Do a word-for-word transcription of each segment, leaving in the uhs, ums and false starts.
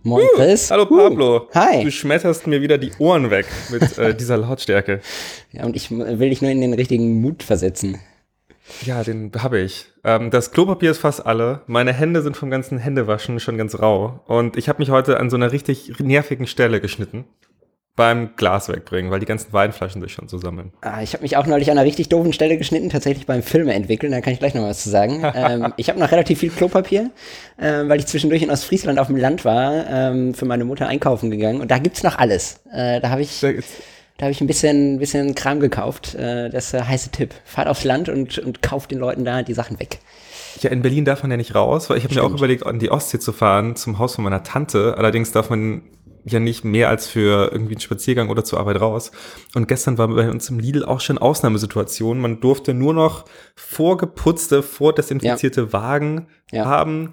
Moin Chris. Uh, hallo Pablo. Uh, hi. Du schmetterst mir wieder die Ohren weg mit äh, dieser Lautstärke. Ja, und ich will dich nur in den richtigen Mut versetzen. Ja, den habe ich. Ähm, das Klopapier ist fast alle. Meine Hände sind vom ganzen Händewaschen schon ganz rau. Und ich habe mich heute an so einer richtig nervigen Stelle geschnitten. Beim Glas wegbringen, weil die ganzen Weinflaschen sich schon so sammeln. Ah, ich habe mich auch neulich an einer richtig doofen Stelle geschnitten, tatsächlich beim Filme entwickeln, da kann ich gleich noch was zu sagen. ähm, ich habe noch relativ viel Klopapier, äh, weil ich zwischendurch in Ostfriesland auf dem Land war, ähm, für meine Mutter einkaufen gegangen und da gibt's noch alles. Äh, da habe ich, da hab ich ein bisschen, bisschen Kram gekauft. Äh, das ist der heiße Tipp. Fahrt aufs Land und, und kauft den Leuten da die Sachen weg. Ja, in Berlin darf man ja nicht raus, weil ich habe mir auch überlegt, an die Ostsee zu fahren, zum Haus von meiner Tante. Allerdings darf man ja nicht mehr als für irgendwie einen Spaziergang oder zur Arbeit raus. Und gestern war bei uns im Lidl auch schon Ausnahmesituation. Man durfte nur noch vorgeputzte, vordesinfizierte ja. Wagen ja. haben.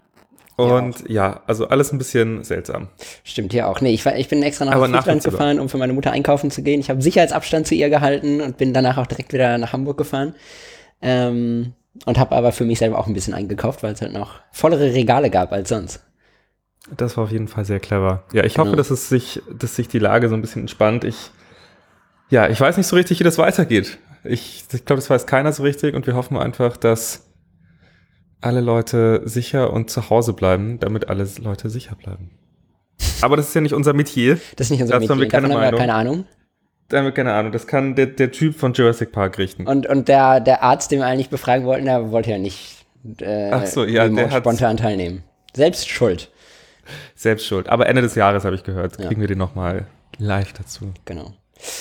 Und ja, ja, also alles ein bisschen seltsam. Stimmt, hier auch. Nee, ich, war, ich bin extra nach Friesland gefahren, um für meine Mutter einkaufen zu gehen. Ich habe Sicherheitsabstand zu ihr gehalten und bin danach auch direkt wieder nach Hamburg gefahren. Ähm, und habe aber für mich selber auch ein bisschen eingekauft, weil es halt noch vollere Regale gab als sonst. Das war auf jeden Fall sehr clever. Ja, ich hoffe, ja. dass es sich, dass sich die Lage so ein bisschen entspannt. Ich, ja, ich weiß nicht so richtig, wie das weitergeht. Ich, ich glaube, das weiß keiner so richtig und wir hoffen einfach, dass alle Leute sicher und zu Hause bleiben, damit alle Leute sicher bleiben. Aber das ist ja nicht unser Metier. Das ist nicht unser Metier. Haben wir keine Davon haben wir keine Ahnung. Da haben wir keine Ahnung. Das kann der, der Typ von Jurassic Park richten. Und, und der, der Arzt, den wir eigentlich befragen wollten, der wollte ja nicht äh, Ach so, ja, der hat spontan teilnehmen. Selbst schuld. Selbst schuld. Aber Ende des Jahres, habe ich gehört, kriegen ja. wir den nochmal live dazu. Genau.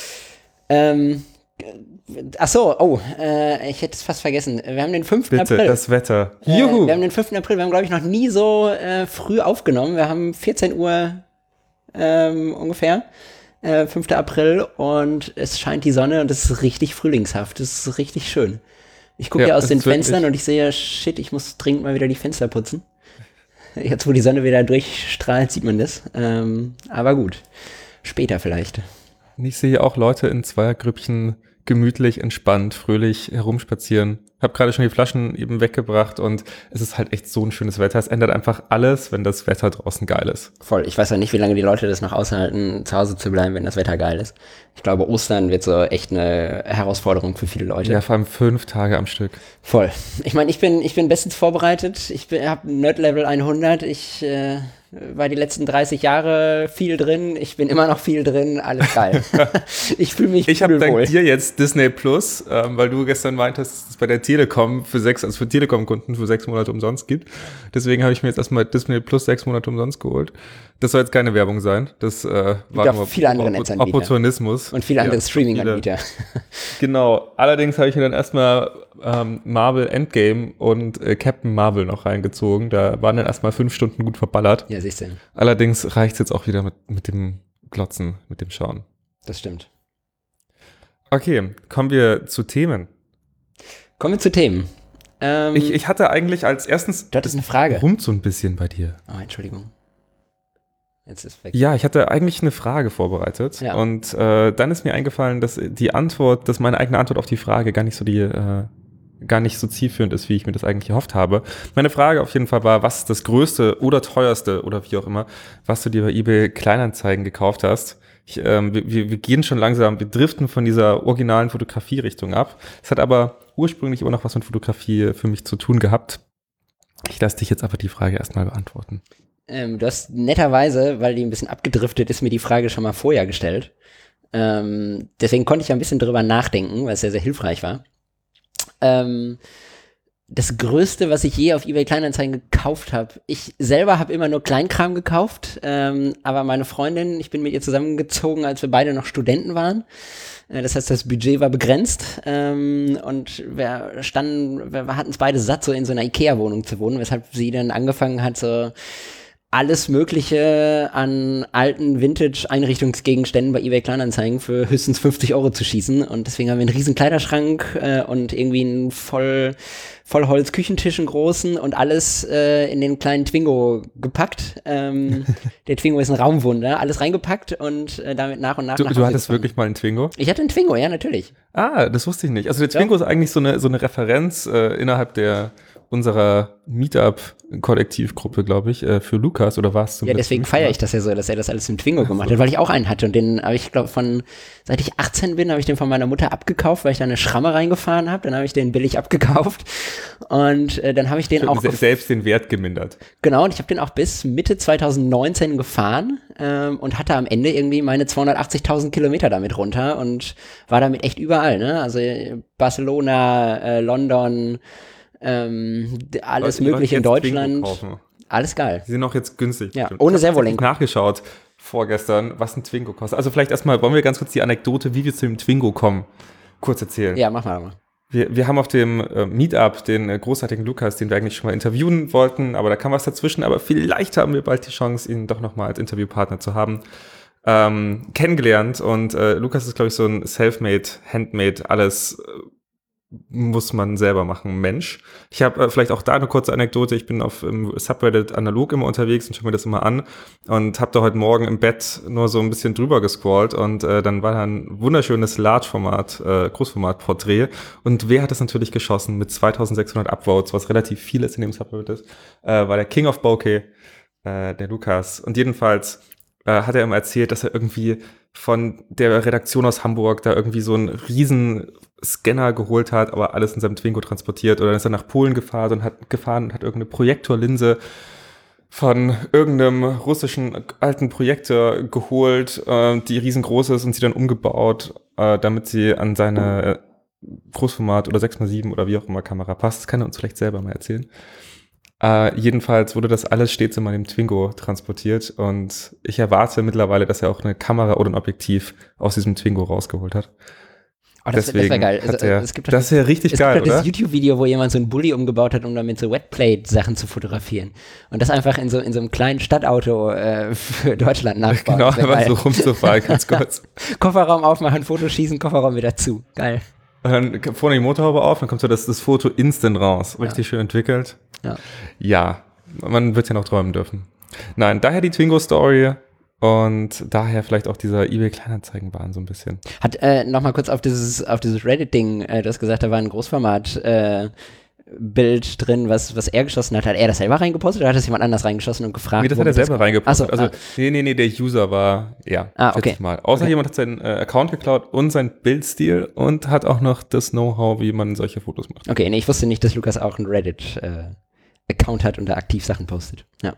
Ähm, ach so, oh, äh, ich hätte es fast vergessen. Wir haben den fünften Bitte, April. Das Wetter. Juhu. Äh, wir haben den fünften April. Wir haben, glaube ich, noch nie so äh, früh aufgenommen. Wir haben vierzehn Uhr ähm, ungefähr. Äh, fünften April und es scheint die Sonne und es ist richtig frühlingshaft. Es ist richtig schön. Ich gucke ja, ja aus den Fenstern und ich sehe, shit, ich muss dringend mal wieder die Fenster putzen. Jetzt, wo die Sonne wieder durchstrahlt, sieht man das. Ähm, aber gut, später vielleicht. Ich sehe auch Leute in Zweiergrüppchen gemütlich, entspannt, fröhlich herumspazieren. Habe gerade schon die Flaschen eben weggebracht und es ist halt echt so ein schönes Wetter. Es ändert einfach alles, wenn das Wetter draußen geil ist. Voll. Ich weiß ja nicht, wie lange die Leute das noch aushalten, zu Hause zu bleiben, wenn das Wetter geil ist. Ich glaube, Ostern wird so echt eine Herausforderung für viele Leute. Ja, vor allem fünf Tage am Stück. Voll. Ich meine, ich bin, ich bin bestens vorbereitet. Ich habe Nerd-Level hundert. Ich äh, war die letzten dreißig Jahre viel drin. Ich bin immer noch viel drin. Alles geil. Ich fühle mich Ich habe dank dir jetzt Disney Plus, ähm, weil du gestern meintest, dass es bei der Telekom für sechs, also für Telekom-Kunden für sechs Monate umsonst gibt. Deswegen habe ich mir jetzt erstmal Disney Plus sechs Monate umsonst geholt. Das soll jetzt keine Werbung sein. Das äh, war nur viele andere Netzanbieter. Opportunismus. Und viele andere ja, Streaming-Anbieter. Genau. Allerdings habe ich mir dann erstmal ähm, Marvel Endgame und äh, Captain Marvel noch reingezogen. Da waren dann erstmal fünf Stunden gut verballert. Ja, siehst du. Allerdings reicht es jetzt auch wieder mit, mit dem Glotzen, mit dem Schauen. Das stimmt. Okay, kommen wir zu Themen. Kommen wir zu Themen. Ähm, ich, ich hatte eigentlich als erstens... Du hattest eine Frage. Rummt so ein bisschen bei dir. Oh, Entschuldigung. Jetzt ist weg. Ja, ich hatte eigentlich eine Frage vorbereitet. Ja. Und äh, dann ist mir eingefallen, dass die Antwort, dass meine eigene Antwort auf die Frage gar nicht so die... Äh, gar nicht so zielführend ist, wie ich mir das eigentlich erhofft habe. Meine Frage auf jeden Fall war, was ist das Größte oder Teuerste oder wie auch immer, was du dir bei eBay Kleinanzeigen gekauft hast? Ich, ähm, wir, wir gehen schon langsam, wir driften von dieser originalen Fotografie-Richtung ab. Es hat aber ursprünglich immer noch was mit Fotografie für mich zu tun gehabt. Ich lasse dich jetzt aber die Frage erstmal beantworten. Ähm, du hast netterweise, weil die ein bisschen abgedriftet ist, mir die Frage schon mal vorher gestellt. Ähm, deswegen konnte ich ja ein bisschen drüber nachdenken, weil es sehr, sehr hilfreich war. Ähm, das Größte, was ich je auf eBay Kleinanzeigen gekauft habe. Ich selber habe immer nur Kleinkram gekauft, ähm, aber meine Freundin, ich bin mit ihr zusammengezogen, als wir beide noch Studenten waren. Äh, das heißt, das Budget war begrenzt ähm, und wir standen, wir hatten es beide satt, so in so einer Ikea-Wohnung zu wohnen, weshalb sie dann angefangen hat, so alles Mögliche an alten Vintage-Einrichtungsgegenständen bei eBay Kleinanzeigen für höchstens fünfzig Euro zu schießen. Und deswegen haben wir einen riesen Kleiderschrank äh, und irgendwie einen voll, voll Holz-Küchentisch, einen großen und alles äh, in den kleinen Twingo gepackt. Ähm, der Twingo ist ein Raumwunder. Alles reingepackt und äh, damit nach und nach Du, nach du hattest gefahren. wirklich mal einen Twingo? Ich hatte einen Twingo, ja, natürlich. Ah, das wusste ich nicht. Also der Twingo ja. ist eigentlich so eine, so eine Referenz äh, innerhalb der unserer Meetup-Kollektivgruppe, glaube ich, äh, für Lukas, oder war es zum Ja, deswegen feiere ich das ja so, dass er das alles im Twingo gemacht hat, weil ich auch einen hatte und den habe ich, glaube von, seit ich achtzehn bin, habe ich den von meiner Mutter abgekauft, weil ich da eine Schramme reingefahren habe, dann habe ich den billig abgekauft und äh, dann habe ich den auch... Se- selbst den Wert gemindert. Genau, und ich habe den auch bis Mitte zwanzig neunzehn gefahren ähm, und hatte am Ende irgendwie meine zweihundertachtzigtausend Kilometer damit runter und war damit echt überall, ne, also Barcelona, äh, London, ähm, alles mögliche in Deutschland. Alles geil. Die sind auch jetzt günstig. Ja, ohne Servolenkung. Ich habe nachgeschaut vorgestern, was ein Twingo kostet. Also vielleicht erstmal, wollen wir ganz kurz die Anekdote, wie wir zu dem Twingo kommen, kurz erzählen. Ja, mach mal. mal. Wir, wir haben auf dem äh, Meetup den äh, großartigen Lukas, den wir eigentlich schon mal interviewen wollten, aber da kam was dazwischen. Aber vielleicht haben wir bald die Chance, ihn doch nochmal als Interviewpartner zu haben. Ähm, kennengelernt. Und äh, Lukas ist, glaube ich, so ein Selfmade, Handmade, alles äh, muss man selber machen, Mensch. Ich habe äh, vielleicht auch da eine kurze Anekdote. Ich bin auf im Subreddit analog immer unterwegs und schaue mir das immer an und habe da heute Morgen im Bett nur so ein bisschen drüber gescrollt und äh, dann war da ein wunderschönes Large-Format, äh, Großformat-Porträt und wer hat das natürlich geschossen mit zweitausendsechshundert Upvotes, was relativ viel ist in dem Subreddit ist, äh, war der King of Bokeh, äh, der Lukas. Und jedenfalls äh, hat er immer erzählt, dass er irgendwie von der Redaktion aus Hamburg da irgendwie so einen riesen Scanner geholt hat, aber alles in seinem Twingo transportiert. Oder dann ist er nach Polen gefahren und hat gefahren und hat irgendeine Projektorlinse von irgendeinem russischen alten Projektor geholt, äh, die riesengroß ist und sie dann umgebaut, äh, damit sie an seine Großformat oder sechs mal sieben oder wie auch immer Kamera passt. Das kann er uns vielleicht selber mal erzählen. Äh, jedenfalls wurde das alles stets in meinem Twingo transportiert und ich erwarte mittlerweile, dass er auch eine Kamera oder ein Objektiv aus diesem Twingo rausgeholt hat. Oh, das, das wäre geil. Also, er, es gibt das wäre richtig es geil, gibt oder? Das YouTube-Video, wo jemand so einen Bulli umgebaut hat, um damit so Wetplate-Sachen zu fotografieren. Und das einfach in so, in so einem kleinen Stadtauto äh, für Deutschland nachbauen. Genau, einfach so rumzufahren, ganz kurz. Kofferraum aufmachen, Foto schießen, Kofferraum wieder zu. Geil. Und dann vorne die Motorhaube auf, dann kommt so das, das Foto instant raus. Richtig ja. schön entwickelt. Ja. Ja, man wird ja noch träumen dürfen. Nein, daher die Twingo-Story. Und daher vielleicht auch dieser eBay-Kleinanzeigen-Wahn so ein bisschen. Hat äh, nochmal kurz auf dieses, auf dieses Reddit-Ding, äh, du hast gesagt, da war ein Großformat-Bild äh, drin, was, was er geschossen hat. Hat er das selber reingepostet oder hat das jemand anders reingeschossen und gefragt? Nee, das hat er selber reingepostet. So, also, ah. nee, nee, nee, der User war, ja, ah, okay. mal. Außer okay. jemand hat seinen äh, Account geklaut und seinen Bildstil und hat auch noch das Know-how, wie man solche Fotos macht. Okay, nee, ich wusste nicht, dass Lukas auch einen Reddit-Account äh, hat und da aktiv Sachen postet. Ja.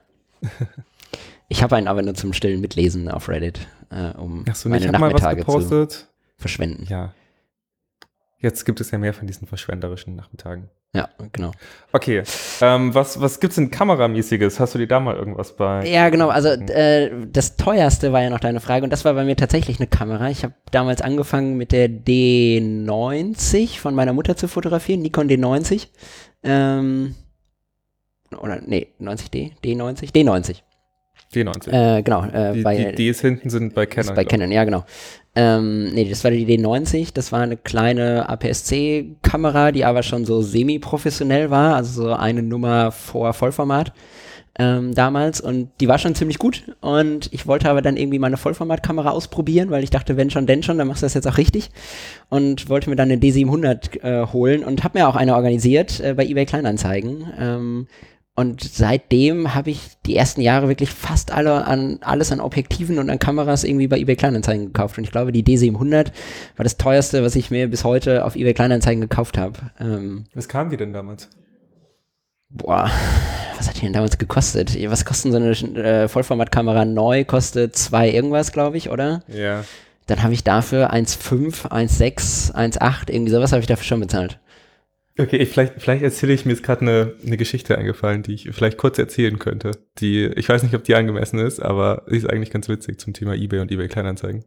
Ich habe einen aber nur zum stillen Mitlesen auf Reddit, äh, um Ach so, meine ich Nachmittage mal was gepostet. zu verschwenden. Ja. Jetzt gibt es ja mehr von diesen verschwenderischen Nachmittagen. Ja, genau. Okay, ähm, was, was gibt's denn Kameramäßiges? Hast du dir da mal irgendwas bei? Ja, genau, also äh, das teuerste war ja noch deine Frage und das war bei mir tatsächlich eine Kamera. Ich habe damals angefangen mit der D neunzig von meiner Mutter zu fotografieren, Nikon D neunzig. Ähm, oder, nee, neunzig D? D neunzig? D neunzig. D neunzig. Äh, genau. Äh, die, bei, die Ds hinten sind bei Canon. Bei Canon, ja, genau. Ähm, nee, das war die D neunzig. Das war eine kleine A P S C-Kamera, die aber schon so semi-professionell war, also so eine Nummer vor Vollformat ähm, damals. Und die war schon ziemlich gut. Und ich wollte aber dann irgendwie meine Vollformatkamera ausprobieren, weil ich dachte, wenn schon, denn schon, dann machst du das jetzt auch richtig. Und wollte mir dann eine D siebenhundert äh, holen und habe mir auch eine organisiert äh, bei eBay Kleinanzeigen. Ähm, Und seitdem habe ich die ersten Jahre wirklich fast alle an alles an Objektiven und an Kameras irgendwie bei eBay Kleinanzeigen gekauft. Und ich glaube, die D siebenhundert war das teuerste, was ich mir bis heute auf eBay Kleinanzeigen gekauft habe. Ähm, was kam die denn damals? Boah, was hat die denn damals gekostet? Was kostet so eine äh, Vollformatkamera neu? Kostet zwei irgendwas, glaube ich, oder? Ja. Dann habe ich dafür eins Komma fünf, eins Komma sechs, eins Komma acht, irgendwie sowas habe ich dafür schon bezahlt. Okay, ich, vielleicht, vielleicht erzähle ich, mir ist gerade eine, eine Geschichte eingefallen, die ich vielleicht kurz erzählen könnte. Die, ich weiß nicht, ob die angemessen ist, aber sie ist eigentlich ganz witzig zum Thema eBay und eBay Kleinanzeigen.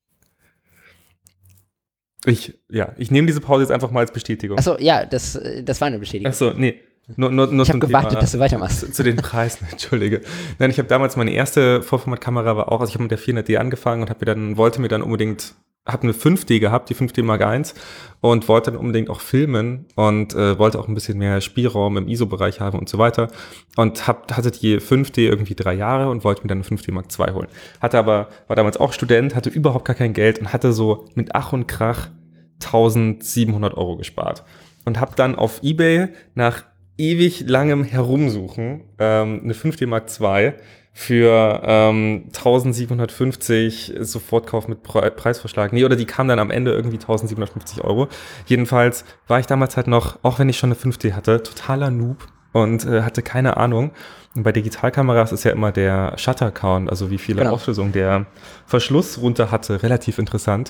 Ich, ja, ich nehme diese Pause jetzt einfach mal als Bestätigung. Achso, ja, das, das war eine Bestätigung. Achso, nee. Nur, nur, nur ich habe gewartet, Thema, dass du weitermachst. Zu, zu den Preisen, entschuldige. Nein, ich habe damals meine erste Vollformatkamera war auch, also ich habe mit der vierhundert D angefangen und habe mir dann, wollte mir dann unbedingt habe eine fünf D gehabt, die fünf D Mark eins und wollte dann unbedingt auch filmen und äh, wollte auch ein bisschen mehr Spielraum im I S O-Bereich haben und so weiter und hab, hatte die fünf D irgendwie drei Jahre und wollte mir dann eine fünf D Mark zwei holen. Hatte aber, war damals auch Student, hatte überhaupt gar kein Geld und hatte so mit Ach und Krach eintausendsiebenhundert Euro gespart und habe dann auf eBay nach ewig langem Herumsuchen ähm, eine fünf D Mark zwei für ähm, eintausendsiebenhundertfünfzig Sofortkauf mit Pre- Preisvorschlag. Nee, oder die kam dann am Ende irgendwie eintausendsiebenhundertfünfzig Euro. Jedenfalls war ich damals halt noch, auch wenn ich schon eine fünf D hatte, totaler Noob und äh, hatte keine Ahnung. Und bei Digitalkameras ist ja immer der Shutter-Count, also wie viele Genau. Auflösungen der Verschluss runter hatte, relativ interessant.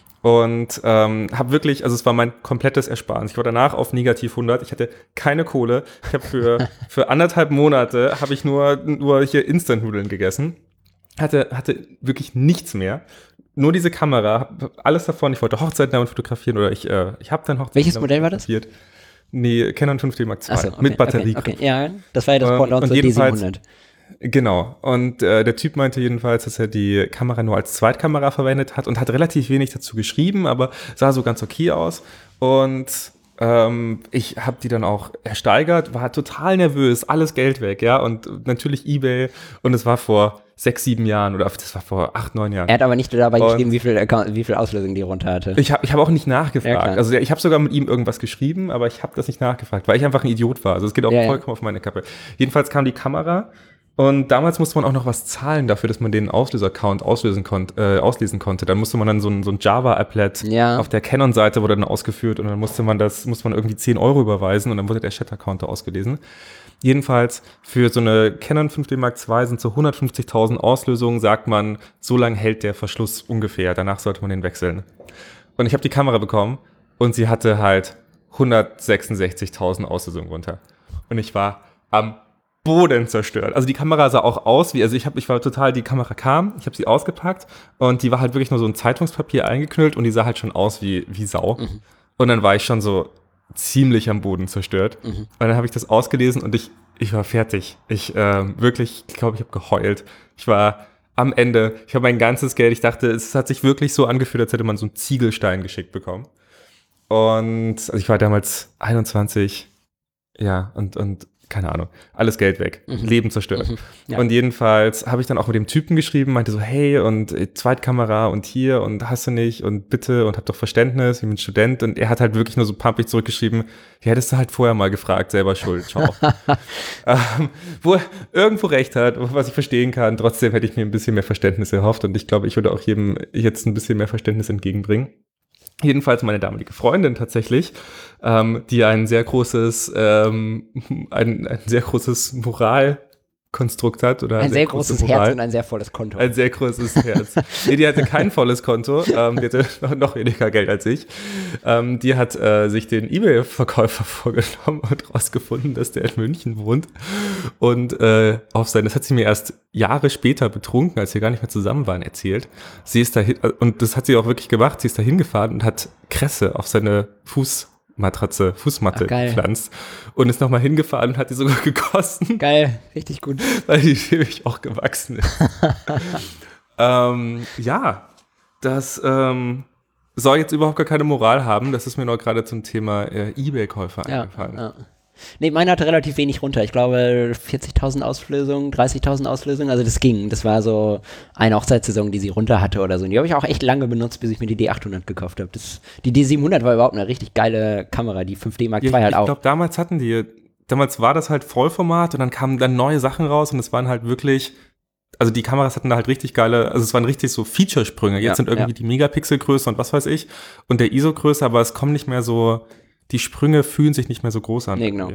Und ähm, habe wirklich, also es war mein komplettes Ersparnis. Ich war danach auf negativ hundert. Ich hatte keine Kohle. Ich habe für für anderthalb Monate habe ich nur nur hier Instant-Nudeln gegessen. Hatte hatte wirklich nichts mehr. Nur diese Kamera, hab alles davon. Ich wollte Hochzeiten damit fotografieren oder ich äh, ich habe dann Hochzeiten Welches damit Modell war das? fotografiert. Nee, Canon fünf D Mark zwei Ach so, okay, mit Batterie. Okay, okay. Ja, das war ja das Pendant ähm, zur D siebenhundert. Genau. Und äh, der Typ meinte jedenfalls, dass er die Kamera nur als Zweitkamera verwendet hat und hat relativ wenig dazu geschrieben, aber sah so ganz okay aus. Und ähm, ich habe die dann auch ersteigert, war total nervös, alles Geld weg, ja. Und natürlich eBay. Und es war vor sechs, sieben Jahren oder das war vor acht, neun Jahren. Er hat aber nicht dabei und geschrieben, wie viel, Account, wie viel Auslösung die runter hatte. Ich habe ich hab auch nicht nachgefragt. Ja, also ich habe sogar mit ihm irgendwas geschrieben, aber ich habe das nicht nachgefragt, weil ich einfach ein Idiot war. Also es geht auch ja, vollkommen ja. auf meine Kappe. Jedenfalls kam die Kamera und damals musste man auch noch was zahlen dafür, dass man den Auslöser-Account auslösen konnt, äh, auslesen konnte. Dann musste man dann so ein, so ein Java-Applet ja. auf der Canon-Seite wurde dann ausgeführt und dann musste man das, musste man irgendwie zehn Euro überweisen und dann wurde der Chat-Account ausgelesen. Jedenfalls für so eine Canon fünf D Mark zwei sind so hundertfünfzigtausend Auslösungen, sagt man, so lange hält der Verschluss ungefähr. Danach sollte man den wechseln. Und ich habe die Kamera bekommen und sie hatte halt hundertsechsundsechzigtausend Auslösungen runter. Und ich war am Boden zerstört. Also die Kamera sah auch aus wie, also ich, hab, ich war total, die Kamera kam, ich habe sie ausgepackt und die war halt wirklich nur so ein Zeitungspapier eingeknüllt und die sah halt schon aus wie, wie Sau. Mhm. Und dann war ich schon so ziemlich am Boden zerstört. Mhm. Und dann habe ich das ausgelesen und ich, ich war fertig. Ich äh, wirklich, ich glaube, ich habe geheult. Ich war am Ende, ich habe mein ganzes Geld, ich dachte, es hat sich wirklich so angefühlt, als hätte man so einen Ziegelstein geschickt bekommen. Und also ich war damals einundzwanzig, ja, und, und keine Ahnung, alles Geld weg, mhm. Leben zerstört. Mhm. Ja. Und jedenfalls habe ich dann auch mit dem Typen geschrieben, meinte so, hey, und äh, Zweitkamera und hier und hast du nicht und bitte und hab doch Verständnis, ich bin Student. Und er hat halt wirklich nur so pampig zurückgeschrieben, ja, hättest du halt vorher mal gefragt, selber schuld, ciao. ähm, wo er irgendwo recht hat, was ich verstehen kann, trotzdem hätte ich mir ein bisschen mehr Verständnis erhofft und ich glaube, ich würde auch jedem jetzt ein bisschen mehr Verständnis entgegenbringen. Jedenfalls meine damalige Freundin tatsächlich, ähm, die ein sehr großes, ähm, ein, ein sehr großes Moralkonstrukt hat. Oder ein sehr, sehr großes Moral. Herz und ein sehr volles Konto. Ein sehr großes Herz. Nee, die hatte kein volles Konto, ähm, die hatte noch, noch weniger Geld als ich. Ähm, die hat äh, sich den eBay-Verkäufer vorgenommen und rausgefunden, dass der in München wohnt. Und äh, auf sein, das hat sie mir erst Jahre später betrunken, als wir gar nicht mehr zusammen waren, erzählt. Sie ist dahin, und das hat sie auch wirklich gemacht, sie ist da hingefahren und hat Kresse auf seine Fußmatratze, Fußmatte Ach, gepflanzt und ist nochmal hingefahren und hat die sogar gegossen. Geil, richtig gut. Weil die nämlich auch gewachsen ist. ähm, ja, das ähm, soll jetzt überhaupt gar keine Moral haben. Das ist mir noch gerade zum Thema äh, eBay-Käufer ja, eingefallen. Ja. Nee, meine hatte relativ wenig runter. Ich glaube vierzigtausend Auslösungen, dreißigtausend Auslösungen. Also das ging. Das war so eine Hochzeitssaison, die sie runter hatte oder so. Und die habe ich auch echt lange benutzt, bis ich mir die D achthundert gekauft habe. Das, die D siebenhundert war überhaupt eine richtig geile Kamera. Die fünf D Mark zwei ja, halt ich auch. Ich glaube, damals hatten die, damals war das halt Vollformat und dann kamen dann neue Sachen raus und es waren halt wirklich, also die Kameras hatten da halt richtig geile, also es waren richtig so Feature-Sprünge. Jetzt ja, sind irgendwie ja. die Megapixel-Größe und was weiß ich und der I S O-Größe, aber es kommen nicht mehr so, die Sprünge fühlen sich nicht mehr so groß an. Nee, genau.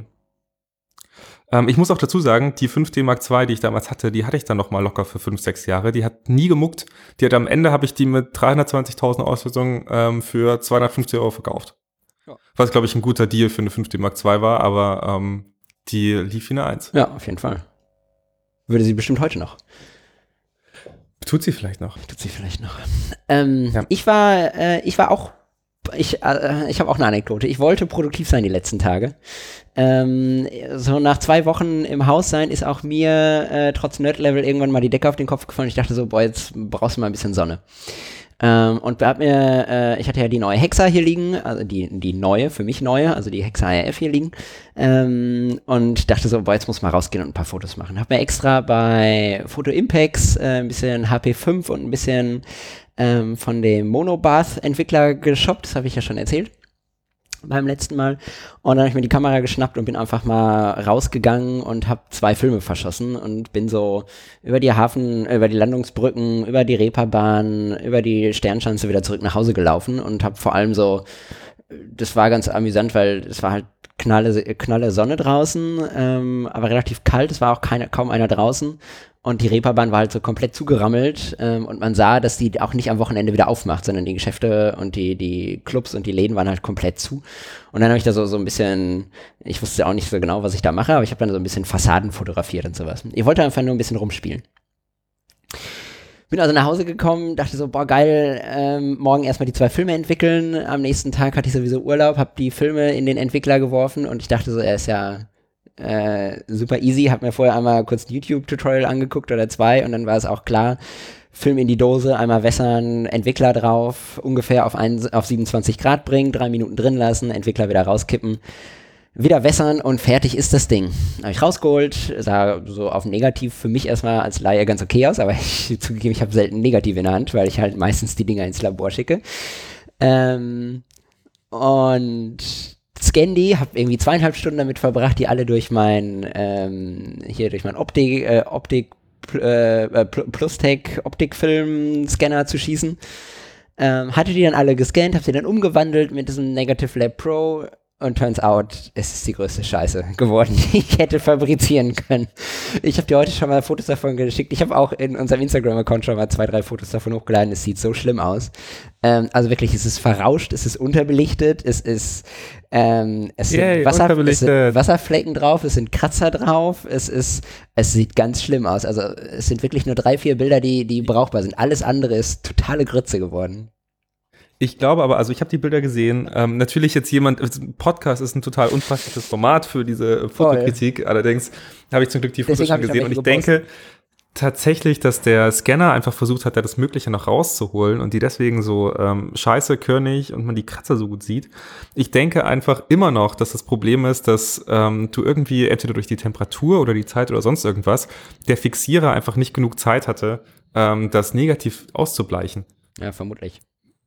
Ähm, ich muss auch dazu sagen, die fünf D Mark zwei, die ich damals hatte, die hatte ich dann noch mal locker für fünf, sechs Jahre. Die hat nie gemuckt. Die hat am Ende, habe ich die mit dreihundertzwanzigtausend Auslösungen ähm, für zweihundertfünfzig Euro verkauft. Ja. Was, glaube ich, ein guter Deal für eine fünf D Mark zwei war, aber ähm, die lief wie eine Eins. Ja, auf jeden Fall. Würde sie bestimmt heute noch. Tut sie vielleicht noch. Tut sie vielleicht noch. Ähm, ja. Ich war, äh, ich war auch Ich, äh, ich habe auch eine Anekdote. Ich wollte produktiv sein die letzten Tage. Ähm, so nach zwei Wochen im Haus sein ist auch mir äh, trotz Nerd-Level irgendwann mal die Decke auf den Kopf gefallen. Ich dachte so, boah, jetzt brauchst du mal ein bisschen Sonne. Ähm, und hab mir, äh, ich hatte ja die neue Hexa hier liegen, also die, die neue, für mich neue, also die Hexa R F hier liegen. Ähm, und dachte so, boah, jetzt muss mal rausgehen und ein paar Fotos machen. Hab mir extra bei Photo Impex äh, ein bisschen H P fünf und ein bisschen ähm, von dem Monobath-Entwickler geshoppt, das habe ich ja schon erzählt. beim letzten Mal. Und dann habe ich mir die Kamera geschnappt und bin einfach mal rausgegangen und habe zwei Filme verschossen und bin so über die Hafen, über die Landungsbrücken, über die Reeperbahn, über die Sternschanze wieder zurück nach Hause gelaufen und habe vor allem so, das war ganz amüsant, weil es war halt knalle, knalle Sonne draußen, ähm, aber relativ kalt, es war auch keine, kaum einer draußen. Und die Reeperbahn war halt so komplett zugerammelt ähm, und man sah, dass die auch nicht am Wochenende wieder aufmacht, sondern die Geschäfte und die, die Clubs und die Läden waren halt komplett zu. Und dann habe ich da so, so ein bisschen, ich wusste auch nicht so genau, was ich da mache, aber ich habe dann so ein bisschen Fassaden fotografiert und sowas. Ich wollte einfach nur ein bisschen rumspielen. Bin also nach Hause gekommen, dachte so, boah geil, ähm, morgen erstmal die zwei Filme entwickeln. Am nächsten Tag hatte ich sowieso Urlaub, habe die Filme in den Entwickler geworfen und ich dachte so, er ist ja Äh, super easy, hab mir vorher einmal kurz ein YouTube-Tutorial angeguckt oder zwei und dann war es auch klar, Film in die Dose, einmal wässern, Entwickler drauf, ungefähr auf, ein, auf siebenundzwanzig Grad bringen, drei Minuten drin lassen, Entwickler wieder rauskippen, wieder wässern und fertig ist das Ding. Habe ich rausgeholt, sah so auf negativ für mich erstmal als Laie ganz okay aus, aber ich zugegeben, ich habe selten negativ in der Hand, weil ich halt meistens die Dinger ins Labor schicke. Ähm, und scan die, habe irgendwie zweieinhalb Stunden damit verbracht, die alle durch mein ähm, hier durch mein Optik äh, Optik äh, Plus-Tech Optikfilm-Scanner zu schießen. Ähm, hatte die dann alle gescannt, habe sie dann umgewandelt mit diesem Negative Lab Pro und turns out, es ist die größte Scheiße geworden, die ich hätte fabrizieren können. Ich habe dir heute schon mal Fotos davon geschickt. Ich habe auch in unserem Instagram-Account schon mal zwei, drei Fotos davon hochgeladen. Es sieht so schlimm aus. Ähm, also wirklich, es ist verrauscht, es ist unterbelichtet, es ist ähm, es sind, Yay, Wasser, es sind Wasserflecken drauf, es sind Kratzer drauf, es ist, es sieht ganz schlimm aus. Also es sind wirklich nur drei, vier Bilder, die, die brauchbar sind. Alles andere ist totale Grütze geworden. Ich glaube aber, also ich habe die Bilder gesehen, ähm, natürlich jetzt jemand, Podcast ist ein total unpraktisches Format für diese Fotokritik, Voll. Allerdings habe ich zum Glück die Fotos schon gesehen und ich gepostet. denke tatsächlich, dass der Scanner einfach versucht hat, da das Mögliche noch rauszuholen und die deswegen so ähm, scheiße, körnig und man die Kratzer so gut sieht. Ich denke einfach immer noch, dass das Problem ist, dass ähm, du irgendwie entweder durch die Temperatur oder die Zeit oder sonst irgendwas, der Fixierer einfach nicht genug Zeit hatte, ähm, das negativ auszubleichen. Ja, vermutlich.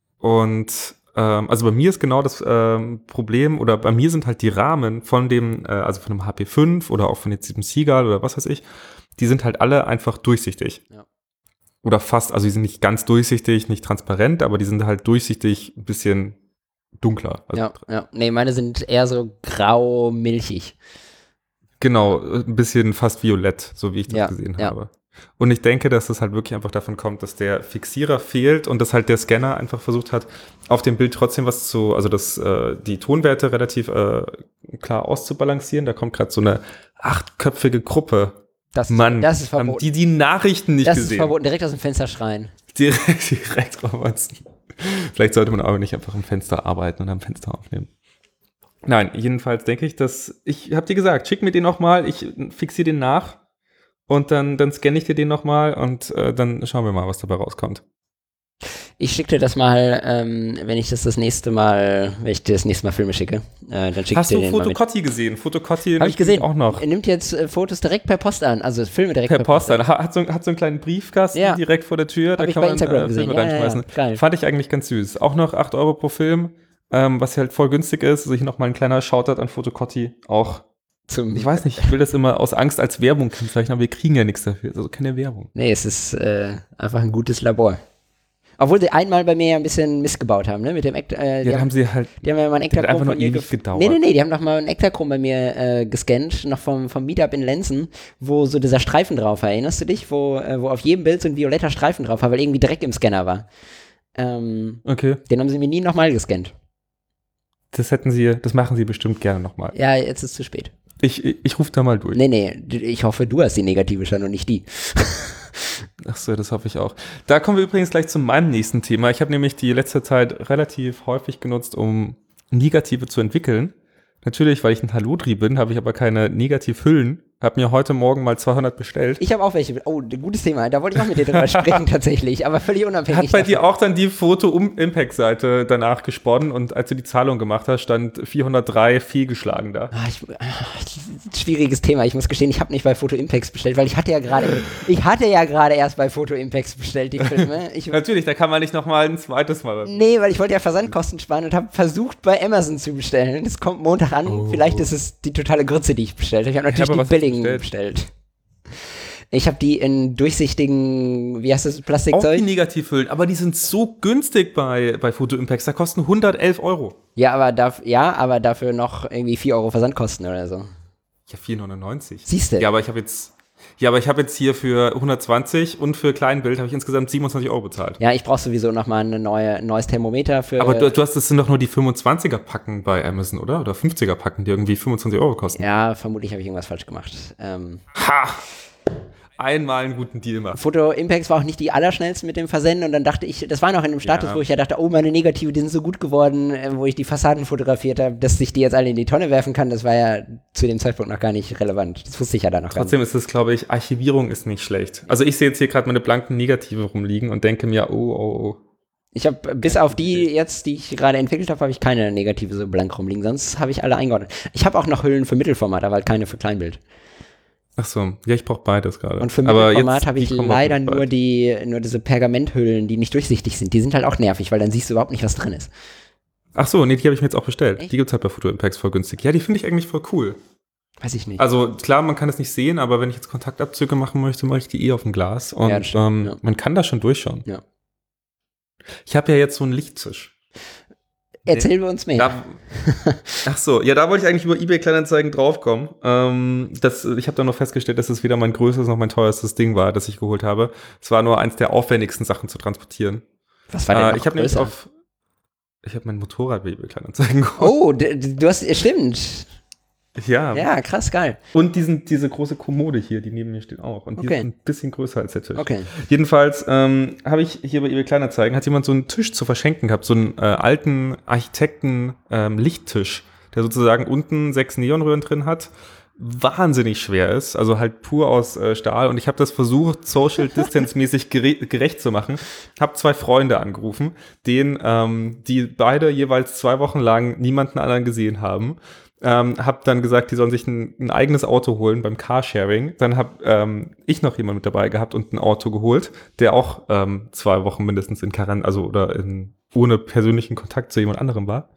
Und ähm, also bei mir ist genau das ähm, Problem, oder bei mir sind halt die Rahmen von dem, äh, also von dem H P fünf oder auch von jetzt diesem Seagull oder was weiß ich, die sind halt alle einfach durchsichtig. Ja. Oder fast, also die sind nicht ganz durchsichtig, nicht transparent, aber die sind halt durchsichtig, ein bisschen dunkler. Also ja, ja, nee, meine sind eher so grau-milchig. Genau, ein bisschen fast violett, so wie ich das ja, gesehen ja. habe. Und ich denke, dass das halt wirklich einfach davon kommt, dass der Fixierer fehlt und dass halt der Scanner einfach versucht hat, auf dem Bild trotzdem was zu, also das, äh, die Tonwerte relativ äh, klar auszubalancieren. Da kommt gerade so eine achtköpfige Gruppe. Das, Mann, das ist verboten. Haben die die Nachrichten nicht das gesehen? Das ist verboten, direkt aus dem Fenster schreien. Direkt, direkt raumatzen. Vielleicht sollte man aber nicht einfach im Fenster arbeiten und am Fenster aufnehmen. Nein, jedenfalls denke ich, dass, ich habe dir gesagt, schick mir den nochmal, ich fixiere den nach. Und dann, dann scanne ich dir den nochmal und äh, dann schauen wir mal, was dabei rauskommt. Ich schicke dir das mal, ähm, wenn ich das das nächste Mal, wenn ich dir das nächste Mal Filme schicke, äh, dann schicke ich dir den mal mit. Hast du Fotocotti gesehen? Fotocotti Habe ich gesehen. Auch noch. Er nimmt jetzt äh, Fotos direkt per Post an, also Filme direkt per, per Post an. Hat so, hat so einen kleinen Briefkasten ja. direkt vor der Tür, Hab da ich kann bei man Instagram äh, Filme gesehen. reinschmeißen. Ja, ja, ja. Fand ich eigentlich ganz süß. Auch noch acht Euro pro Film, ähm, was halt voll günstig ist. Also hier nochmal ein kleiner Shoutout an Fotocotti, auch. Zum ich weiß nicht, ich will das immer aus Angst als Werbung kennzeichnen, aber wir kriegen ja nichts dafür, also keine Werbung. Nee, es ist äh, einfach ein gutes Labor. Obwohl sie einmal bei mir ja ein bisschen missgebaut haben, ne, mit dem Ekta, äh, ja, da haben sie halt, die haben ja mal ein Ektachrom einfach nur ewig gedauert. Nee, nee, nee, die haben doch mal ein Ektachrom bei mir äh, gescannt, noch vom, vom Meetup in Lenzen, wo so dieser Streifen drauf war, erinnerst du dich, wo, äh, wo auf jedem Bild so ein violetter Streifen drauf war, weil irgendwie Dreck im Scanner war. Ähm, okay. Den haben sie mir nie nochmal gescannt. Das hätten sie, das machen sie bestimmt gerne nochmal. Ja, jetzt ist es zu spät. Ich, ich, ich rufe da mal durch. Nee, nee, ich hoffe, du hast die negative schon und nicht die. Ach so, das hoffe ich auch. Da kommen wir übrigens gleich zu meinem nächsten Thema. Ich habe nämlich die letzte Zeit relativ häufig genutzt, um Negative zu entwickeln. Natürlich, weil ich ein Haludri bin, habe ich aber keine Negativhüllen Hab mir heute Morgen mal zweihundert bestellt. Ich habe auch welche. Oh, ein gutes Thema. Da wollte ich auch mit dir drüber sprechen tatsächlich, aber völlig unabhängig. Hat bei davon. dir auch dann die Foto-Impact-Seite danach gesponnen und als du die Zahlung gemacht hast, stand vierhundertdrei fehlgeschlagen da. Ah, ich, ah, schwieriges Thema. Ich muss gestehen, ich habe nicht bei Foto-Impacts bestellt, weil ich hatte ja gerade, ich hatte ja gerade erst bei Foto-Impacts bestellt die Filme. Ich, Natürlich, da kann man nicht nochmal ein zweites Mal. Nee, weil ich wollte ja Versandkosten sparen und habe versucht bei Amazon zu bestellen. Es kommt Montag an. Oh. Vielleicht ist es die totale Grütze, die ich bestellt habe. Ich habe natürlich ja, die billigen bestellt. bestellt. Ich habe die in durchsichtigen, wie heißt das, Plastikzeug? Auch die Negativhüllen, aber die sind so günstig bei, bei Photo Impacts, da kosten hundertelf Euro. Ja, aber, darf, ja, aber dafür noch irgendwie vier Euro Versandkosten oder so. Ja, vier neunundneunzig. Siehst du? Ja, aber ich habe jetzt, ja, aber ich habe jetzt hier für hundertzwanzig und für Kleinbild habe ich insgesamt siebenundzwanzig Euro bezahlt. Ja, ich brauche sowieso nochmal ein neue, neues Thermometer für. Aber du, du hast, das sind doch nur die fünfundzwanziger-Packen bei Amazon, oder? Oder fünfziger-Packen, die irgendwie fünfundzwanzig Euro kosten. Ja, vermutlich habe ich irgendwas falsch gemacht. Ähm. Ha! Einmal einen guten Deal machen. Photo Impacts war auch nicht die allerschnellsten mit dem Versenden und dann dachte ich, das war noch in einem Status, ja. wo ich ja dachte, oh, meine Negative, die sind so gut geworden, wo ich die Fassaden fotografiert habe, dass ich die jetzt alle in die Tonne werfen kann, das war ja zu dem Zeitpunkt noch gar nicht relevant. Das wusste ich ja da noch Trotzdem gar nicht. ist es, glaube ich, Archivierung ist nicht schlecht. Also ich sehe jetzt hier gerade meine blanken Negative rumliegen und denke mir, oh, oh, oh. Ich habe bis auf die jetzt, die ich gerade entwickelt habe, habe ich keine Negative so blank rumliegen, sonst habe ich alle eingeordnet. Ich habe auch noch Hüllen für Mittelformat, aber halt keine für Kleinbild. Ach so, ja, ich brauche beides gerade. Und für Mittelformat habe ich leider nur die, nur diese Pergamenthüllen, die nicht durchsichtig sind. Die sind halt auch nervig, weil dann siehst du überhaupt nicht, was drin ist. Ach so, nee, die habe ich mir jetzt auch bestellt. Echt? Die gibt's halt bei Photo Impacts voll günstig. Ja, die finde ich eigentlich voll cool. Weiß ich nicht. Also klar, man kann es nicht sehen, aber wenn ich jetzt Kontaktabzüge machen möchte, mache ich die eh auf dem Glas. Und ja, ähm, ja. man kann da schon durchschauen. Ja. Ich habe ja jetzt so einen Lichttisch. Erzählen wir uns mehr. Da, ach so, ja, da wollte ich eigentlich über eBay-Kleinanzeigen draufkommen. Ähm, das, ich habe dann noch festgestellt, dass es weder mein größtes noch mein teuerstes Ding war, das ich geholt habe. Es war nur eins der aufwendigsten Sachen zu transportieren. Was war denn äh, noch Ich habe nämlich auf, ich habe mein Motorrad bei eBay-Kleinanzeigen geholt. Oh, d- du hast, stimmt. Ja. Ja, krass, geil. Und diesen, diese große Kommode hier, die neben mir steht auch. Und die okay. ist ein bisschen größer als der Tisch. Okay. Jedenfalls ähm, habe ich hier bei eBay Kleinanzeigen, hat jemand so einen Tisch zu verschenken gehabt, so einen äh, alten Architekten-Lichttisch, ähm, der sozusagen unten sechs Neonröhren drin hat, wahnsinnig schwer ist, also halt pur aus äh, Stahl. Und ich habe das versucht, Social Distance-mäßig gere- gerecht zu machen. Habe zwei Freunde angerufen, denen, ähm, die beide jeweils zwei Wochen lang niemanden anderen gesehen haben. Ähm, hab dann gesagt, die sollen sich ein, ein eigenes Auto holen beim Carsharing. Dann hab ähm, ich noch jemanden mit dabei gehabt und ein Auto geholt, der auch ähm, zwei Wochen mindestens in Quarantäne, also oder in, ohne persönlichen Kontakt zu jemand anderem war.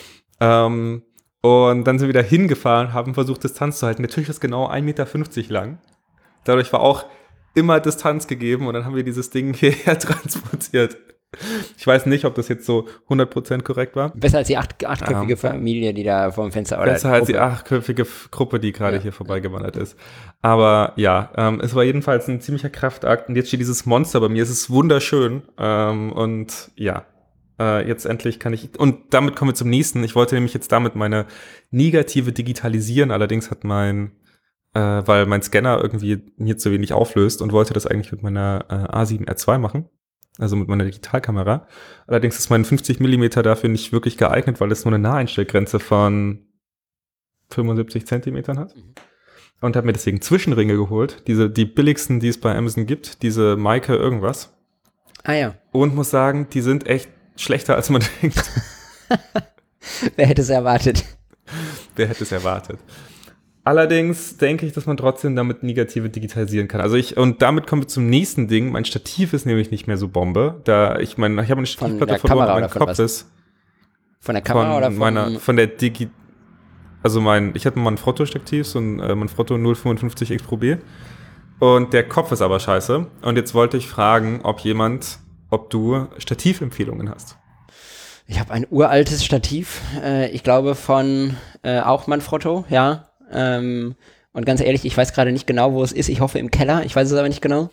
Ähm, und dann sind wir wieder hingefahren, haben versucht, Distanz zu halten. Der Tisch ist genau ein Meter fünfzig lang. Dadurch war auch immer Distanz gegeben und dann haben wir dieses Ding hierher transportiert. Ich weiß nicht, ob das jetzt so hundert Prozent korrekt war. Besser als die acht, achtköpfige um, Familie, die da vor dem Fenster oder Besser als die achtköpfige Gruppe, die gerade ja. hier vorbeigewandert ist. Aber ja, ähm, es war jedenfalls ein ziemlicher Kraftakt. Und jetzt steht dieses Monster bei mir. Es ist wunderschön. Ähm, und ja, äh, jetzt endlich kann ich... Und damit kommen wir zum nächsten. Ich wollte nämlich jetzt damit meine Negative digitalisieren. Allerdings hat mein... Äh, weil mein Scanner irgendwie mir zu wenig auflöst und wollte das eigentlich mit meiner äh, A sieben R zwei machen. Also mit meiner Digitalkamera. Allerdings ist mein fünfzig Millimeter dafür nicht wirklich geeignet, weil es nur eine Naheinstellgrenze von fünfundsiebzig Zentimetern hat. Mhm. Und habe mir deswegen Zwischenringe geholt. Diese, die billigsten, die es bei Amazon gibt. Diese Maike irgendwas. Ah ja. Und muss sagen, die sind echt schlechter, als man denkt. Wer hätte es erwartet? Wer hätte es erwartet? Allerdings denke ich, dass man trotzdem damit Negative digitalisieren kann. Also ich, und damit kommen wir zum nächsten Ding. Mein Stativ ist nämlich nicht mehr so Bombe. Da, ich meine, ich habe eine Stativplatte verloren, mein Kopf ist. Von der Kamera von oder von meiner, von der Digi, also mein, ich hatte mal ein Frotto-Stativ, so ein äh, Manfrotto null fünfundfünfzig X Pro B. Und der Kopf ist aber scheiße. Und jetzt wollte ich fragen, ob jemand, ob du Stativempfehlungen hast. Ich habe ein uraltes Stativ. Äh, ich glaube von äh, auch Manfrotto, ja. Ähm, und ganz ehrlich, ich weiß gerade nicht genau, wo es ist. Ich hoffe im Keller, ich weiß es aber nicht genau.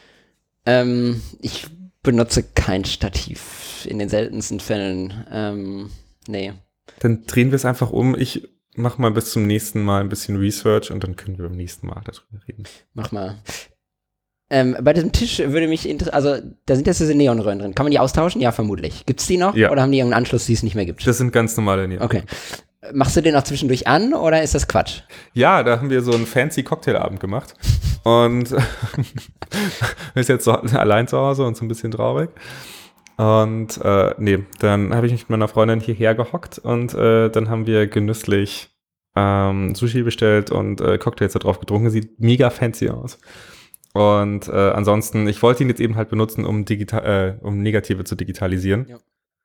Ähm, ich benutze kein Stativ in den seltensten Fällen. Ähm, nee. Dann drehen wir es einfach um. Ich mache mal bis zum nächsten Mal ein bisschen Research und dann können wir beim nächsten Mal darüber reden. Mach mal. Ähm, bei diesem Tisch würde mich interessieren, also da sind jetzt diese Neonröhren drin. Kann man die austauschen? Ja, vermutlich. Gibt's die noch? Ja. Oder haben die irgendeinen Anschluss, die es nicht mehr gibt? Das sind ganz normale Neonröhren. Okay. machst du den auch zwischendurch an oder ist das Quatsch? Ja, da haben wir so einen fancy Cocktailabend gemacht und ist jetzt so allein zu Hause und so ein bisschen traurig. Und äh, nee, dann habe ich mich mit meiner Freundin hierher gehockt und äh, dann haben wir genüsslich ähm, Sushi bestellt und äh, Cocktails da drauf getrunken. Sieht mega fancy aus. Und äh, ansonsten, ich wollte ihn jetzt eben halt benutzen, um, digital, äh, um Negative zu digitalisieren. Ja.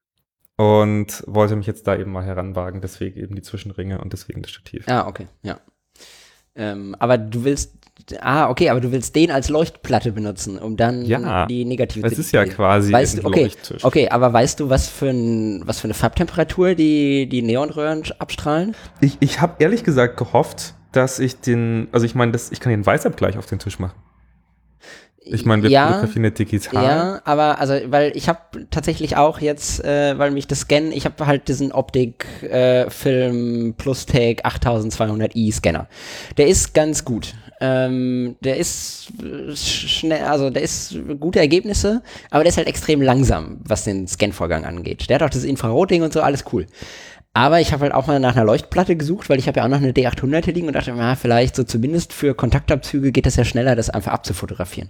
Und wollte mich jetzt da eben mal heranwagen, deswegen eben die Zwischenringe und deswegen das Stativ. Ah, okay, ja. Ähm, aber du willst, ah, okay, aber du willst den als Leuchtplatte benutzen, um dann ja, die Negative zu das ist ja quasi weißt ein du, okay, Leuchttisch. Okay, aber weißt du, was für, ein, was für eine Farbtemperatur die, die Neonröhren abstrahlen? Ich, ich habe ehrlich gesagt gehofft, dass ich den, also ich meine, ich kann den Weißabgleich auf den Tisch machen. Ich meine, wir ja, fotografieren nicht digital. Ja, aber also, weil ich habe tatsächlich auch jetzt, äh, weil mich das Scannen, ich habe halt diesen Optik-Film äh, Plus-Take achttausendzweihundert i Scanner. Der ist ganz gut. Ähm, der ist schnell, also der ist gute Ergebnisse, aber der ist halt extrem langsam, was den Scan-Vorgang angeht. Der hat auch das Infrarot-Ding und so, alles cool. Aber ich habe halt auch mal nach einer Leuchtplatte gesucht, weil ich habe ja auch noch eine D achthundert hier liegen und dachte, na, vielleicht so zumindest für Kontaktabzüge geht das ja schneller, das einfach abzufotografieren.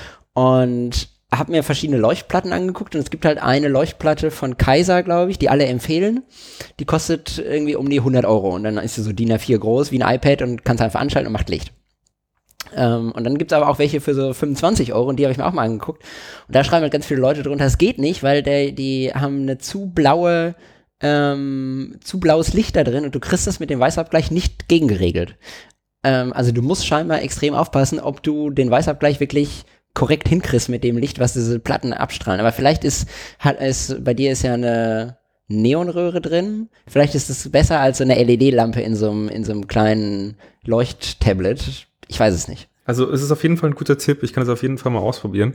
Und habe mir verschiedene Leuchtplatten angeguckt und es gibt halt eine Leuchtplatte von Kaiser, glaube ich, die alle empfehlen. Die kostet irgendwie um die hundert Euro und dann ist sie so D I N A vier groß wie ein iPad und kannst einfach anschalten und macht Licht. Ähm, und dann gibt es aber auch welche für so fünfundzwanzig Euro und die habe ich mir auch mal angeguckt. Und da schreiben halt ganz viele Leute drunter, es geht nicht, weil der, die haben eine zu blaue Ähm, zu blaues Licht da drin und du kriegst das mit dem Weißabgleich nicht gegengeregelt. Ähm, also du musst scheinbar extrem aufpassen, ob du den Weißabgleich wirklich korrekt hinkriegst mit dem Licht, was diese Platten abstrahlen. Aber vielleicht ist, hat es, bei dir ist ja eine Neonröhre drin. Vielleicht ist es besser als so eine L E D-Lampe in so einem, in so einem kleinen Leuchttablet. Ich weiß es nicht. Also es ist auf jeden Fall ein guter Tipp. Ich kann es auf jeden Fall mal ausprobieren.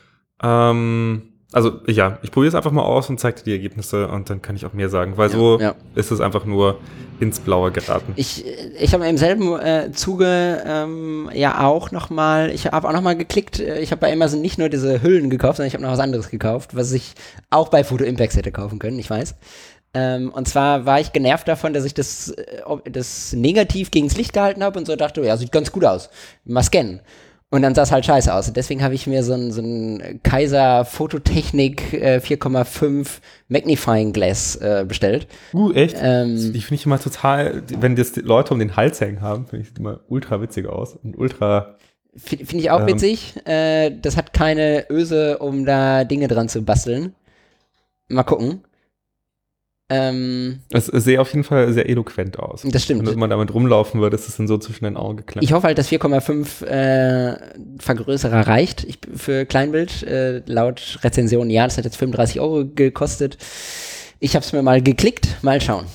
Ähm, Also ja, ich probiere es einfach mal aus und zeige dir die Ergebnisse und dann kann ich auch mehr sagen, weil ja, so ja. ist es einfach nur ins Blaue geraten. Ich, ich habe im selben äh, Zuge ähm, ja auch nochmal, ich habe auch nochmal geklickt, ich habe bei Amazon nicht nur diese Hüllen gekauft, sondern ich habe noch was anderes gekauft, was ich auch bei Photo Impacts hätte kaufen können, ich weiß. Ähm, und zwar war ich genervt davon, dass ich das, das Negativ gegens Licht gehalten habe und so dachte, ja, sieht ganz gut aus, mal scannen. Und dann sah es halt scheiße aus. Und deswegen habe ich mir so ein, so ein Kaiser Fototechnik äh, vier Komma fünf Magnifying Glass äh, bestellt. Uh, echt? Ähm, die finde ich immer total, wenn das die Leute um den Hals hängen haben, finde ich immer ultra witzig aus. Und ultra. Finde find ich auch ähm, witzig. Äh, das hat keine Öse, um da Dinge dran zu basteln. Mal gucken. Ähm, es sehe auf jeden Fall sehr eloquent aus. Das stimmt. Wenn man damit rumlaufen würde, ist es dann so zwischen den Augen geklemmt. Ich hoffe halt, dass vier Komma fünf äh, Vergrößerer reicht ich, für Kleinbild. Äh, laut Rezension, ja, das hat jetzt fünfunddreißig Euro gekostet. Ich habe es mir mal geklickt. Mal schauen.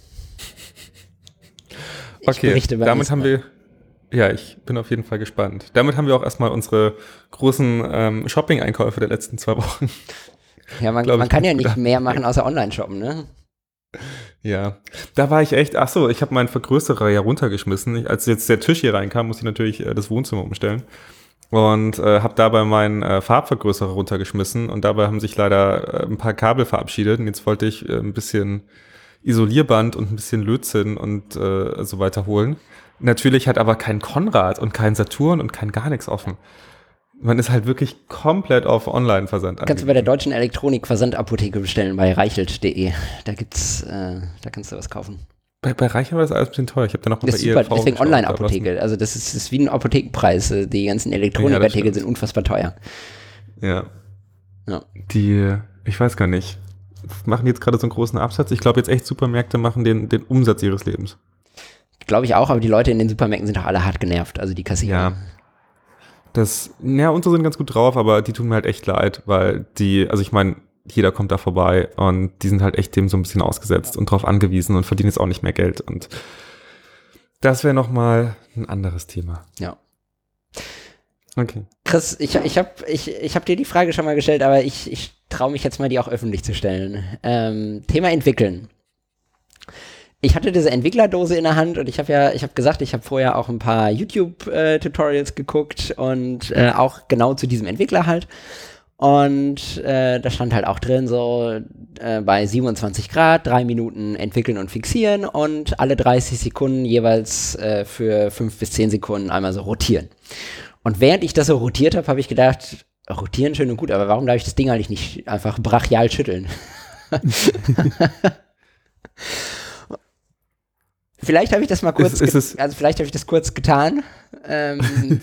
Ich okay, damit haben wir, ja, ich bin auf jeden Fall gespannt. Damit haben wir auch erstmal unsere großen ähm, Shopping-Einkäufe der letzten zwei Wochen. Ja, man, man kann ja nicht mehr machen, außer Online-Shoppen, ne? Ja, da war ich echt, ach so, ich habe meinen Vergrößerer ja runtergeschmissen. Ich, als jetzt der Tisch hier reinkam, musste ich natürlich äh, das Wohnzimmer umstellen und äh, habe dabei meinen äh, Farbvergrößerer runtergeschmissen und dabei haben sich leider äh, ein paar Kabel verabschiedet und jetzt wollte ich äh, ein bisschen Isolierband und ein bisschen Lötzinn und äh, so weiter holen. Natürlich hat aber kein Konrad und kein Saturn und kein gar nichts offen. Man ist halt wirklich komplett auf Online-Versand angewiesen. Kannst du bei der Deutschen Elektronik-Versandapotheke bestellen, bei reichelt punkt de. Da gibt's, äh, da kannst du was kaufen. Bei, bei Reichelt war das alles ein bisschen teuer. Ich habe da noch mal das bei ist super, deswegen Online-Apotheke. Also das ist, das ist wie ein Apothekenpreis. Die ganzen Elektronikartikel ja, sind unfassbar teuer. Ja. ja. Die, ich weiß gar nicht, machen jetzt gerade so einen großen Absatz. Ich glaube jetzt echt Supermärkte machen den, den Umsatz ihres Lebens. Glaube ich auch, aber die Leute in den Supermärkten sind doch alle hart genervt. Also die Kassierer. Ja. Das, ja, unsere sind ganz gut drauf, aber die tun mir halt echt leid, weil die, also ich meine, jeder kommt da vorbei und die sind halt echt dem so ein bisschen ausgesetzt und drauf angewiesen und verdienen jetzt auch nicht mehr Geld und das wäre nochmal ein anderes Thema. Ja. Okay. Chris, ich, ich habe ich, ich hab dir die Frage schon mal gestellt, aber ich, ich traue mich jetzt mal, die auch öffentlich zu stellen. Ähm, Thema Entwickeln. Ich hatte diese Entwicklerdose in der Hand und ich habe ja, ich habe gesagt, ich habe vorher auch ein paar YouTube-Tutorials äh, geguckt und äh, auch genau zu diesem Entwickler halt. Und äh, da stand halt auch drin, so äh, bei siebenundzwanzig Grad, drei Minuten entwickeln und fixieren und alle dreißig Sekunden jeweils äh, für fünf bis zehn Sekunden einmal so rotieren. Und während ich das so rotiert habe, habe ich gedacht, rotieren schön und gut, aber warum darf ich das Ding eigentlich nicht einfach brachial schütteln? Vielleicht habe ich das mal kurz, ist, ist also vielleicht habe ich das kurz getan. Ähm,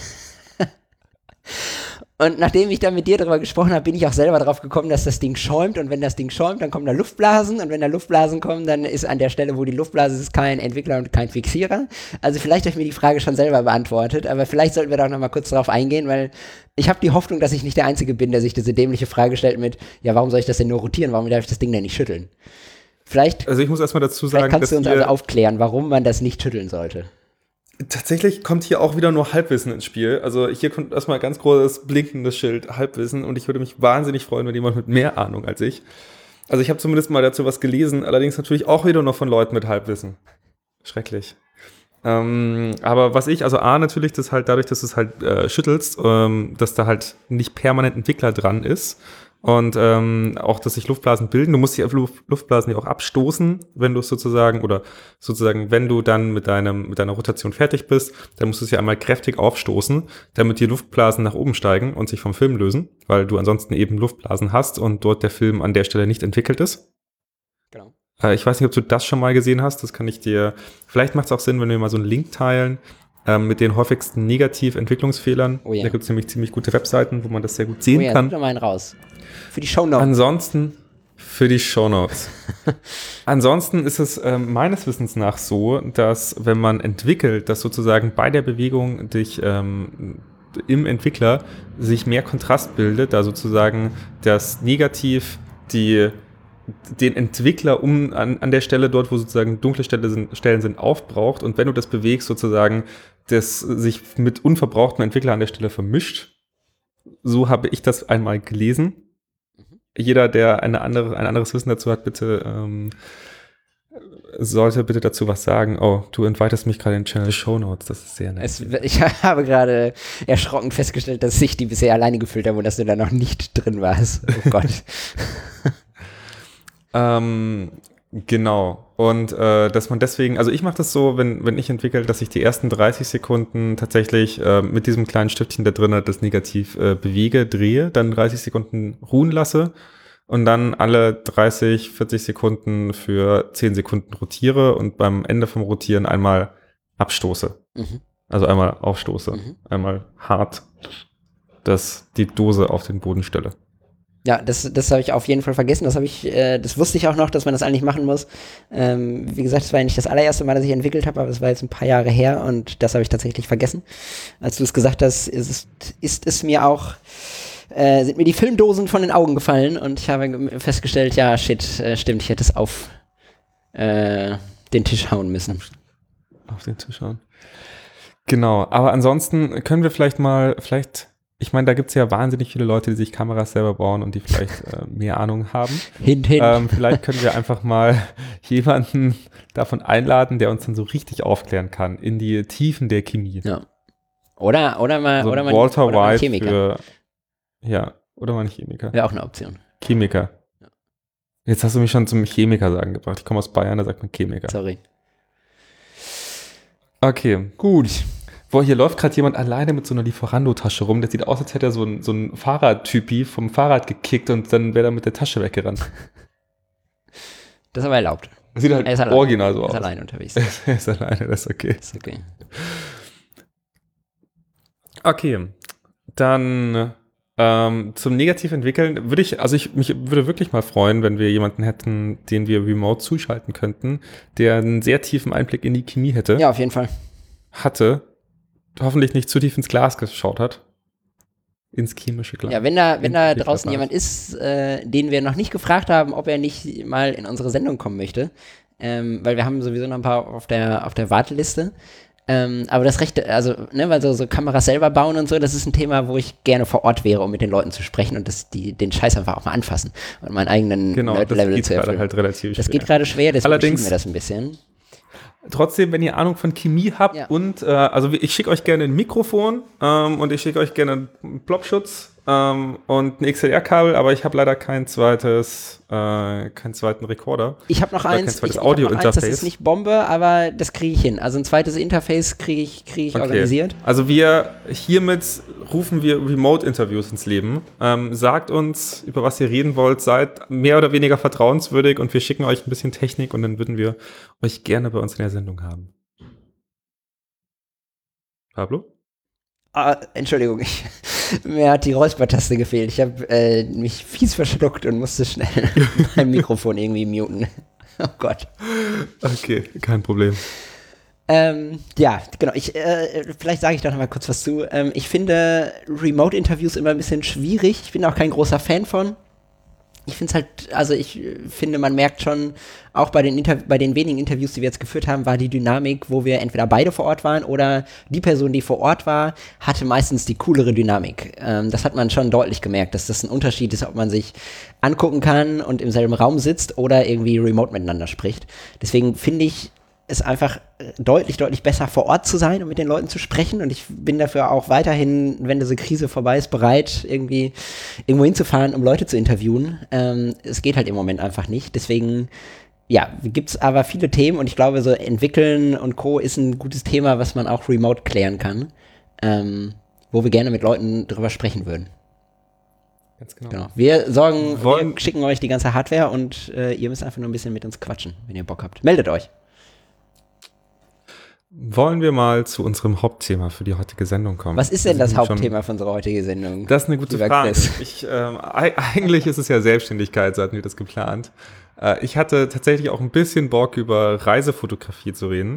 und nachdem ich dann mit dir darüber gesprochen habe, bin ich auch selber drauf gekommen, dass das Ding schäumt und wenn das Ding schäumt, dann kommen da Luftblasen und wenn da Luftblasen kommen, dann ist an der Stelle, wo die Luftblase ist, kein Entwickler und kein Fixierer. Also vielleicht habe ich mir die Frage schon selber beantwortet, aber vielleicht sollten wir da auch noch mal kurz drauf eingehen, weil ich habe die Hoffnung, dass ich nicht der Einzige bin, der sich diese dämliche Frage stellt mit, ja, warum soll ich das denn nur rotieren, warum darf ich das Ding denn nicht schütteln? Vielleicht, also ich muss erstmal dazu sagen, vielleicht kannst du uns also aufklären, warum man das nicht schütteln sollte. Tatsächlich kommt hier auch wieder nur Halbwissen ins Spiel. Also hier kommt erstmal ganz großes blinkendes Schild Halbwissen und ich würde mich wahnsinnig freuen, wenn jemand mit mehr Ahnung als ich. Also ich habe zumindest mal dazu was gelesen, allerdings natürlich auch wieder nur von Leuten mit Halbwissen. Schrecklich. Ähm, aber was ich, also A natürlich, dass halt dadurch, dass du es halt äh, schüttelst, ähm, dass da halt nicht permanent Entwickler dran ist. Und ähm, auch, dass sich Luftblasen bilden. Du musst die Luftblasen ja auch abstoßen, wenn du es sozusagen, oder sozusagen, wenn du dann mit deinem mit deiner Rotation fertig bist, dann musst du es ja einmal kräftig aufstoßen, damit die Luftblasen nach oben steigen und sich vom Film lösen, weil du ansonsten eben Luftblasen hast und dort der Film an der Stelle nicht entwickelt ist. Genau. Äh, ich weiß nicht, ob du das schon mal gesehen hast. Das kann ich dir, vielleicht macht es auch Sinn, wenn wir mal so einen Link teilen, Ähm, mit den häufigsten Negativ-Entwicklungsfehlern. Oh ja. Da gibt es nämlich ziemlich gute Webseiten, wo man das sehr gut sehen oh ja, kann. Such doch mal einen raus. Für die Shownotes. Ansonsten, für die Shownotes. Ansonsten ist es äh, meines Wissens nach so, dass wenn man entwickelt, dass sozusagen bei der Bewegung dich ähm, im Entwickler sich mehr Kontrast bildet, da sozusagen das Negativ die den Entwickler um an, an der Stelle dort, wo sozusagen dunkle Stelle sind, Stellen sind, aufbraucht und wenn du das bewegst, sozusagen das sich mit unverbrauchtem Entwickler an der Stelle vermischt. So habe ich das einmal gelesen. Mhm. Jeder, der eine andere, ein anderes Wissen dazu hat, bitte ähm, sollte bitte dazu was sagen. Oh, du invitest mich gerade in den Channel Shownotes, das ist sehr nett. Es, ich habe gerade erschrocken festgestellt, dass ich die bisher alleine gefüllt habe und dass du da noch nicht drin warst. Oh Gott. Ähm, genau. Und äh, dass man deswegen, also ich mache das so, wenn, wenn ich entwickle, dass ich die ersten dreißig Sekunden tatsächlich äh, mit diesem kleinen Stiftchen da drin das Negativ äh, bewege, drehe, dann dreißig Sekunden ruhen lasse und dann alle dreißig, vierzig Sekunden für zehn Sekunden rotiere und beim Ende vom Rotieren einmal abstoße. Mhm. Also einmal aufstoße. Mhm. Einmal hart, dass die Dose auf den Boden stelle. Ja, das, das habe ich auf jeden Fall vergessen. Das habe ich, äh, das wusste ich auch noch, dass man das eigentlich machen muss. Ähm, wie gesagt, das war ja nicht das allererste Mal, dass ich entwickelt habe, aber das war jetzt ein paar Jahre her und das habe ich tatsächlich vergessen. Als du es gesagt hast, ist es, ist es mir auch, äh, sind mir die Filmdosen von den Augen gefallen und ich habe festgestellt, ja, shit, äh, stimmt, ich hätte es auf äh, den Tisch hauen müssen. Auf den Tisch hauen. Genau, aber ansonsten können wir vielleicht mal, vielleicht Ich meine, da gibt es ja wahnsinnig viele Leute, die sich Kameras selber bauen und die vielleicht äh, mehr Ahnung haben. Hint, hint. Ähm, vielleicht können wir einfach mal jemanden davon einladen, der uns dann so richtig aufklären kann in die Tiefen der Chemie. Ja. Oder, oder mal, also oder mal, Walter oder mal White Chemiker. Für, ja, oder mal ein Chemiker. Wäre auch eine Option. Chemiker. Ja. Jetzt hast du mich schon zum Chemiker sagen gebracht. Ich komme aus Bayern, da sagt man Chemiker. Sorry. Okay. Gut. Boah, hier läuft gerade jemand alleine mit so einer Lieferando-Tasche rum. Der sieht aus, als hätte er so ein, so ein Fahrradtypi vom Fahrrad gekickt und dann wäre er mit der Tasche weggerannt. Das ist aber erlaubt. Das sieht halt er ist original so aus. aus. Er ist alleine unterwegs. Er ist alleine, das ist okay. Das ist okay. Okay, dann ähm, zum Negativentwickeln würde ich, also ich mich würde wirklich mal freuen, wenn wir jemanden hätten, den wir remote zuschalten könnten, der einen sehr tiefen Einblick in die Chemie hätte. Ja, auf jeden Fall. Hatte. Hoffentlich nicht zu tief ins Glas geschaut hat. Ins chemische Glas. Ja, wenn da, wenn da draußen jemand ist, äh, den wir noch nicht gefragt haben, ob er nicht mal in unsere Sendung kommen möchte, ähm, weil wir haben sowieso noch ein paar auf der, auf der Warteliste. Ähm, aber das Rechte, also, ne, weil so, so Kameras selber bauen und so, das ist ein Thema, wo ich gerne vor Ort wäre, um mit den Leuten zu sprechen und das, die, den Scheiß einfach auch mal anfassen und meinen eigenen genau, Nerd-Level zu erfüllen. Genau, das geht gerade halt relativ Das schwer. geht gerade schwer, deswegen Allerdings schieben wir das ein bisschen. Trotzdem, wenn ihr Ahnung von Chemie habt ja. und, äh, also ich schicke euch gerne ein Mikrofon ähm, und ich schicke euch gerne einen Plopschutz ähm, und ein X L R-Kabel, aber ich habe leider kein zweites, äh, keinen zweiten Rekorder. Ich habe noch Oder kein eins, zweites ich, ich hab noch eins, Audio-Interface. das ist nicht Bombe, aber das kriege ich hin. Also ein zweites Interface kriege ich, krieg ich Okay. organisiert. Also wir, hiermit rufen wir Remote-Interviews ins Leben. Ähm, sagt uns, über was ihr reden wollt, seid mehr oder weniger vertrauenswürdig und wir schicken euch ein bisschen Technik und dann würden wir euch gerne bei uns in der Sendung haben. Pablo? Ah, Entschuldigung, ich, mir hat die Räuspertaste gefehlt. Ich habe äh, mich fies verschluckt und musste schnell mein Mikrofon irgendwie muten. Oh Gott. Okay, kein Problem. Ähm, ja, genau. Ich, äh, vielleicht sage ich da noch mal kurz was zu. Ähm, ich finde Remote-Interviews immer ein bisschen schwierig. Ich bin auch kein großer Fan von. Ich finde es halt, also ich finde, man merkt schon, auch bei den, Inter- bei den wenigen Interviews, die wir jetzt geführt haben, war die Dynamik, wo wir entweder beide vor Ort waren oder die Person, die vor Ort war, hatte meistens die coolere Dynamik. Ähm, das hat man schon deutlich gemerkt, dass das ein Unterschied ist, ob man sich angucken kann und im selben Raum sitzt oder irgendwie remote miteinander spricht. Deswegen finde ich es einfach deutlich, deutlich besser, vor Ort zu sein und mit den Leuten zu sprechen. Und ich bin dafür auch weiterhin, wenn diese Krise vorbei ist, bereit, irgendwie irgendwo hinzufahren, um Leute zu interviewen. Ähm, es geht halt im Moment einfach nicht. Deswegen, ja, gibt's aber viele Themen und ich glaube, so Entwickeln und Co. ist ein gutes Thema, was man auch remote klären kann, ähm, wo wir gerne mit Leuten drüber sprechen würden. Ganz genau. Genau. Wir sorgen, Wollen- wir schicken euch die ganze Hardware und äh, ihr müsst einfach nur ein bisschen mit uns quatschen, wenn ihr Bock habt. Meldet euch. Wollen wir mal zu unserem Hauptthema für die heutige Sendung kommen? Was ist denn Wir das sind schon- Hauptthema von unserer heutigen Sendung? Das ist eine gute Lieber Frage. Chris? Ich, ähm, e- eigentlich ist es ja Selbstständigkeit, so hatten wir das geplant. Äh, ich hatte tatsächlich auch ein bisschen Bock, über Reisefotografie zu reden.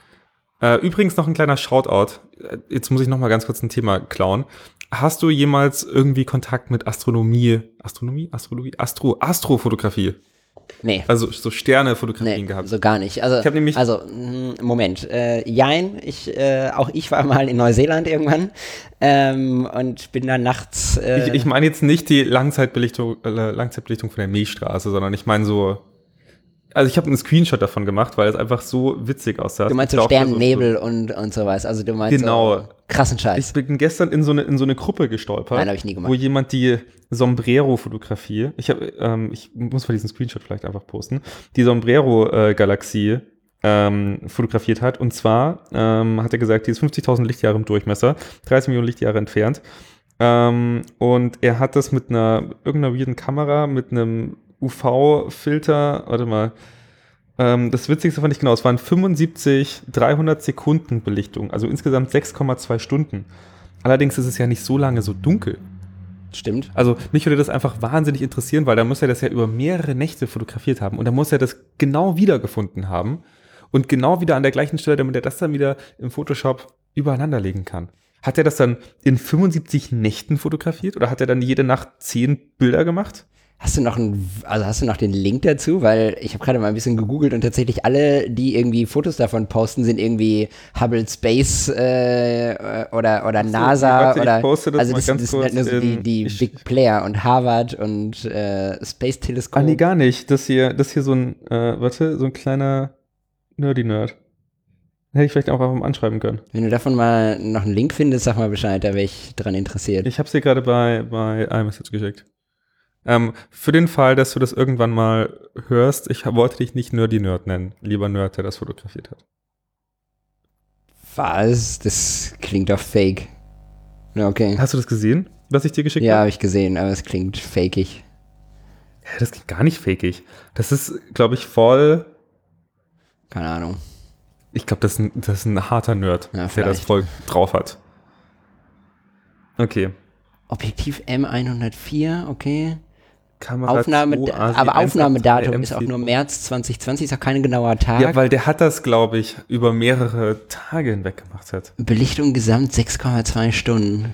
Äh, übrigens noch ein kleiner Shoutout. Äh, Jetzt muss ich noch mal ganz kurz ein Thema klauen. Hast du jemals irgendwie Kontakt mit Astronomie, Astronomie, Astrologie, Astro, Astrofotografie? Nee. Also so Sternefotografien Nee, gehabt? so gar nicht. Also, Ich hab nämlich- also mh, Moment, äh, jein, ich, äh, auch ich war mal in Neuseeland irgendwann ähm, und bin dann nachts äh, Ich, ich meine jetzt nicht die Langzeitbelichtung, äh, Langzeitbelichtung von der Milchstraße, sondern ich meine so, also ich habe einen Screenshot davon gemacht, weil es einfach so witzig aussah. du meinst Es so gibt auch Sternennebel und, und sowas, also du meinst Genau. so krassen Scheiß. Ich bin gestern in so eine, in so eine Gruppe gestolpert, Nein, hab ich nie gemacht. wo jemand die Sombrero-Fotografie, ich, hab, ähm, ich muss mal diesen Screenshot vielleicht einfach posten, die Sombrero-Galaxie ähm, fotografiert hat. Und zwar ähm, hat er gesagt, die ist fünfzigtausend Lichtjahre im Durchmesser, dreißig Millionen Lichtjahre entfernt. Ähm, und er hat das mit einer irgendeiner weirden Kamera, mit einem U V-Filter, warte mal, ähm, das Witzigste fand ich genau, es waren fünfundsiebzig dreihundert Sekunden Belichtung, also insgesamt sechs Komma zwei Stunden. Allerdings ist es ja nicht so lange so dunkel. Stimmt. Also mich würde das einfach wahnsinnig interessieren, weil da muss er das ja über mehrere Nächte fotografiert haben und da muss er das genau wiedergefunden haben und genau wieder an der gleichen Stelle, damit er das dann wieder im Photoshop übereinander legen kann. Hat er das dann in fünfundsiebzig Nächten fotografiert oder hat er dann jede Nacht zehn Bilder gemacht? Hast du noch einen, also hast du noch den Link dazu? Weil ich habe gerade mal ein bisschen gegoogelt und tatsächlich alle, die irgendwie Fotos davon posten, sind irgendwie Hubble Space äh, oder, oder so, NASA warte, ich oder poste das also mal das, ganz das sind halt nur kurz so die, in- die ich- Big Player und Harvard und äh, Space Teleskop. Ah, nee, gar nicht. Das hier, das hier so ein, äh, warte, so ein kleiner Nerdy-Nerd. Hätte ich vielleicht auch einfach mal anschreiben können. Wenn du davon mal noch einen Link findest, sag mal Bescheid, da wäre ich dran interessiert. Ich habe es dir gerade bei, bei iMessage geschickt. Ähm, für den Fall, dass du das irgendwann mal hörst, ich wollte dich nicht Nerdy-Nerd nennen. Lieber Nerd, der das fotografiert hat. Was? Das klingt doch fake. Na, okay. Hast du das gesehen, was ich dir geschickt Ja, habe? habe ich gesehen, aber es klingt fakeig. Ja, das klingt gar nicht fakeig. Das ist, glaube ich, voll. Keine Ahnung. Ich glaube, das, ist ein- das ist ein harter Nerd, Ja, der das vielleicht. voll drauf hat. Okay. Objektiv M hundertvier, okay. Kamera Aufnahme, zwei, A S I aber eins Aufnahmedatum achtzig, ist auch M C. nur März zwanzig zwanzig, ist auch kein genauer Tag. Ja, weil der hat das, glaube ich, über mehrere Tage hinweg gemacht hat. Belichtung gesamt sechs Komma zwei Stunden.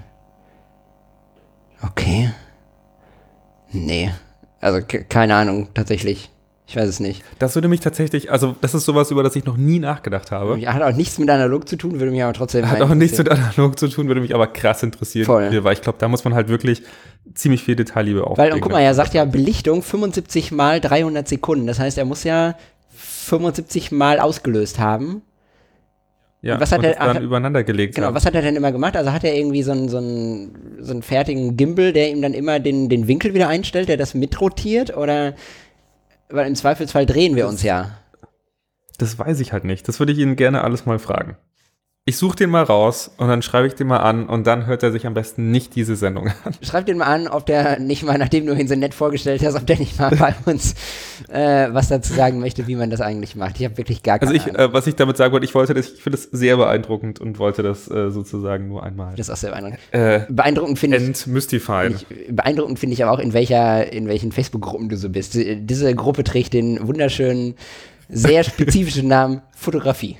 Okay. Nee. Also ke- keine Ahnung, tatsächlich. Ich weiß es nicht. Das würde mich tatsächlich, also das ist sowas, über das ich noch nie nachgedacht habe. Hat auch nichts mit analog zu tun, würde mich aber trotzdem Hat mal auch nichts interessieren. mit analog zu tun, würde mich aber krass interessieren. Voll. Weil ich glaube, da muss man halt wirklich ziemlich viel Detailliebe aufbringen. Weil, und guck mal, er sagt ja Belichtung fünfundsiebzig mal dreihundert Sekunden. Das heißt, er muss ja fünfundsiebzig mal ausgelöst haben. Ja, und was hat und er dann hat, übereinander gelegt. Genau, haben. was hat er denn immer gemacht? Also hat er irgendwie so einen, so einen, so einen fertigen Gimbal, der ihm dann immer den, den Winkel wieder einstellt, der das mitrotiert? Oder, weil im Zweifelsfall drehen wir das, uns ja. Das weiß ich halt nicht. Das würde ich ihn gerne alles mal fragen. Ich suche den mal raus und dann schreibe ich den mal an und dann hört er sich am besten nicht diese Sendung an. Schreib den mal an, ob der nicht mal, nachdem du ihn so nett vorgestellt hast, ob der nicht mal bei uns äh, was dazu sagen möchte, wie man das eigentlich macht. Ich habe wirklich gar keine Also ich, Ahnung. äh, was ich damit sagen wollte, ich wollte das, ich finde das sehr beeindruckend und wollte das äh, sozusagen nur einmal. Das ist auch sehr beeindruckend. Äh, beeindruckend finde ich, entmystified. ich. Beeindruckend finde ich aber auch, in welcher, in welchen Facebook-Gruppen du so bist. Diese Gruppe trägt den wunderschönen, sehr spezifischen Namen Fotografie.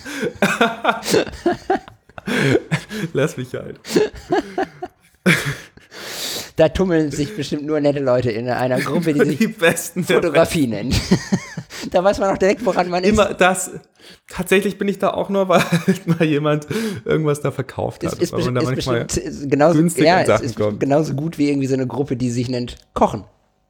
Lass mich ein. Da tummeln sich bestimmt nur nette Leute in einer Gruppe, die sich die besten Fotografie nennt. Da weiß man auch direkt, woran man Immer ist. das. Tatsächlich bin ich da auch nur, weil halt mal jemand irgendwas da verkauft hat. Es ist, weil man da ist manchmal bestimmt genauso, günstig ja, an es Sachen ist kommt. genauso gut wie irgendwie so eine Gruppe, die sich nennt Kochen.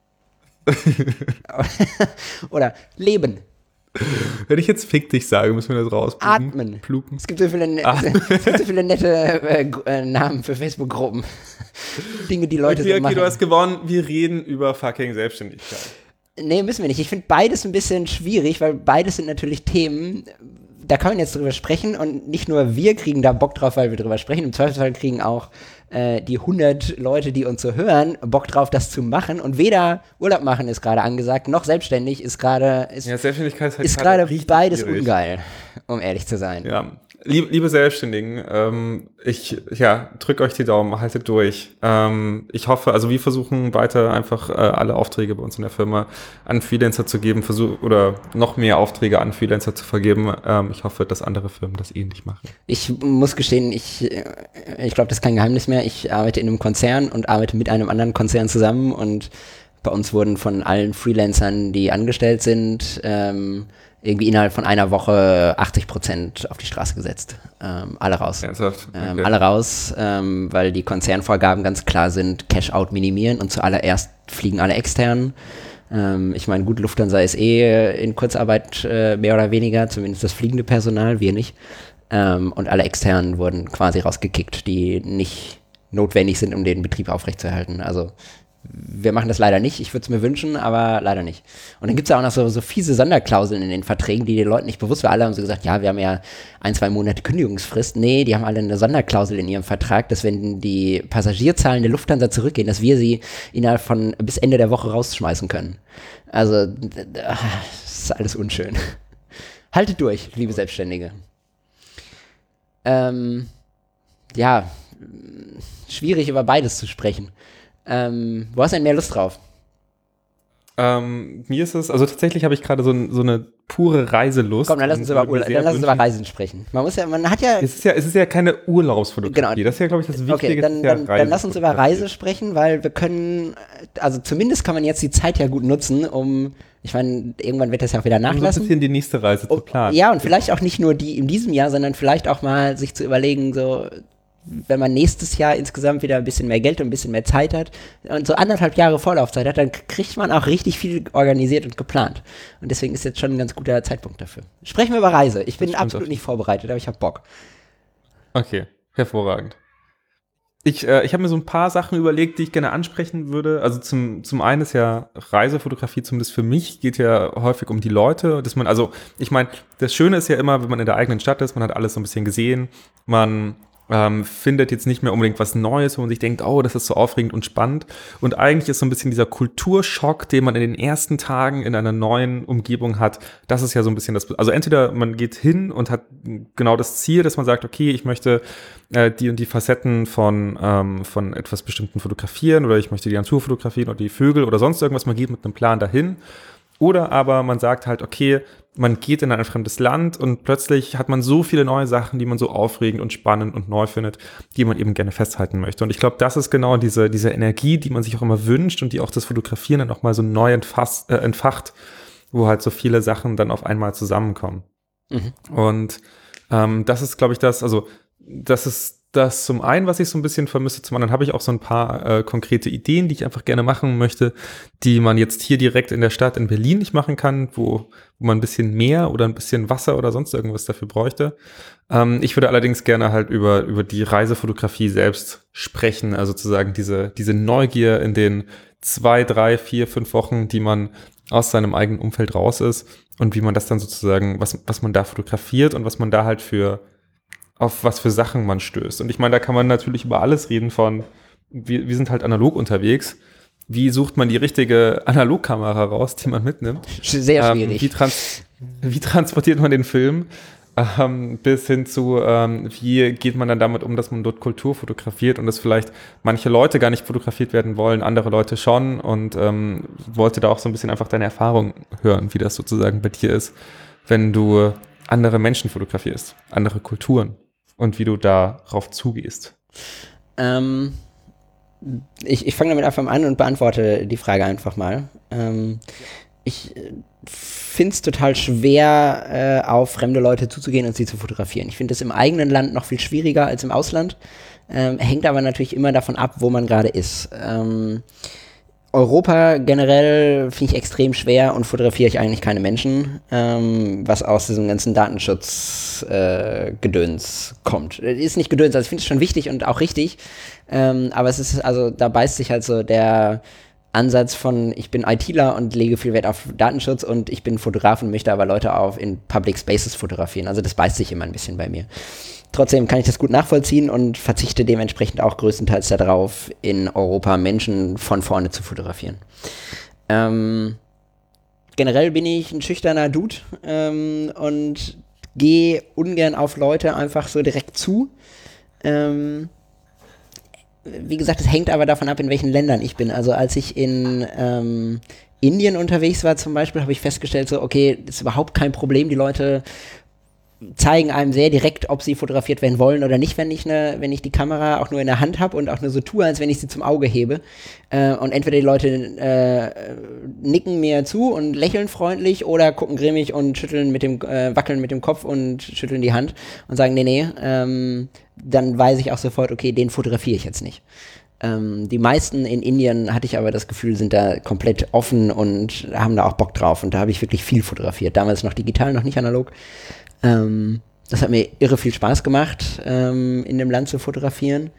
Oder Leben. Wenn ich jetzt fick dich sage, müssen wir das rausplugen. Atmen. Plugen. Es gibt so viele, ne- es gibt so viele nette äh, äh, Namen für Facebook-Gruppen. Dinge, die Leute okay, so okay, machen. du hast gewonnen. Wir reden über fucking Selbstständigkeit. Nee, müssen wir nicht. Ich finde beides ein bisschen schwierig, weil beides sind natürlich Themen, da kann man jetzt drüber sprechen und nicht nur wir kriegen da Bock drauf, weil wir drüber sprechen, im Zweifelsfall kriegen auch äh, die hundert Leute, die uns so hören, Bock drauf, das zu machen und weder Urlaub machen ist gerade angesagt, noch selbstständig ist gerade, ist, Ja, Selbstständigkeit ist, halt ist gerade richtig beides schwierig. ungeil, um ehrlich zu sein. Ja, liebe, liebe Selbstständigen, ähm, ich ja, drück euch die Daumen, haltet durch. Ähm, ich hoffe, also wir versuchen weiter einfach äh, alle Aufträge bei uns in der Firma an Freelancer zu geben, versuch, oder noch mehr Aufträge an Freelancer zu vergeben. Ähm, ich hoffe, dass andere Firmen das ähnlich machen. Ich muss gestehen, ich, ich glaube, das ist kein Geheimnis mehr. Ich arbeite in einem Konzern und arbeite mit einem anderen Konzern zusammen und bei uns wurden von allen Freelancern, die angestellt sind, ähm, irgendwie innerhalb von einer Woche achtzig Prozent auf die Straße gesetzt. Ähm, alle raus. Ernsthaft? Okay. Ähm, alle raus, ähm, weil die Konzernvorgaben ganz klar sind, Cash-out minimieren und zuallererst fliegen alle extern. Ähm, ich meine, gut, Lufthansa ist eh in Kurzarbeit äh, mehr oder weniger, zumindest das fliegende Personal, wir nicht. Ähm, und alle externen wurden quasi rausgekickt, die nicht notwendig sind, um den Betrieb aufrechtzuerhalten. Also wir machen das leider nicht. Ich würde es mir wünschen, aber leider nicht. Und dann gibt es ja auch noch so, so fiese Sonderklauseln in den Verträgen, die den Leuten nicht bewusst waren. Alle haben so gesagt, ja, wir haben ja ein, zwei Monate Kündigungsfrist. Nee, die haben alle eine Sonderklausel in ihrem Vertrag, dass wenn die Passagierzahlen der Lufthansa zurückgehen, dass wir sie innerhalb von bis Ende der Woche rausschmeißen können. Also, das ist alles unschön. Haltet durch, liebe Selbstständige. Ähm, ja, schwierig über beides zu sprechen. Ähm, wo hast du denn mehr Lust drauf? Ähm, mir ist es, also tatsächlich habe ich gerade so, so eine pure Reiselust. Komm, dann lass uns über, Urla- dann lass uns über Reisen sprechen. Man muss ja, man hat ja... Es ist ja, es ist ja keine Urlaubsfotografie. Genau. Das ist ja, glaube ich, das Wichtige. Okay, dann, ja dann, dann lass uns über Reise sprechen, weil wir können, also zumindest kann man jetzt die Zeit ja gut nutzen, um, ich meine, irgendwann wird das ja auch wieder Um so ein nachlassen. bisschen die nächste Reise zu planen. Ja, und vielleicht auch nicht nur die in diesem Jahr, sondern vielleicht auch mal sich zu überlegen, so, wenn man nächstes Jahr insgesamt wieder ein bisschen mehr Geld und ein bisschen mehr Zeit hat und so anderthalb Jahre Vorlaufzeit hat, dann kriegt man auch richtig viel organisiert und geplant. Und deswegen ist jetzt schon ein ganz guter Zeitpunkt dafür. Sprechen wir über Reise. Ich bin absolut nicht vorbereitet, aber ich habe Bock. Okay, hervorragend. Ich, äh, ich habe mir so ein paar Sachen überlegt, die ich gerne ansprechen würde. Also zum, zum einen ist ja Reisefotografie, zumindest für mich, geht ja häufig um die Leute. Dass man, also ich meine, das Schöne ist ja immer, wenn man in der eigenen Stadt ist, man hat alles so ein bisschen gesehen, man Ähm, findet jetzt nicht mehr unbedingt was Neues, wo man sich denkt, oh, das ist so aufregend und spannend. Und eigentlich ist so ein bisschen dieser Kulturschock, den man in den ersten Tagen in einer neuen Umgebung hat, das ist ja so ein bisschen das, also entweder man geht hin und hat genau das Ziel, dass man sagt, okay, ich möchte äh, die und die Facetten von, ähm, von etwas Bestimmten fotografieren oder ich möchte die Natur fotografieren oder die Vögel oder sonst irgendwas, man geht mit einem Plan dahin. Oder aber man sagt halt, okay, man geht in ein fremdes Land und plötzlich hat man so viele neue Sachen, die man so aufregend und spannend und neu findet, die man eben gerne festhalten möchte. Und ich glaube, das ist genau diese, diese Energie, die man sich auch immer wünscht und die auch das Fotografieren dann auch mal so neu entfasst, äh, entfacht, wo halt so viele Sachen dann auf einmal zusammenkommen. Mhm. Und ähm, das ist, glaube ich, das, also das ist das zum einen, was ich so ein bisschen vermisse, zum anderen habe ich auch so ein paar äh, konkrete Ideen, die ich einfach gerne machen möchte, die man jetzt hier direkt in der Stadt in Berlin nicht machen kann, wo, wo man ein bisschen Meer oder ein bisschen Wasser oder sonst irgendwas dafür bräuchte. Ähm, ich würde allerdings gerne halt über, über die Reisefotografie selbst sprechen, also sozusagen diese, diese Neugier in den zwei, drei, vier, fünf Wochen, die man aus seinem eigenen Umfeld raus ist und wie man das dann sozusagen, was, was man da fotografiert und was man da halt für auf was für Sachen man stößt. Und ich meine, da kann man natürlich über alles reden von, wir, wir sind halt analog unterwegs. Wie sucht man die richtige Analogkamera raus, die man mitnimmt? Sehr schwierig. Ähm, wie, trans- wie transportiert man den Film? Ähm, bis hin zu, ähm, wie geht man dann damit um, dass man dort Kultur fotografiert und dass vielleicht manche Leute gar nicht fotografiert werden wollen, andere Leute schon, und ähm, wollte da auch so ein bisschen einfach deine Erfahrung hören, wie das sozusagen bei dir ist, wenn du andere Menschen fotografierst, andere Kulturen. Und wie du darauf zugehst. Ähm, ich ich fange damit einfach mal an und beantworte die Frage einfach mal. Ähm, ich finde es total schwer, äh, auf fremde Leute zuzugehen und sie zu fotografieren. Ich finde es im eigenen Land noch viel schwieriger als im Ausland. Ähm, hängt aber natürlich immer davon ab, wo man gerade ist. Ähm, Europa generell finde ich extrem schwer und fotografiere ich eigentlich keine Menschen, ähm, was aus diesem ganzen Datenschutz-Gedöns äh, kommt. Ist nicht Gedöns, also ich finde es schon wichtig und auch richtig, ähm, aber es ist, also da beißt sich halt so der Ansatz von, ich bin ITler und lege viel Wert auf Datenschutz und ich bin Fotograf und möchte aber Leute auf in Public Spaces fotografieren. Also das beißt sich immer ein bisschen bei mir. Trotzdem kann ich das gut nachvollziehen und verzichte dementsprechend auch größtenteils darauf, in Europa Menschen von vorne zu fotografieren. Ähm, generell bin ich ein schüchterner Dude ähm, und gehe ungern auf Leute einfach so direkt zu. Ähm, wie gesagt, es hängt aber davon ab, in welchen Ländern ich bin. Also als ich in ähm, Indien unterwegs war zum Beispiel, habe ich festgestellt, so okay, das ist überhaupt kein Problem, die Leute zeigen einem sehr direkt, ob sie fotografiert werden wollen oder nicht, wenn ich ne, wenn ich die Kamera auch nur in der Hand habe und auch nur so tue, als wenn ich sie zum Auge hebe. Äh, und entweder die Leute äh, nicken mir zu und lächeln freundlich oder gucken grimmig und schütteln mit dem, äh, wackeln mit dem Kopf und schütteln die Hand und sagen, nee, nee, ähm, dann weiß ich auch sofort, okay, den fotografiere ich jetzt nicht. Ähm, die meisten in Indien, hatte ich aber das Gefühl, sind da komplett offen und haben da auch Bock drauf. Und da habe ich wirklich viel fotografiert. Damals noch digital, noch nicht analog. Ähm, das hat mir irre viel Spaß gemacht, ähm, in dem Land zu fotografieren.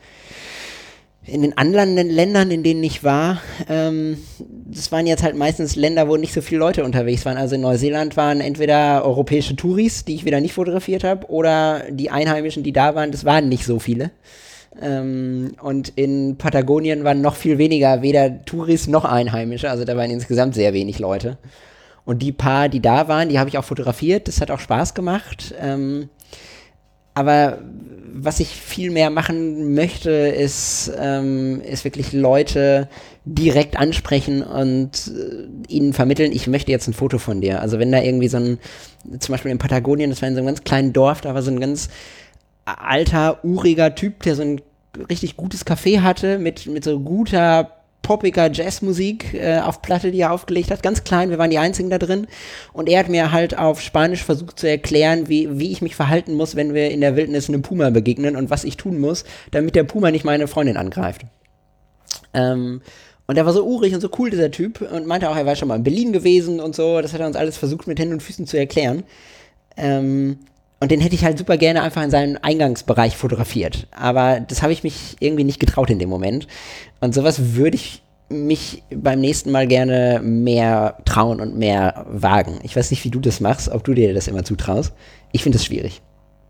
In den anderen Ländern, in denen ich war, ähm, das waren jetzt halt meistens Länder, wo nicht so viele Leute unterwegs waren. Also in Neuseeland waren entweder europäische Touris, die ich wieder nicht fotografiert habe, oder die Einheimischen, die da waren, das waren nicht so viele. Ähm, und in Patagonien waren noch viel weniger, weder Touris noch Einheimische, also da waren insgesamt sehr wenig Leute. Und die paar, die da waren, die habe ich auch fotografiert. Das hat auch Spaß gemacht. Ähm, aber was ich viel mehr machen möchte, ist, ähm, ist wirklich Leute direkt ansprechen und äh, ihnen vermitteln, ich möchte jetzt ein Foto von dir. Also wenn da irgendwie so ein, zum Beispiel in Patagonien, das war in so einem ganz kleinen Dorf, da war so ein ganz alter, uriger Typ, der so ein richtig gutes Café hatte, mit, mit so guter poppiger Jazzmusik äh, auf Platte, die er aufgelegt hat, ganz klein, wir waren die Einzigen da drin und er hat mir halt auf Spanisch versucht zu erklären, wie, wie ich mich verhalten muss, wenn wir in der Wildnis einem Puma begegnen und was ich tun muss, damit der Puma nicht meine Freundin angreift. Ähm, und er war so urig und so cool, dieser Typ, und meinte auch, er war schon mal in Berlin gewesen und so, das hat er uns alles versucht mit Händen und Füßen zu erklären. Ähm, Und den hätte ich halt super gerne einfach in seinem Eingangsbereich fotografiert. Aber das habe ich mich irgendwie nicht getraut in dem Moment. Und sowas würde ich mich beim nächsten Mal gerne mehr trauen und mehr wagen. Ich weiß nicht, wie du das machst, ob du dir das immer zutraust. Ich finde das schwierig.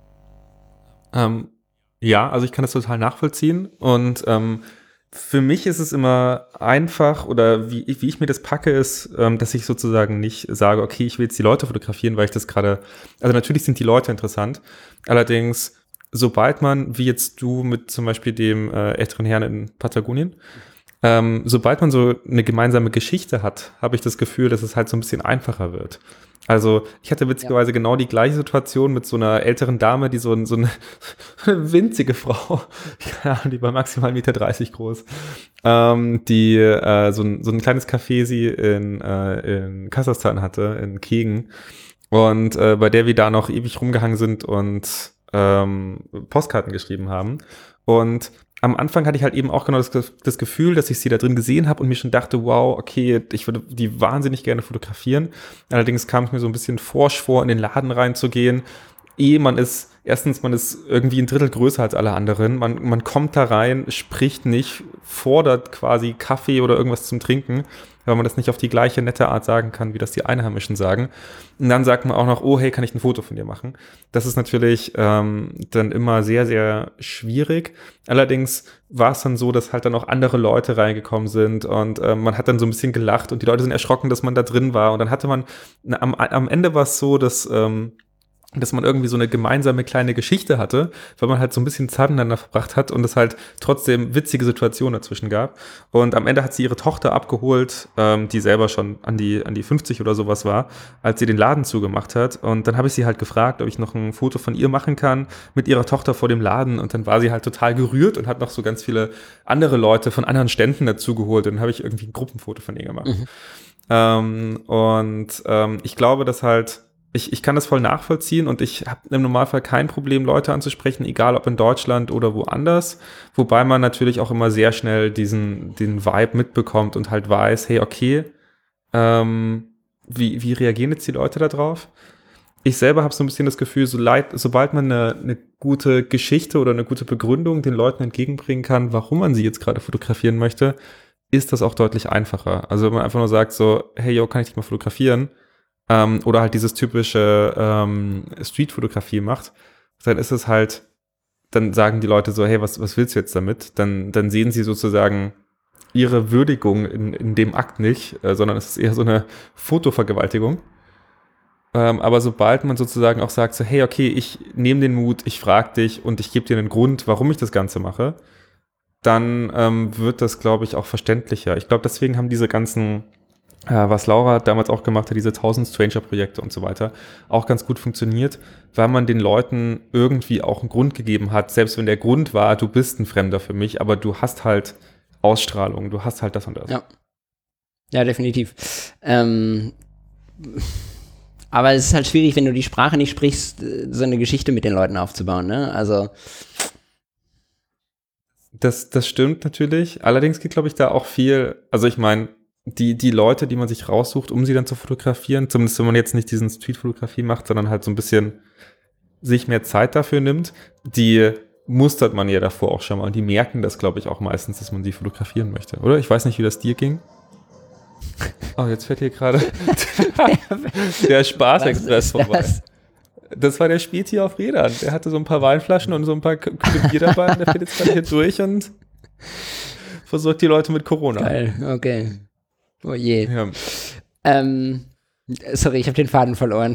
Ähm, ja, also ich kann das total nachvollziehen. Und ähm, für mich ist es immer einfach, oder wie ich, wie ich mir das packe, ist, ähm, dass ich sozusagen nicht sage, okay, ich will jetzt die Leute fotografieren, weil ich das gerade, also natürlich sind die Leute interessant, allerdings, sobald man, wie jetzt du mit zum Beispiel dem äh, älteren Herrn in Patagonien, ähm, sobald man so eine gemeinsame Geschichte hat, habe ich das Gefühl, dass es halt so ein bisschen einfacher wird. Also ich hatte witzigerweise ja. genau die gleiche Situation mit so einer älteren Dame, die so, ein, so eine winzige Frau, die war maximal eins Komma dreißig Meter groß, ähm, die äh, so, ein, so ein kleines Café sie in, äh, in Kasachstan hatte, in Kegen, und äh, bei der wir da noch ewig rumgehangen sind und ähm, Postkarten geschrieben haben. Und am Anfang hatte ich halt eben auch genau das, das Gefühl, dass ich sie da drin gesehen habe und mir schon dachte, wow, okay, ich würde die wahnsinnig gerne fotografieren. Allerdings kam es mir so ein bisschen forsch vor, in den Laden reinzugehen. Eh, man ist, erstens, man ist irgendwie ein Drittel größer als alle anderen. Man, man kommt da rein, spricht nicht, fordert quasi Kaffee oder irgendwas zum Trinken, weil man das nicht auf die gleiche nette Art sagen kann, wie das die Einheimischen sagen. Und dann sagt man auch noch, oh, hey, kann ich ein Foto von dir machen? Das ist natürlich ähm, dann immer sehr, sehr schwierig. Allerdings war es dann so, dass halt dann auch andere Leute reingekommen sind und äh, man hat dann so ein bisschen gelacht und die Leute sind erschrocken, dass man da drin war. Und dann hatte man, na, am, am Ende war es so, dass ähm, dass man irgendwie so eine gemeinsame kleine Geschichte hatte, weil man halt so ein bisschen Zeit miteinander verbracht hat und es halt trotzdem witzige Situationen dazwischen gab. Und am Ende hat sie ihre Tochter abgeholt, ähm, die selber schon an die an die fünfzig oder sowas war, als sie den Laden zugemacht hat. Und dann habe ich sie halt gefragt, ob ich noch ein Foto von ihr machen kann mit ihrer Tochter vor dem Laden. Und dann war sie halt total gerührt und hat noch so ganz viele andere Leute von anderen Ständen dazu geholt. Und dann habe ich irgendwie ein Gruppenfoto von ihr gemacht. Mhm. Ähm, und ähm, ich glaube, dass halt Ich, ich kann das voll nachvollziehen und ich habe im Normalfall kein Problem, Leute anzusprechen, egal ob in Deutschland oder woanders, wobei man natürlich auch immer sehr schnell diesen den Vibe mitbekommt und halt weiß, hey, okay, ähm, wie, wie reagieren jetzt die Leute da drauf? Ich selber habe so ein bisschen das Gefühl, so leid, sobald man eine, eine gute Geschichte oder eine gute Begründung den Leuten entgegenbringen kann, warum man sie jetzt gerade fotografieren möchte, ist das auch deutlich einfacher. Also wenn man einfach nur sagt so, hey, yo, kann ich dich mal fotografieren? Ähm, oder halt dieses typische ähm, Street-Fotografie macht, dann ist es halt, dann sagen die Leute so, hey, was, was willst du jetzt damit? Dann, dann sehen sie sozusagen ihre Würdigung in, in dem Akt nicht, äh, sondern es ist eher so eine Fotovergewaltigung. Ähm, aber sobald man sozusagen auch sagt, so, hey, okay, ich nehme den Mut, ich frage dich und ich gebe dir einen Grund, warum ich das Ganze mache, dann ähm, wird das, glaube ich, auch verständlicher. Ich glaube, deswegen haben diese ganzen was Laura damals auch gemacht hat, diese tausend Stranger-Projekte und so weiter, auch ganz gut funktioniert, weil man den Leuten irgendwie auch einen Grund gegeben hat, selbst wenn der Grund war, du bist ein Fremder für mich, aber du hast halt Ausstrahlung, du hast halt das und das. Ja, ja, definitiv. Ähm, aber es ist halt schwierig, wenn du die Sprache nicht sprichst, so eine Geschichte mit den Leuten aufzubauen, ne? Also das, das stimmt natürlich. Allerdings geht, glaube ich, da auch viel, also ich meine, die, die Leute, die man sich raussucht, um sie dann zu fotografieren, zumindest wenn man jetzt nicht diesen Street-Fotografie macht, sondern halt so ein bisschen sich mehr Zeit dafür nimmt, die mustert man ja davor auch schon mal und die merken das, glaube ich, auch meistens, dass man sie fotografieren möchte, oder? Ich weiß nicht, wie das dir ging. Oh, jetzt fährt hier gerade der Spaßexpress vorbei. Das? das war der Späti auf Rädern. Der hatte so ein paar Weinflaschen und so ein paar Kühle Bier dabei und der fährt jetzt gerade hier durch und versorgt die Leute mit Corona. Geil, okay. Oh je. Ja. Ähm, sorry, ich habe den Faden verloren.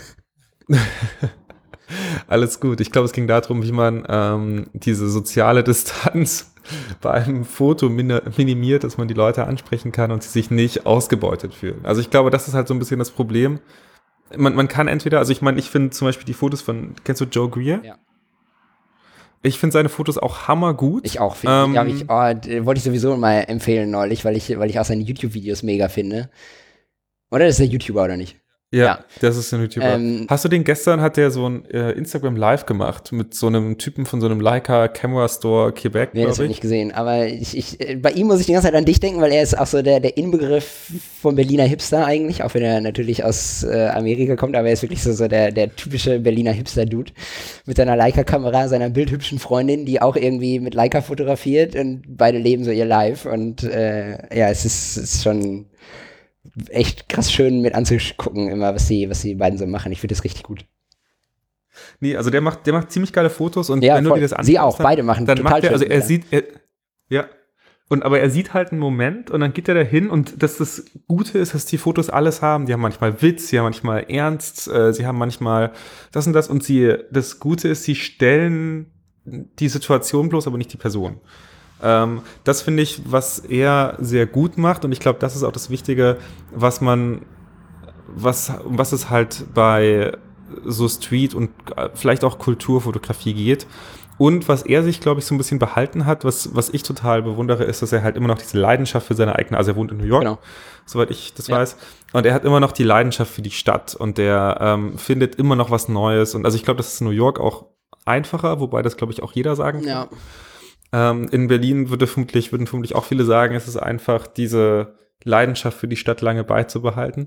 Alles gut. Ich glaube, es ging darum, wie man ähm, diese soziale Distanz bei einem Foto min- minimiert, dass man die Leute ansprechen kann und sie sich nicht ausgebeutet fühlen. Also ich glaube, das ist halt so ein bisschen das Problem. Man, man kann entweder, also ich meine, ich finde zum Beispiel die Fotos von, kennst du Joe Greer? Ja. Ich finde seine Fotos auch hammergut. Ich auch. Ähm, ja, ich, oh, wollte ich sowieso mal empfehlen neulich, weil ich, weil ich auch seine YouTube-Videos mega finde. Oder ist der YouTuber oder nicht? Ja, ja. Das ist ein YouTuber. Ähm, Hast du den gestern, hat der so ein äh, Instagram Live gemacht mit so einem Typen von so einem Leica Camera Store Quebec, glaube ich. Das habe ich nicht gesehen, aber ich, ich, bei ihm muss ich die ganze Zeit an dich denken, weil er ist auch so der, der Inbegriff vom Berliner Hipster eigentlich, auch wenn er natürlich aus äh, Amerika kommt, aber er ist wirklich so, so der, der typische Berliner Hipster-Dude mit seiner Leica-Kamera, seiner bildhübschen Freundin, die auch irgendwie mit Leica fotografiert und beide leben so ihr Live und äh, ja, es ist, es ist schon echt krass schön mit anzugucken, immer, was die, was die beiden so machen. Ich finde das richtig gut. Nee, also der macht, der macht ziemlich geile Fotos und ja, wenn voll. du dir das anschaust, sie auch, beide machen dann total macht er, also schön, er ja. sieht, er, ja, und aber er sieht halt einen Moment und dann geht er da hin und das, das Gute ist, dass die Fotos alles haben. Die haben manchmal Witz, sie haben manchmal Ernst, äh, sie haben manchmal das und das und sie, das Gute ist, sie stellen die Situation bloß, aber nicht die Person. Ähm, das finde ich, was er sehr gut macht und ich glaube, das ist auch das Wichtige, was man, was, um was es halt bei so Street- und vielleicht auch Kulturfotografie geht. Und was er sich, glaube ich, so ein bisschen behalten hat, was, was ich total bewundere, ist, dass er halt immer noch diese Leidenschaft für seine eigene, also er wohnt in New York, genau. Soweit ich das ja. weiß, und er hat immer noch die Leidenschaft für die Stadt und der ähm, findet immer noch was Neues und also ich glaube, das ist in New York auch einfacher, wobei das, glaube ich, auch jeder sagen kann. Ja. Ähm, in Berlin würde vermutlich, würden vermutlich auch viele sagen, es ist einfach, diese Leidenschaft für die Stadt lange beizubehalten.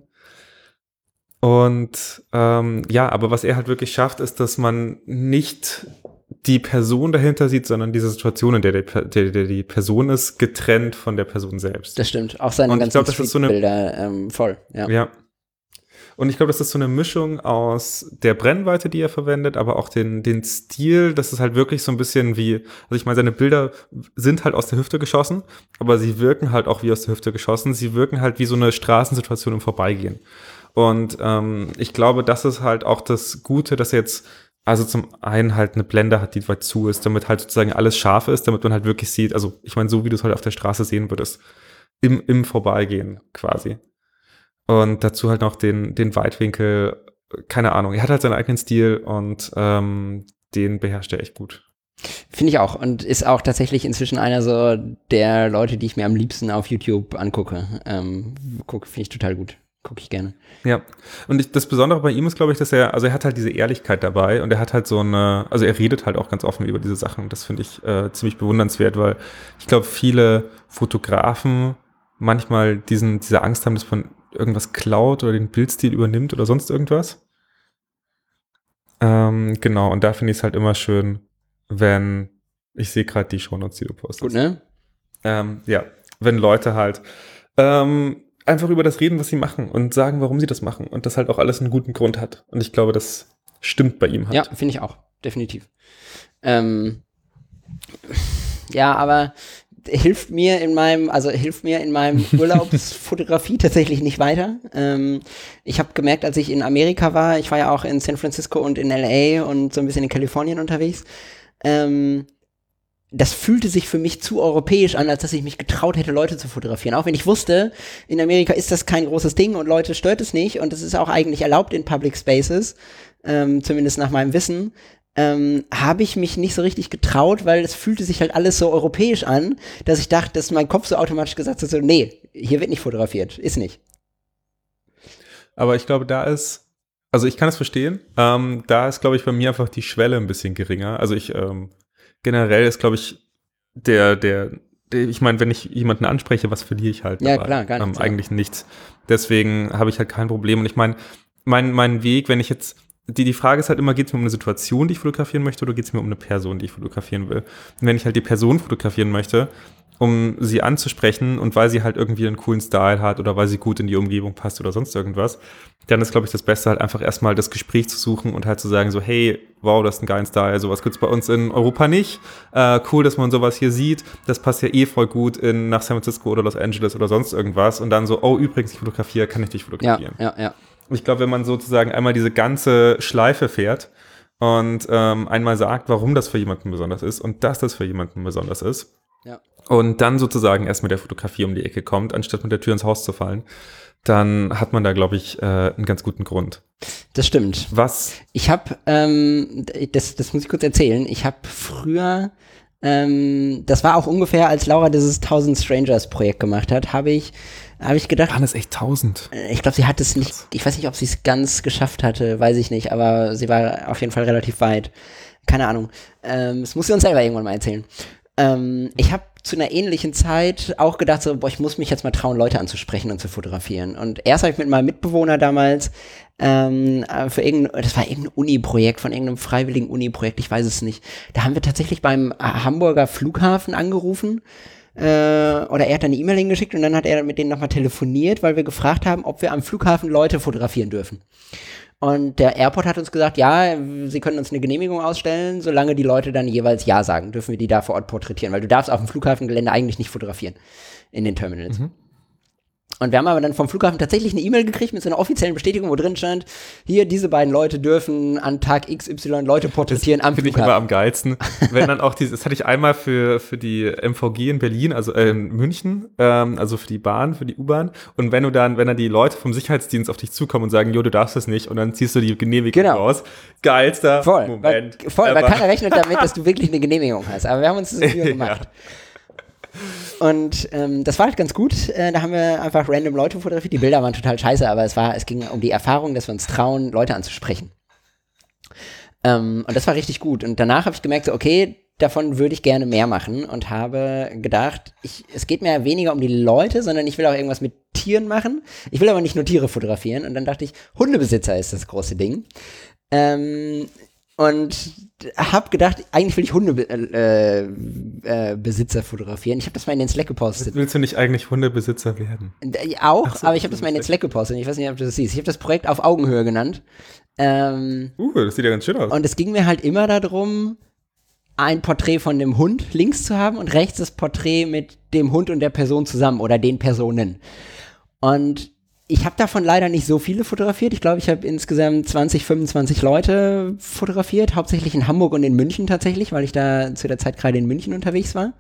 Und ähm, ja, aber was er halt wirklich schafft, ist, dass man nicht die Person dahinter sieht, sondern diese Situation, in der, der, der, der die Person ist, getrennt von der Person selbst. Das stimmt. Auch seine und ganzen ich glaub, das ist so eine, Bilder ähm, voll. Ja. ja. Und ich glaube, das ist so eine Mischung aus der Brennweite, die er verwendet, aber auch den, den Stil. Das ist halt wirklich so ein bisschen wie, also ich meine, seine Bilder sind halt aus der Hüfte geschossen, aber sie wirken halt auch wie aus der Hüfte geschossen. Sie wirken halt wie so eine Straßensituation im Vorbeigehen. Und ähm, ich glaube, das ist halt auch das Gute, dass er jetzt also zum einen halt eine Blende hat, die weit zu ist, damit halt sozusagen alles scharf ist, damit man halt wirklich sieht, also ich meine, so wie du es halt auf der Straße sehen würdest, im, im Vorbeigehen quasi. Und dazu halt noch den, den Weitwinkel, keine Ahnung, er hat halt seinen eigenen Stil und ähm, den beherrscht er echt gut. Finde ich auch und ist auch tatsächlich inzwischen einer so der Leute, die ich mir am liebsten auf YouTube angucke. Ähm, gucke, finde ich total gut. Gucke ich gerne. Ja, und ich, das Besondere bei ihm ist, glaube ich, dass er, also er hat halt diese Ehrlichkeit dabei und er hat halt so eine, also er redet halt auch ganz offen über diese Sachen. Das finde ich äh, ziemlich bewundernswert, weil ich glaube, viele Fotografen manchmal diesen, diese Angst haben, dass man irgendwas klaut oder den Bildstil übernimmt oder sonst irgendwas. Ähm, genau, und da finde ich es halt immer schön, wenn, ich sehe gerade die Shownotes, die du postest. Gut, ne? Ähm, ja, wenn Leute halt ähm, einfach über das reden, was sie machen und sagen, warum sie das machen und das halt auch alles einen guten Grund hat. Und ich glaube, das stimmt bei ihm halt. Ja, finde ich auch, definitiv. Ähm, ja, aber hilft mir in meinem, also hilft mir in meinem Urlaubsfotografie tatsächlich nicht weiter. Ähm, ich habe gemerkt, als ich in Amerika war, ich war ja auch in San Francisco und in L A und so ein bisschen in Kalifornien unterwegs, ähm, das fühlte sich für mich zu europäisch an, als dass ich mich getraut hätte, Leute zu fotografieren. Auch wenn ich wusste, in Amerika ist das kein großes Ding und Leute stört es nicht und es ist auch eigentlich erlaubt in Public Spaces, ähm, zumindest nach meinem Wissen, ähm, habe ich mich nicht so richtig getraut, weil es fühlte sich halt alles so europäisch an, dass ich dachte, dass mein Kopf so automatisch gesagt hat, so, nee, hier wird nicht fotografiert, ist nicht. Aber ich glaube, da ist, also ich kann es verstehen, ähm, da ist, glaube ich, bei mir einfach die Schwelle ein bisschen geringer. Also ich, ähm, generell ist, glaube ich, der, der, der ich meine, wenn ich jemanden anspreche, was verliere ich halt? Ja, dabei? klar, gar nichts. Ähm, eigentlich nichts. Deswegen habe ich halt kein Problem. Und ich meine, mein, mein Weg, wenn ich jetzt, die, die Frage ist halt immer, geht es mir um eine Situation, die ich fotografieren möchte, oder geht es mir um eine Person, die ich fotografieren will? Und wenn ich halt die Person fotografieren möchte, um sie anzusprechen und weil sie halt irgendwie einen coolen Style hat oder weil sie gut in die Umgebung passt oder sonst irgendwas, dann ist, glaube ich, das Beste halt einfach erstmal das Gespräch zu suchen und halt zu sagen so, hey, wow, das ist ein geiler Style, sowas gibt's bei uns in Europa nicht. Äh, cool, dass man sowas hier sieht. Das passt ja eh voll gut in, nach San Francisco oder Los Angeles oder sonst irgendwas. Und dann so, oh, übrigens, ich fotografiere, kann ich dich fotografieren? Ja, ja, ja. Und ich glaube, wenn man sozusagen einmal diese ganze Schleife fährt und ähm, einmal sagt, warum das für jemanden besonders ist und dass das für jemanden besonders ist, ja. Und dann sozusagen erst mit der Fotografie um die Ecke kommt, anstatt mit der Tür ins Haus zu fallen, dann hat man da, glaube ich, äh, einen ganz guten Grund. Das stimmt. Was? Ich habe, ähm, das, das muss ich kurz erzählen, ich habe früher, ähm, das war auch ungefähr, als Laura dieses Thousand Strangers Projekt gemacht hat, habe ich, habe ich gedacht. Waren das echt tausend? Ich glaube, sie hat es nicht, ich weiß nicht, ob sie es ganz geschafft hatte, weiß ich nicht, aber sie war auf jeden Fall relativ weit. Keine Ahnung. Ähm, das muss sie uns selber irgendwann mal erzählen. Ähm, ich habe zu einer ähnlichen Zeit auch gedacht, so, boah, ich muss mich jetzt mal trauen, Leute anzusprechen und zu fotografieren. Und erst habe ich mit meinem Mitbewohner damals ähm, für irgendein, das war irgendein Uni-Projekt, von irgendeinem freiwilligen Uni-Projekt, ich weiß es nicht. Da haben wir tatsächlich beim Hamburger Flughafen angerufen äh, oder er hat dann eine E-Mail hingeschickt und dann hat er mit denen nochmal telefoniert, weil wir gefragt haben, ob wir am Flughafen Leute fotografieren dürfen. Und der Airport hat uns gesagt, ja, sie können uns eine Genehmigung ausstellen, solange die Leute dann jeweils Ja sagen, dürfen wir die da vor Ort porträtieren, weil du darfst auf dem Flughafengelände eigentlich nicht fotografieren in den Terminals. Mhm. Und wir haben aber dann vom Flughafen tatsächlich eine E-Mail gekriegt mit so einer offiziellen Bestätigung, wo drin stand, hier, diese beiden Leute dürfen an Tag X Y Leute porträtieren das am Flughafen. Das finde ich immer am geilsten. Wenn dann auch dieses, das hatte ich einmal für, für die M V G in Berlin, also äh, in München, ähm, also für die Bahn, für die U-Bahn. Und wenn du dann, wenn dann die Leute vom Sicherheitsdienst auf dich zukommen und sagen, jo, du darfst das nicht, und dann ziehst du die Genehmigung genau. raus. Geilster voll, Moment. Weil, voll, weil keiner rechnet damit, dass du wirklich eine Genehmigung hast. Aber wir haben uns das Mühe gemacht. Ja. Und ähm, das war halt ganz gut. Äh, da haben wir einfach random Leute fotografiert. Die Bilder waren total scheiße, aber es war, es ging um die Erfahrung, dass wir uns trauen, Leute anzusprechen. Ähm, und das war richtig gut. Und danach habe ich gemerkt, so, okay, davon würde ich gerne mehr machen und habe gedacht, ich, es geht mir weniger um die Leute, sondern ich will auch irgendwas mit Tieren machen. Ich will aber nicht nur Tiere fotografieren. Und dann dachte ich, Hundebesitzer ist das große Ding. Ähm, und habe gedacht, eigentlich will ich Hundebesitzer äh, äh, fotografieren. Ich habe das mal in den Slack gepostet. Willst du nicht eigentlich Hundebesitzer werden? Äh, auch, so, aber ich habe das mal in den Slack gepostet. Ich weiß nicht, ob du das siehst. Ich habe das Projekt auf Augenhöhe genannt. Ähm, uh, das sieht ja ganz schön aus. Und es ging mir halt immer darum, ein Porträt von dem Hund links zu haben und rechts das Porträt mit dem Hund und der Person zusammen oder den Personen. Und ich habe davon leider nicht so viele fotografiert. Ich glaube, ich habe insgesamt zwanzig, fünfundzwanzig Leute fotografiert, hauptsächlich in Hamburg und in München tatsächlich, weil ich da zu der Zeit gerade in München unterwegs war.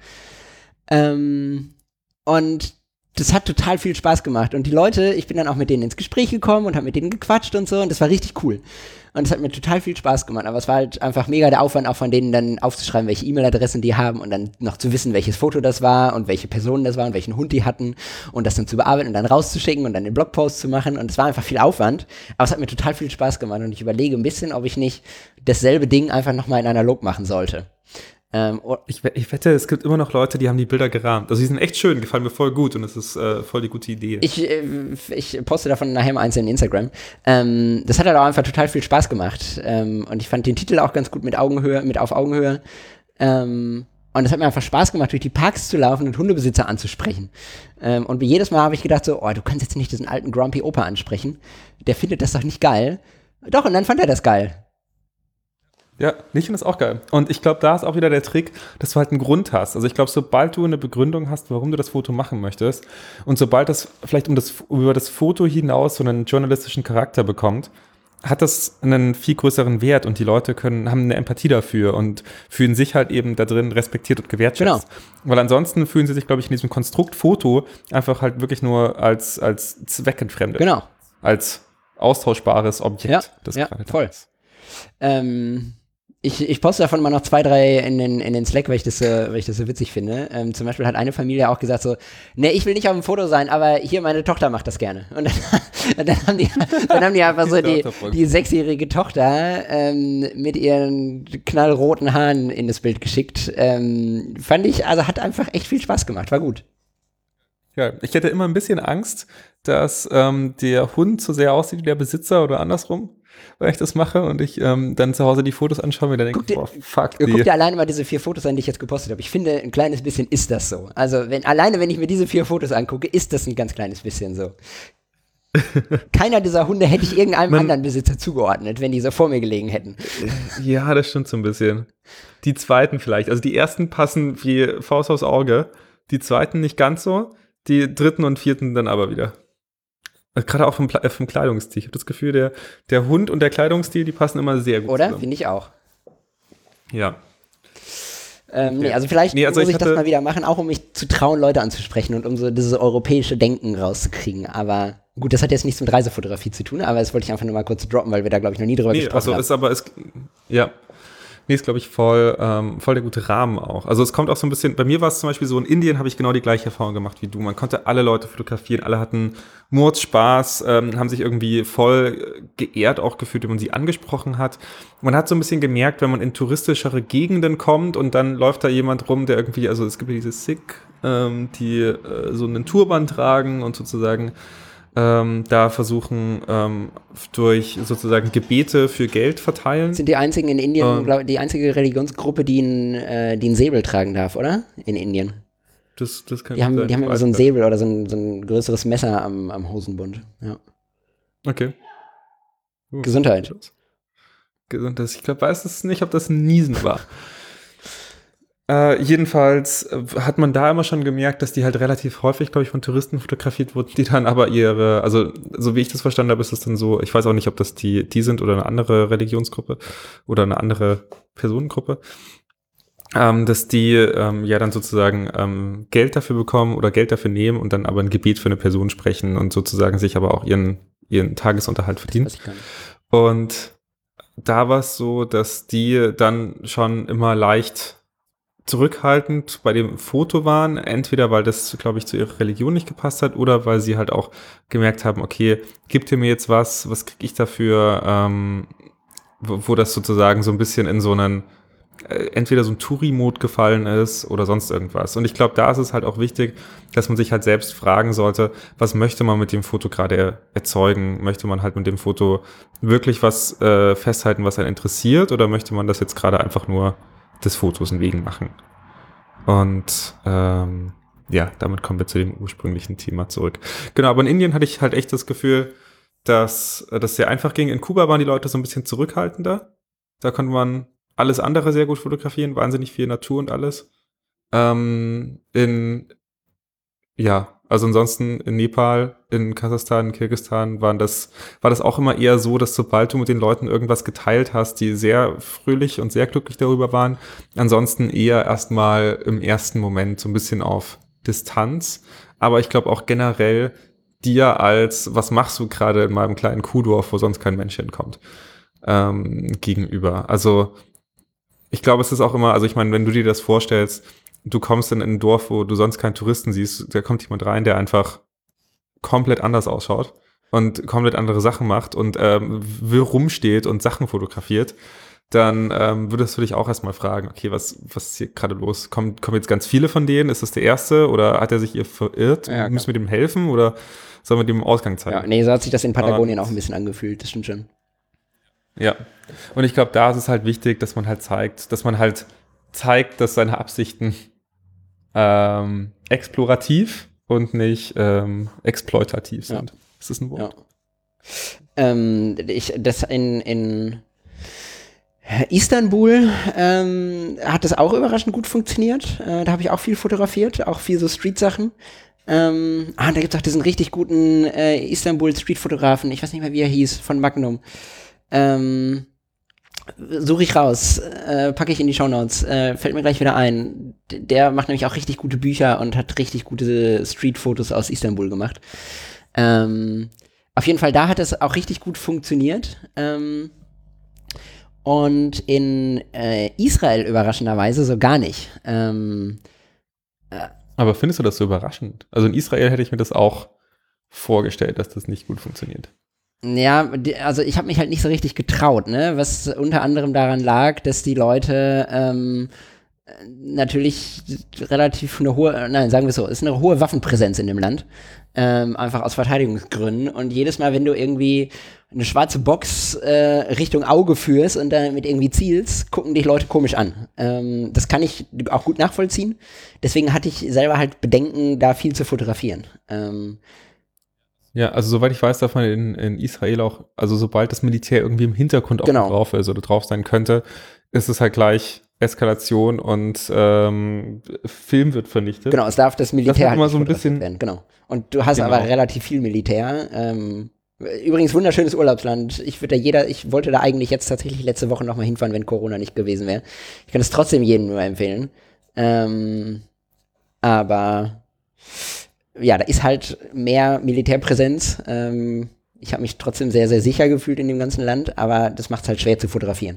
Ähm, und das hat total viel Spaß gemacht. Und die Leute, ich bin dann auch mit denen ins Gespräch gekommen und habe mit denen gequatscht und so. Und das war richtig cool. Und es hat mir total viel Spaß gemacht. Aber es war halt einfach mega der Aufwand, auch von denen dann aufzuschreiben, welche E-Mail-Adressen die haben und dann noch zu wissen, welches Foto das war und welche Personen das war und welchen Hund die hatten und das dann zu bearbeiten und dann rauszuschicken und dann den Blogpost zu machen. Und es war einfach viel Aufwand. Aber es hat mir total viel Spaß gemacht. Und ich überlege ein bisschen, ob ich nicht dasselbe Ding einfach nochmal in analog machen sollte. Ähm, ich, ich wette, es gibt immer noch Leute, die haben die Bilder gerahmt. Also die sind echt schön, gefallen mir voll gut und es ist äh, voll die gute Idee. Ich, äh, ich poste davon nachher mal eins in Instagram. Ähm, das hat halt auch einfach total viel Spaß gemacht. Ähm, und ich fand den Titel auch ganz gut mit Augenhöhe, mit auf Augenhöhe. Ähm, und es hat mir einfach Spaß gemacht, durch die Parks zu laufen und Hundebesitzer anzusprechen. Ähm, und jedes Mal habe ich gedacht so, oh, du kannst jetzt nicht diesen alten Grumpy Opa ansprechen. Der findet das doch nicht geil. Doch, und dann fand er das geil. Ja, ich finde das auch geil. Und ich glaube, da ist auch wieder der Trick, dass du halt einen Grund hast. Also ich glaube, sobald du eine Begründung hast, warum du das Foto machen möchtest und sobald das vielleicht um das, über das Foto hinaus so einen journalistischen Charakter bekommt, hat das einen viel größeren Wert und die Leute können, haben eine Empathie dafür und fühlen sich halt eben da drin respektiert und gewertschätzt. Genau. Weil ansonsten fühlen sie sich, glaube ich, in diesem Konstrukt Foto einfach halt wirklich nur als, als zweckentfremdet. Genau. Als austauschbares Objekt. Ja, das ja voll. Ähm Ich, ich poste davon mal noch zwei, drei in den, in den Slack, weil ich das so, weil ich das so witzig finde. Ähm, zum Beispiel hat eine Familie auch gesagt so, ne, ich will nicht auf dem Foto sein, aber hier, meine Tochter macht das gerne. Und dann, und dann, haben, die, dann haben die einfach so die, die sechsjährige Tochter ähm, mit ihren knallroten Haaren in das Bild geschickt. Ähm, fand ich, also hat einfach echt viel Spaß gemacht, war gut. Ja, ich hätte immer ein bisschen Angst, dass ähm, der Hund so sehr aussieht wie der Besitzer oder andersrum, weil ich das mache und ich ähm, dann zu Hause die Fotos anschaue und mir dann denke, boah, fuck die. Guck dir alleine mal diese vier Fotos an, die ich jetzt gepostet habe. Ich finde, ein kleines bisschen ist das so. Also wenn alleine, wenn ich mir diese vier Fotos angucke, ist das ein ganz kleines bisschen so. Keiner dieser Hunde hätte ich irgendeinem Man, anderen Besitzer zugeordnet, wenn die so vor mir gelegen hätten. Ja, das stimmt so ein bisschen. Die zweiten vielleicht. Also die ersten passen wie Faust aufs Auge, die zweiten nicht ganz so, die dritten und vierten dann aber wieder. Also gerade auch vom, äh, vom Kleidungsstil. Ich habe das Gefühl, der, der Hund und der Kleidungsstil, die passen immer sehr gut Oder? zusammen. Finde ich auch. Ja. Ähm, nee, also vielleicht nee, also muss ich, ich das mal wieder machen, auch um mich zu trauen, Leute anzusprechen und um so dieses europäische Denken rauszukriegen. Aber gut, das hat jetzt nichts mit Reisefotografie zu tun, aber das wollte ich einfach nur mal kurz droppen, weil wir da, glaube ich, noch nie drüber nee, gesprochen also haben. Ist aber ist, ja. Nee, ist, glaube ich, voll, ähm, voll der gute Rahmen auch. Also es kommt auch so ein bisschen, bei mir war es zum Beispiel so, in Indien habe ich genau die gleiche Erfahrung gemacht wie du. Man konnte alle Leute fotografieren, alle hatten Mordspaß, ähm, haben sich irgendwie voll geehrt auch gefühlt, wenn man sie angesprochen hat. Man hat so ein bisschen gemerkt, wenn man in touristischere Gegenden kommt und dann läuft da jemand rum, der irgendwie, also es gibt ja diese Sikh, ähm, die äh, so einen Turban tragen und sozusagen Ähm, da versuchen ähm, durch sozusagen Gebete für Geld verteilen. Sind die einzigen in Indien, ähm, glaub, die einzige Religionsgruppe, die einen äh, die einen Säbel tragen darf, oder? In Indien. Das, das kann die haben, sein. die haben immer so ein Säbel oder so ein, so ein größeres Messer am, am Hosenbund. Ja. Okay. Uh, Gesundheit. Gesundheit. Ich glaube, weiß es nicht, ob das ein Niesen war. Äh, jedenfalls hat man da immer schon gemerkt, dass die halt relativ häufig, glaube ich, von Touristen fotografiert wurden, die dann aber ihre, also so wie ich das verstanden habe, ist es dann so, ich weiß auch nicht, ob das die, die sind oder eine andere Religionsgruppe oder eine andere Personengruppe, ähm, dass die ähm, ja dann sozusagen ähm, Geld dafür bekommen oder Geld dafür nehmen und dann aber ein Gebet für eine Person sprechen und sozusagen sich aber auch ihren, ihren Tagesunterhalt verdienen. Und da war es so, dass die dann schon immer leicht zurückhaltend bei dem Foto waren, entweder weil das, glaube ich, zu ihrer Religion nicht gepasst hat oder weil sie halt auch gemerkt haben, okay, gibt ihr mir jetzt was, was kriege ich dafür, ähm, wo, wo das sozusagen so ein bisschen in so einen, äh, entweder so ein Touri-Mode gefallen ist oder sonst irgendwas. Und ich glaube, da ist es halt auch wichtig, dass man sich halt selbst fragen sollte, was möchte man mit dem Foto gerade er, erzeugen? Möchte man halt mit dem Foto wirklich was äh, festhalten, was einen interessiert, oder möchte man das jetzt gerade einfach nur des Fotos wegen machen? Und ähm, ja, damit kommen wir zu dem ursprünglichen Thema zurück. Genau, aber in Indien hatte ich halt echt das Gefühl, dass das sehr einfach ging. In Kuba waren die Leute so ein bisschen zurückhaltender. Da konnte man alles andere sehr gut fotografieren, wahnsinnig viel Natur und alles. Ähm, in, ja, also ansonsten in Nepal, in Kasachstan, in Kirgisistan waren das, war das auch immer eher so, dass sobald du mit den Leuten irgendwas geteilt hast, die sehr fröhlich und sehr glücklich darüber waren, ansonsten eher erstmal im ersten Moment so ein bisschen auf Distanz. Aber ich glaube auch generell dir als, was machst du gerade in meinem kleinen Kuhdorf, wo sonst kein Mensch hinkommt, ähm, gegenüber. Also ich glaube, es ist auch immer, also ich meine, wenn du dir das vorstellst, du kommst in ein Dorf, wo du sonst keinen Touristen siehst, da kommt jemand rein, der einfach komplett anders ausschaut und komplett andere Sachen macht und ähm, rumsteht und Sachen fotografiert, dann ähm, würdest du dich auch erstmal fragen, okay, was, was ist hier gerade los? Kommen, kommen jetzt ganz viele von denen? Ist das der erste oder hat er sich hier verirrt? Ja, müssen wir dem helfen oder sollen wir dem im Ausgang zeigen? Ja, nee, so hat sich das in Patagonien und auch ein bisschen angefühlt, das stimmt schon. Ja, und ich glaube, da ist es halt wichtig, dass man halt zeigt, dass man halt zeigt, dass seine Absichten ähm, explorativ und nicht ähm, exploitativ sind. Ja. Ist das ein Wort? Ja. Ähm, ich, das in, in Istanbul ähm, hat das auch überraschend gut funktioniert. Äh, da habe ich auch viel fotografiert, auch viel so Street-Sachen. Ähm, ah, da gibt es auch diesen richtig guten äh, Istanbul-Street-Fotografen, ich weiß nicht mehr, wie er hieß, von Magnum. Ähm, suche ich raus, äh, packe ich in die Shownotes, äh, fällt mir gleich wieder ein. D- der macht nämlich auch richtig gute Bücher und hat richtig gute Street-Fotos aus Istanbul gemacht. Ähm, auf jeden Fall, da hat es auch richtig gut funktioniert. Ähm, und in äh, Israel überraschenderweise so gar nicht. Ähm, äh, Aber findest du das so überraschend? Also in Israel hätte ich mir das auch vorgestellt, dass das nicht gut funktioniert. Ja, also ich habe mich halt nicht so richtig getraut, ne? Was unter anderem daran lag, dass die Leute ähm, natürlich relativ eine hohe, nein, sagen wir es so, ist eine hohe Waffenpräsenz in dem Land, ähm, einfach aus Verteidigungsgründen. Und jedes Mal, wenn du irgendwie eine schwarze Box äh, Richtung Auge führst und damit irgendwie zielst, gucken dich Leute komisch an. Ähm, das kann ich auch gut nachvollziehen. Deswegen hatte ich selber halt Bedenken, da viel zu fotografieren. Ähm, Ja, also soweit ich weiß, darf man in, in Israel auch, also sobald das Militär irgendwie im Hintergrund auch genau. drauf ist oder drauf sein könnte, ist es halt gleich Eskalation und ähm, Film wird vernichtet. Genau, es darf das Militär das halt immer so ein bisschen werden, genau. Und du hast genau. aber relativ viel Militär. Ähm, übrigens wunderschönes Urlaubsland. Ich würde da jeder, ich wollte da eigentlich jetzt tatsächlich letzte Woche nochmal hinfahren, wenn Corona nicht gewesen wäre. Ich kann es trotzdem jedem nur empfehlen. Ähm, aber ja, da ist halt mehr Militärpräsenz. Ähm, ich habe mich trotzdem sehr, sehr sicher gefühlt in dem ganzen Land, aber das macht es halt schwer zu fotografieren.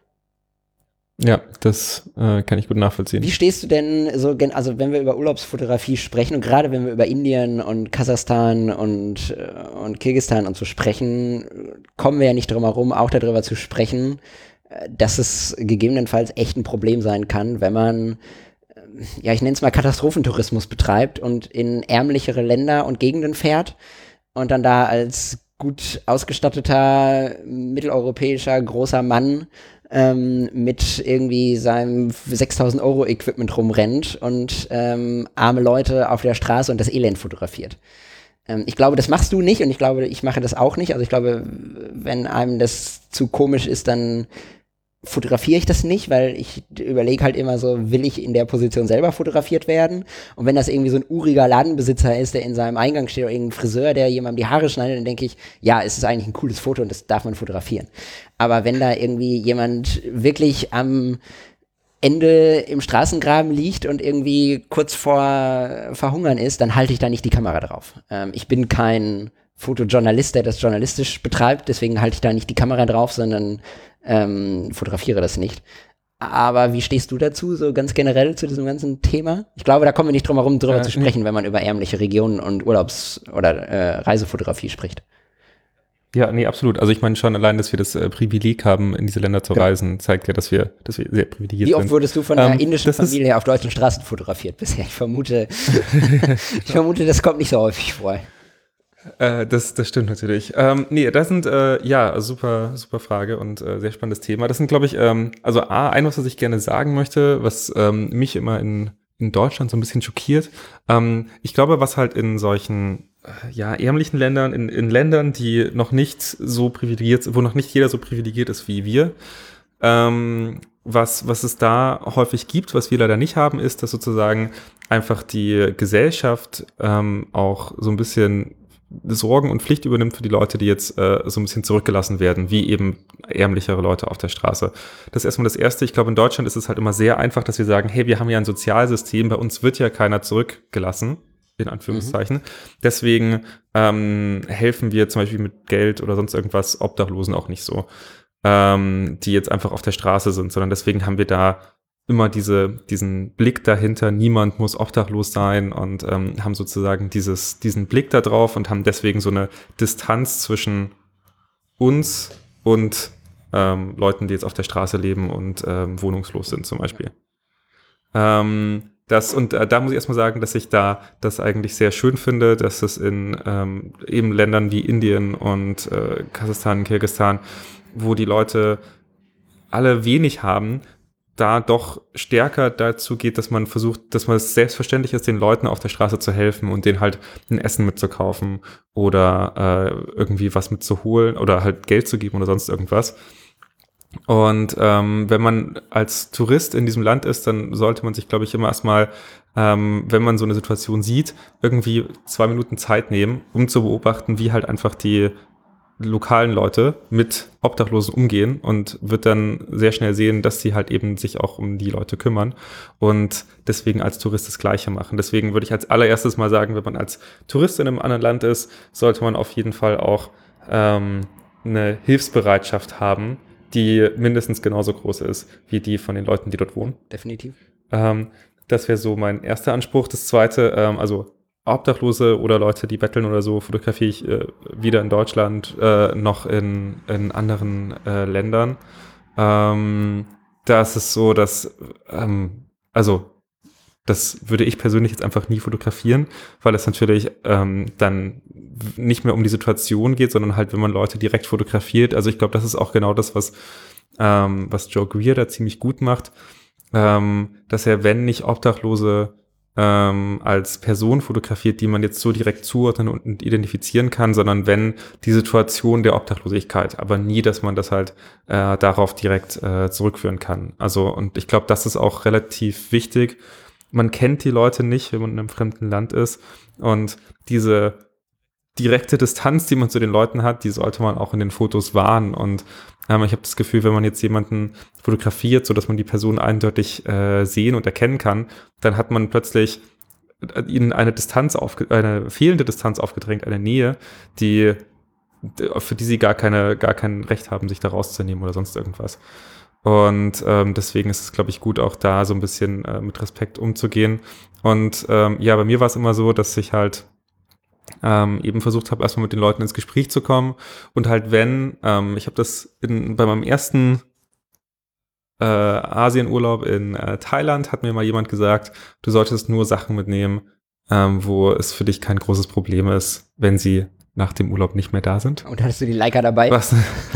Ja, das äh, kann ich gut nachvollziehen. Wie stehst du denn so, also wenn wir über Urlaubsfotografie sprechen und gerade wenn wir über Indien und Kasachstan und, und Kirgisistan und so sprechen, kommen wir ja nicht drum herum, auch darüber zu sprechen, dass es gegebenenfalls echt ein Problem sein kann, wenn man, ja, ich nenne es mal Katastrophentourismus betreibt und in ärmlichere Länder und Gegenden fährt und dann da als gut ausgestatteter mitteleuropäischer großer Mann ähm, mit irgendwie seinem sechstausend Euro Equipment rumrennt und ähm, arme Leute auf der Straße und das Elend fotografiert. Ähm, ich glaube, das machst du nicht und ich glaube, ich mache das auch nicht. Also ich glaube, wenn einem das zu komisch ist, dann fotografiere ich das nicht, weil ich überlege halt immer so, will ich in der Position selber fotografiert werden? Und wenn das irgendwie so ein uriger Ladenbesitzer ist, der in seinem Eingang steht, oder irgendein Friseur, der jemandem die Haare schneidet, dann denke ich, ja, es ist eigentlich ein cooles Foto und das darf man fotografieren. Aber wenn da irgendwie jemand wirklich am Ende im Straßengraben liegt und irgendwie kurz vor Verhungern ist, dann halte ich da nicht die Kamera drauf. Ähm, ich bin kein Fotojournalist, der das journalistisch betreibt, deswegen halte ich da nicht die Kamera drauf, sondern Ähm, fotografiere das nicht. Aber wie stehst du dazu, so ganz generell zu diesem ganzen Thema? Ich glaube, da kommen wir nicht drum herum, drüber äh, zu sprechen, nee. wenn man über ärmliche Regionen und Urlaubs- oder äh, Reisefotografie spricht. Ja, nee, absolut. Also ich meine schon allein, dass wir das äh, Privileg haben, in diese Länder zu ja. reisen, zeigt ja, dass wir, dass wir sehr privilegiert sind. Wie oft sind. Wurdest du von einer ähm, indischen Familie auf deutschen Straßen fotografiert bisher? Ich vermute, ich vermute, das kommt nicht so häufig vor. Äh, das, das stimmt natürlich. Ähm, nee, das sind, äh, ja, super, super Frage und äh, sehr spannendes Thema. Das sind, glaube ich, ähm, also A, ein, was ich gerne sagen möchte, was ähm, mich immer in, in Deutschland so ein bisschen schockiert. Ähm, ich glaube, was halt in solchen ja, ärmlichen Ländern, in, in Ländern, die noch nicht so privilegiert, wo noch nicht jeder so privilegiert ist wie wir, ähm, was, was es da häufig gibt, was wir leider nicht haben, ist, dass sozusagen einfach die Gesellschaft ähm, auch so ein bisschen Sorgen und Pflicht übernimmt für die Leute, die jetzt äh, so ein bisschen zurückgelassen werden, wie eben ärmlichere Leute auf der Straße. Das ist erstmal das Erste. Ich glaube, in Deutschland ist es halt immer sehr einfach, dass wir sagen, hey, wir haben ja ein Sozialsystem, bei uns wird ja keiner zurückgelassen, in Anführungszeichen. Mhm. Deswegen ähm, helfen wir zum Beispiel mit Geld oder sonst irgendwas Obdachlosen auch nicht so, ähm, die jetzt einfach auf der Straße sind, sondern deswegen haben wir da immer diese, diesen Blick dahinter, niemand muss obdachlos sein und ähm, haben sozusagen dieses, diesen Blick da drauf und haben deswegen so eine Distanz zwischen uns und ähm, Leuten, die jetzt auf der Straße leben und ähm, wohnungslos sind zum Beispiel. Ähm, Das, und äh, da muss ich erstmal sagen, dass ich da das eigentlich sehr schön finde, dass es in ähm, eben Ländern wie Indien und äh, Kasachstan, Kirgisistan, wo die Leute alle wenig haben, da doch stärker dazu geht, dass man versucht, dass man es selbstverständlich ist, den Leuten auf der Straße zu helfen und denen halt ein Essen mitzukaufen oder äh, irgendwie was mitzuholen oder halt Geld zu geben oder sonst irgendwas. Und ähm, wenn man als Tourist in diesem Land ist, dann sollte man sich, glaube ich, immer erstmal, ähm, wenn man so eine Situation sieht, irgendwie zwei Minuten Zeit nehmen, um zu beobachten, wie halt einfach die lokalen Leute mit Obdachlosen umgehen und wird dann sehr schnell sehen, dass sie halt eben sich auch um die Leute kümmern und deswegen als Tourist das Gleiche machen. Deswegen würde ich als allererstes mal sagen, wenn man als Tourist in einem anderen Land ist, sollte man auf jeden Fall auch ähm, eine Hilfsbereitschaft haben, die mindestens genauso groß ist wie die von den Leuten, die dort wohnen. Definitiv. Ähm, das wäre so mein erster Anspruch. Das zweite, ähm, also Obdachlose oder Leute, die betteln oder so, fotografiere ich äh, weder in Deutschland äh, noch in, in anderen äh, Ländern. Ähm, da ist es so, dass, ähm, also das würde ich persönlich jetzt einfach nie fotografieren, weil es natürlich ähm, dann nicht mehr um die Situation geht, sondern halt, wenn man Leute direkt fotografiert. Also ich glaube, das ist auch genau das, was, ähm, was Joe Greer da ziemlich gut macht, ähm, dass er, wenn nicht Obdachlose ähm, als Person fotografiert, die man jetzt so direkt zuordnen und identifizieren kann, sondern wenn die Situation der Obdachlosigkeit, aber nie, dass man das halt äh, darauf direkt äh, zurückführen kann. Also und ich glaube, das ist auch relativ wichtig. Man kennt die Leute nicht, wenn man in einem fremden Land ist. Und diese direkte Distanz, die man zu den Leuten hat, die sollte man auch in den Fotos wahren. Und ähm, ich habe das Gefühl, wenn man jetzt jemanden fotografiert, sodass man die Person eindeutig äh, sehen und erkennen kann, dann hat man plötzlich ihnen eine Distanz aufge- eine fehlende Distanz aufgedrängt, eine Nähe, die für die sie gar keine, gar kein Recht haben, sich da rauszunehmen oder sonst irgendwas. Und ähm, deswegen ist es, glaube ich, gut, auch da so ein bisschen äh, mit Respekt umzugehen. Und ähm, ja, bei mir war es immer so, dass ich halt ähm, eben versucht habe, erstmal mit den Leuten ins Gespräch zu kommen. Und halt wenn, ähm, ich habe das in, bei meinem ersten äh, Asienurlaub in äh, Thailand, hat mir mal jemand gesagt, du solltest nur Sachen mitnehmen, ähm, wo es für dich kein großes Problem ist, wenn sie nach dem Urlaub nicht mehr da sind. Und hattest du die Leica dabei? Was?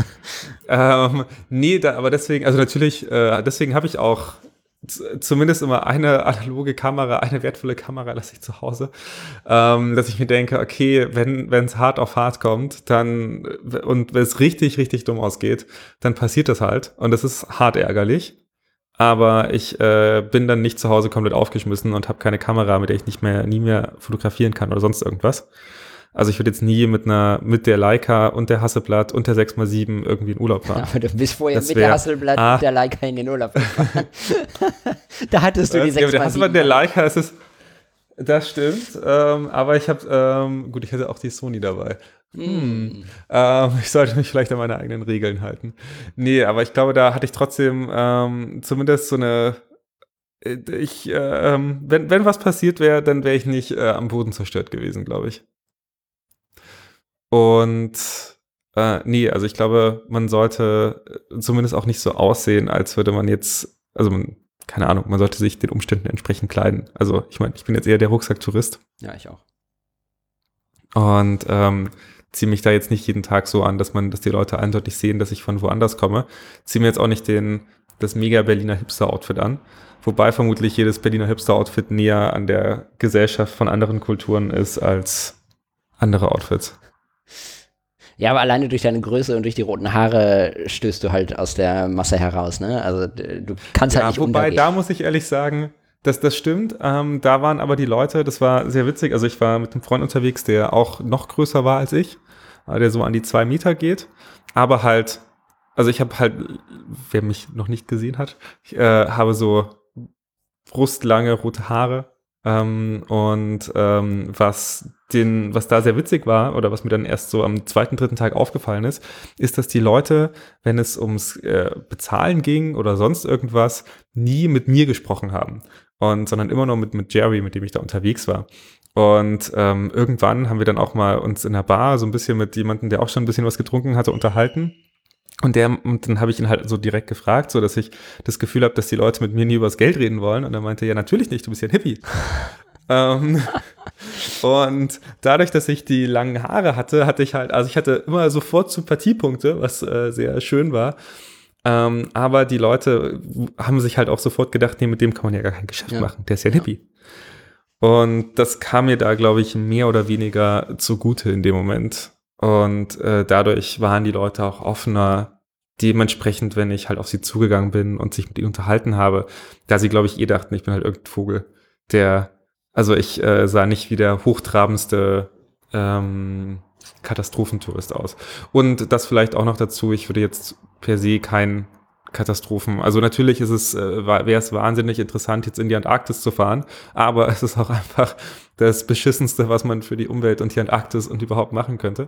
ähm, nee, da, aber deswegen, also natürlich, äh, deswegen habe ich auch z- zumindest immer eine analoge Kamera, eine wertvolle Kamera lasse ich zu Hause, ähm, dass ich mir denke, okay, wenn wenn es hart auf hart kommt, dann und wenn es richtig, richtig dumm ausgeht, dann passiert das halt und das ist hart ärgerlich. Aber ich äh, bin dann nicht zu Hause komplett aufgeschmissen und habe keine Kamera, mit der ich nicht mehr, nie mehr fotografieren kann oder sonst irgendwas. Also ich würde jetzt nie mit einer, mit der Leica und der Hasselblad und der sechs mal sieben irgendwie in Urlaub fahren. Aber du bist vorher das mit wär, der Hasselblad ah, und der Leica in den Urlaub gefahren. Da hattest du die sechs mal sieben. Der Hasselblad, der Leica, ist es, das stimmt. Ähm, aber ich habe, ähm, gut, ich hatte auch die Sony dabei. Hm. Ähm, ich sollte mich vielleicht an meine eigenen Regeln halten. Nee, aber ich glaube, da hatte ich trotzdem ähm, zumindest so eine, ich, äh, wenn, wenn was passiert wäre, dann wäre ich nicht äh, am Boden zerstört gewesen, glaube ich. Und Äh, nee, also ich glaube, man sollte zumindest auch nicht so aussehen, als würde man jetzt, also man, keine Ahnung, man sollte sich den Umständen entsprechend kleiden. Also ich meine, ich bin jetzt eher der Rucksacktourist. Ja, ich auch. Und ähm, ziehe mich da jetzt nicht jeden Tag so an, dass man, dass die Leute eindeutig sehen, dass ich von woanders komme. Ziehe mir jetzt auch nicht den, das mega Berliner Hipster-Outfit an. Wobei vermutlich jedes Berliner Hipster-Outfit näher an der Gesellschaft von anderen Kulturen ist als andere Outfits. Ja, aber alleine durch deine Größe und durch die roten Haare stößt du halt aus der Masse heraus, ne? Also du kannst ja, halt nicht wobei, untergehen. Da muss ich ehrlich sagen, dass das stimmt. Ähm, da waren aber die Leute, das war sehr witzig. Also ich war mit einem Freund unterwegs, der auch noch größer war als ich, der so an die zwei Meter geht. Aber halt, also ich habe halt, wer mich noch nicht gesehen hat, ich äh, habe so brustlange rote Haare. Ähm, und ähm, was den, was da sehr witzig war oder was mir dann erst so am zweiten, dritten Tag aufgefallen ist, ist, dass die Leute, wenn es ums äh, Bezahlen ging oder sonst irgendwas, nie mit mir gesprochen haben und sondern immer nur mit mit Jerry, mit dem ich da unterwegs war. Und ähm, irgendwann haben wir dann auch mal uns in der Bar so ein bisschen mit jemandem, der auch schon ein bisschen was getrunken hatte, unterhalten. Und der, und dann habe ich ihn halt so direkt gefragt, so dass ich das Gefühl habe, dass die Leute mit mir nie über das Geld reden wollen. Und er meinte, ja, natürlich nicht, du bist ja ein Hippie. ähm, und dadurch, dass ich die langen Haare hatte, hatte ich halt, also ich hatte immer sofort Sympathiepunkte, was äh, sehr schön war. Ähm, aber die Leute haben sich halt auch sofort gedacht, nee, mit dem kann man ja gar kein Geschäft ja. machen. Der ist ja ein ja. Hippie. Und das kam mir da, glaube ich, mehr oder weniger zugute in dem Moment. Und äh, dadurch waren die Leute auch offener, dementsprechend, wenn ich halt auf sie zugegangen bin und sich mit ihnen unterhalten habe, da sie, glaube ich, eh dachten, ich bin halt irgendein Vogel, der, also ich äh, sah nicht wie der hochtrabendste ähm, Katastrophentourist aus. Und das vielleicht auch noch dazu, ich würde jetzt per se kein Katastrophen, also natürlich ist es, äh, wäre es wahnsinnig interessant, jetzt in die Antarktis zu fahren, aber es ist auch einfach das Beschissenste, was man für die Umwelt und die Antarktis und überhaupt machen könnte.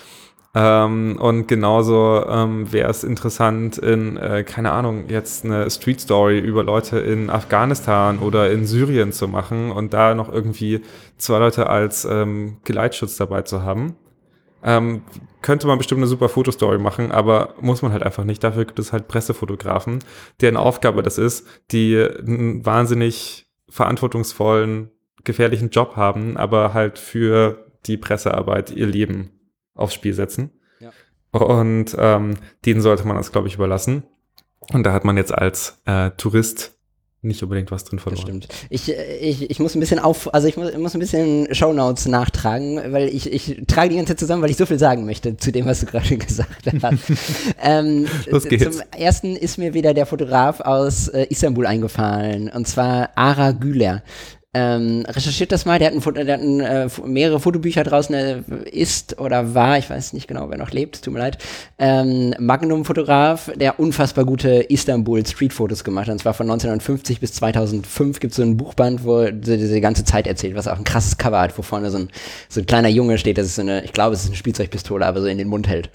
Ähm, und genauso ähm, wäre es interessant, in, äh, keine Ahnung, jetzt eine Street Story über Leute in Afghanistan oder in Syrien zu machen und da noch irgendwie zwei Leute als ähm, Geleitschutz dabei zu haben. Ähm, könnte man bestimmt eine super Fotostory machen, aber muss man halt einfach nicht. Dafür gibt es halt Pressefotografen, deren Aufgabe das ist, die einen wahnsinnig verantwortungsvollen, gefährlichen Job haben, aber halt für die Pressearbeit ihr Leben aufs Spiel setzen. Ja. Und ähm, denen sollte man das, glaube ich, überlassen. Und da hat man jetzt als äh, Tourist nicht unbedingt was drin verloren. Das stimmt. Ich, ich, ich muss ein bisschen auf, also ich muss, ich muss ein bisschen Shownotes nachtragen, weil ich, ich trage die ganze Zeit zusammen, weil ich so viel sagen möchte zu dem, was du gerade gesagt hast. ähm, Los geht's. Zum ersten ist mir wieder der Fotograf aus äh, Istanbul eingefallen, und zwar Ara Güler. Ähm, recherchiert das mal, der hat, ein, der hat ein, äh, mehrere Fotobücher draußen, äh, ist oder war, ich weiß nicht genau, wer noch lebt, tut mir leid, ähm, Magnum-Fotograf, der unfassbar gute Istanbul-Street-Fotos gemacht hat, und zwar von neunzehnhundertfünfzig bis zweitausendfünf gibt es so ein Buchband, wo diese, diese ganze Zeit erzählt, was auch ein krasses Cover hat, wo vorne so ein, so ein kleiner Junge steht, das ist so eine, ich glaube, es ist eine Spielzeugpistole, aber so in den Mund hält,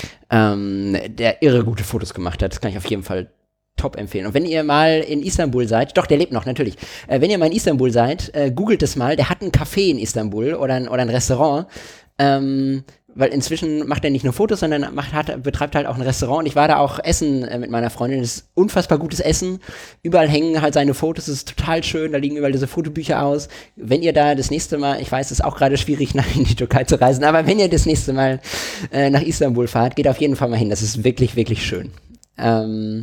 ähm, der irre gute Fotos gemacht hat, das kann ich auf jeden Fall top empfehlen. Und wenn ihr mal in Istanbul seid, doch, der lebt noch, natürlich. Äh, wenn ihr mal in Istanbul seid, äh, googelt es mal, der hat ein Café in Istanbul oder ein, oder ein Restaurant, ähm, weil inzwischen macht er nicht nur Fotos, sondern macht, hat, betreibt halt auch ein Restaurant, und ich war da auch essen äh, mit meiner Freundin, das ist unfassbar gutes Essen, überall hängen halt seine Fotos, es ist total schön, da liegen überall diese Fotobücher aus. Wenn ihr da das nächste Mal, ich weiß, es ist auch gerade schwierig, nach in die Türkei zu reisen, aber wenn ihr das nächste Mal äh, nach Istanbul fahrt, geht auf jeden Fall mal hin, das ist wirklich, wirklich schön. Ähm,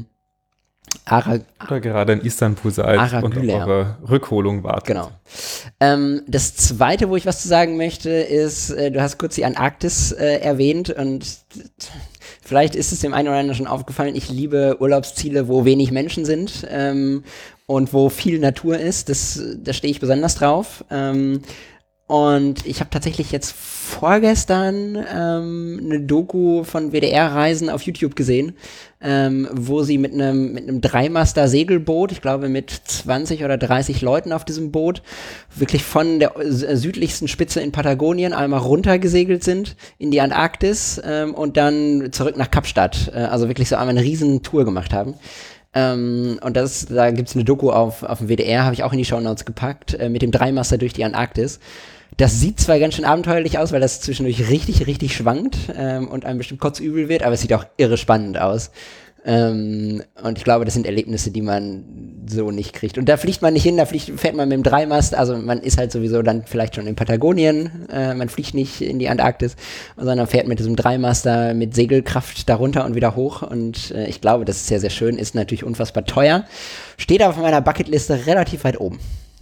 Ara, Oder gerade in Istanbul seid Ara und Güler. auf eure Rückholung wartet. Genau. Ähm, das Zweite, wo ich was zu sagen möchte, ist, äh, du hast kurz die Antarktis äh, erwähnt, und vielleicht ist es dem einen oder anderen schon aufgefallen, ich liebe Urlaubsziele, wo wenig Menschen sind ähm, und wo viel Natur ist. Das, da stehe ich besonders drauf. Ähm, Und ich habe tatsächlich jetzt vorgestern ähm, eine Doku von W D R-Reisen auf YouTube gesehen, ähm, wo sie mit einem mit einem Dreimaster-Segelboot, ich glaube mit zwanzig oder dreißig Leuten auf diesem Boot, wirklich von der südlichsten Spitze in Patagonien einmal runtergesegelt sind in die Antarktis ähm, und dann zurück nach Kapstadt. Äh, also wirklich so einmal eine riesen Tour gemacht haben. Ähm, und das, da gibt's eine Doku auf, auf dem W D R, habe ich auch in die Shownotes gepackt, äh, mit dem Dreimaster durch die Antarktis. Das sieht zwar ganz schön abenteuerlich aus, weil das zwischendurch richtig, richtig schwankt ähm, und einem bestimmt kotzübel wird, aber es sieht auch irre spannend aus. Ähm, und ich glaube, das sind Erlebnisse, die man so nicht kriegt. Und da fliegt man nicht hin, da fliegt, fährt man mit dem Dreimast, also man ist halt sowieso dann vielleicht schon in Patagonien, äh, man fliegt nicht in die Antarktis, sondern fährt mit diesem Dreimaster mit Segelkraft darunter und wieder hoch. Und äh, ich glaube, das ist sehr, sehr schön, ist natürlich unfassbar teuer, steht aber auf meiner Bucketliste relativ weit oben.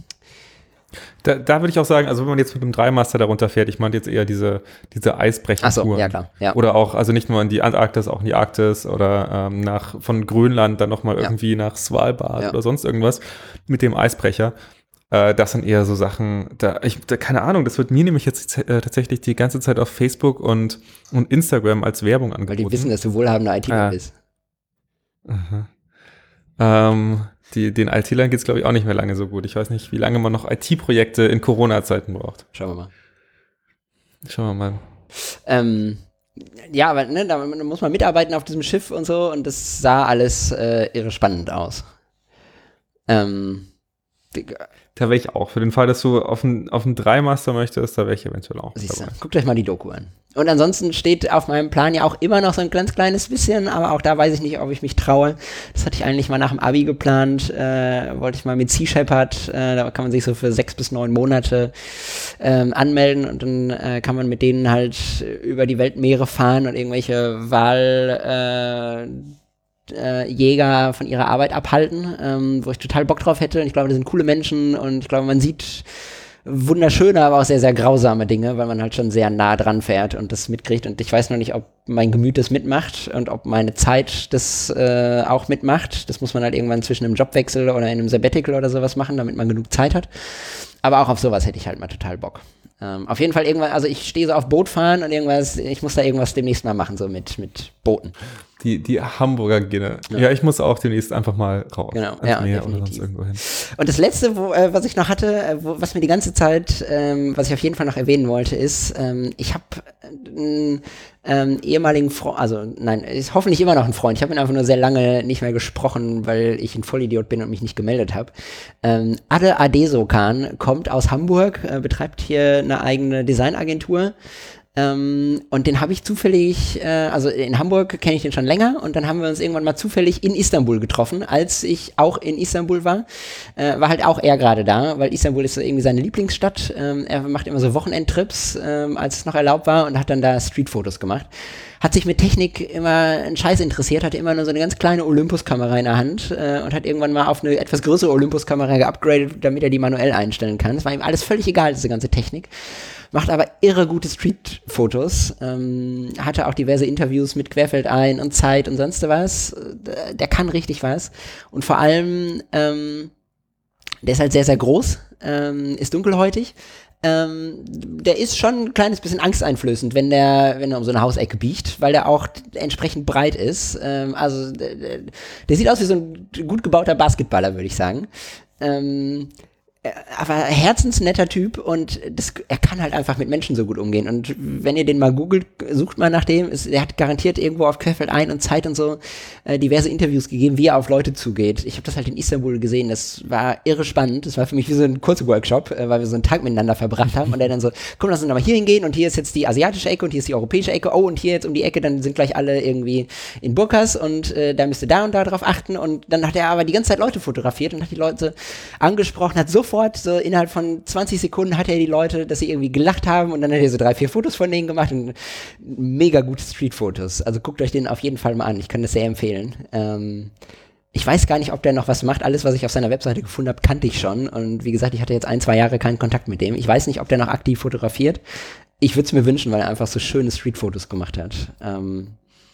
Da, da würde ich auch sagen, also wenn man jetzt mit dem Dreimaster darunter fährt, ich meinte jetzt eher diese, diese Eisbrecher-Touren. Ach so, ja klar. Ja. Oder auch, also nicht nur in die Antarktis, auch in die Arktis oder ähm, nach, von Grönland dann nochmal irgendwie ja. nach Svalbard ja. oder sonst irgendwas mit dem Eisbrecher. Äh, das sind eher so Sachen, da, ich, da, keine Ahnung, das wird mir nämlich jetzt äh, tatsächlich die ganze Zeit auf Facebook und, und Instagram als Werbung angeboten. Weil die wissen, dass du wohlhabender I T-Mann äh, bist. Aha. Ähm, Die, den I T-Lern geht es, glaube ich, auch nicht mehr lange so gut. Ich weiß nicht, wie lange man noch I T-Projekte in Corona-Zeiten braucht. Schauen wir mal. Schauen wir mal. Ähm, ja, aber ne, da muss man mitarbeiten auf diesem Schiff und so und das sah alles äh, irre spannend aus. Ähm, da wäre ich auch. Für den Fall, dass du auf einen auf Dreimaster möchtest, da wäre ich eventuell auch Siehst dabei. Du, guckt euch mal die Doku an. Und ansonsten steht auf meinem Plan ja auch immer noch so ein ganz kleines bisschen, aber auch da weiß ich nicht, ob ich mich traue. Das hatte ich eigentlich mal nach dem Abi geplant. Äh, wollte ich mal mit Sea Shepherd, äh, da kann man sich so für sechs bis neun Monate ähm, anmelden und dann äh, kann man mit denen halt über die Weltmeere fahren und irgendwelche Wal... Äh, Äh, Jäger von ihrer Arbeit abhalten, ähm, wo ich total Bock drauf hätte. Und ich glaube, das sind coole Menschen und ich glaube, man sieht wunderschöne, aber auch sehr, sehr grausame Dinge, weil man halt schon sehr nah dran fährt und das mitkriegt. Und ich weiß noch nicht, ob mein Gemüt das mitmacht und ob meine Zeit das äh, auch mitmacht. Das muss man halt irgendwann zwischen einem Jobwechsel oder in einem Sabbatical oder sowas machen, damit man genug Zeit hat. Aber auch auf sowas hätte ich halt mal total Bock. Ähm, auf jeden Fall irgendwann, also ich stehe so auf Bootfahren und irgendwas, ich muss da irgendwas demnächst mal machen, so mit, mit Booten. Die, die Hamburger Gene. Ja. ja, ich muss auch demnächst einfach mal raus. Genau, ja, definitiv. Und das Letzte, wo, äh, was ich noch hatte, äh, wo, was mir die ganze Zeit, ähm, was ich auf jeden Fall noch erwähnen wollte, ist, ähm, ich habe einen ähm, ehemaligen Freund, also nein, ist hoffentlich immer noch ein Freund. Ich habe ihn einfach nur sehr lange nicht mehr gesprochen, weil ich ein Vollidiot bin und mich nicht gemeldet habe. Ähm, Ade Adesokan kommt aus Hamburg, äh, betreibt hier eine eigene Designagentur. Ähm, und den habe ich zufällig, äh, also in Hamburg kenne ich den schon länger und dann haben wir uns irgendwann mal zufällig in Istanbul getroffen, als ich auch in Istanbul war. Äh, war halt auch er gerade da, weil Istanbul ist so irgendwie seine Lieblingsstadt. Ähm, er macht immer so Wochenendtrips, ähm, als es noch erlaubt war und hat dann da Streetfotos gemacht. Hat sich mit Technik immer einen Scheiß interessiert, hatte immer nur so eine ganz kleine Olympus-Kamera in der Hand äh, und hat irgendwann mal auf eine etwas größere Olympus-Kamera geupgradet, damit er die manuell einstellen kann. Es war ihm alles völlig egal, diese ganze Technik. Macht aber irre gute Street-Fotos, ähm, hatte auch diverse Interviews mit Querfeldein und Zeit und sonst was. Der, der kann richtig was. Und vor allem, ähm, der ist halt sehr, sehr groß, ähm, ist dunkelhäutig. Ähm, der ist schon ein kleines bisschen angsteinflößend, wenn der, wenn er um so eine Hausecke biegt, weil der auch entsprechend breit ist. Ähm, also der, der sieht aus wie so ein gut gebauter Basketballer, würde ich sagen. Ähm, aber herzensnetter Typ und das, er kann halt einfach mit Menschen so gut umgehen. Und wenn ihr den mal googelt, sucht mal nach dem. Ist, er hat garantiert irgendwo auf Querfeldein und Zeit und so äh, diverse Interviews gegeben, wie er auf Leute zugeht. Ich habe das halt in Istanbul gesehen. Das war irre spannend. Das war für mich wie so ein kurzer Workshop, äh, weil wir so einen Tag miteinander verbracht haben. Und er dann so, komm, lass uns nochmal hier hingehen. Und hier ist jetzt die asiatische Ecke und hier ist die europäische Ecke. Oh, und hier jetzt um die Ecke, dann sind gleich alle irgendwie in Burkas und äh, da müsst ihr da und da drauf achten. Und dann hat er aber die ganze Zeit Leute fotografiert und hat die Leute angesprochen, hat sofort so innerhalb von zwanzig Sekunden hatte er die Leute, dass sie irgendwie gelacht haben und dann hat er so drei, vier Fotos von denen gemacht und mega gute Street-Fotos. Also guckt euch den auf jeden Fall mal an. Ich kann das sehr empfehlen. Ähm, ich weiß gar nicht, ob der noch was macht. Alles, was ich auf seiner Webseite gefunden habe, kannte ich schon. Und wie gesagt, ich hatte jetzt ein, zwei Jahre keinen Kontakt mit dem. Ich weiß nicht, ob der noch aktiv fotografiert. Ich würde es mir wünschen, weil er einfach so schöne Street-Fotos gemacht hat. Ähm,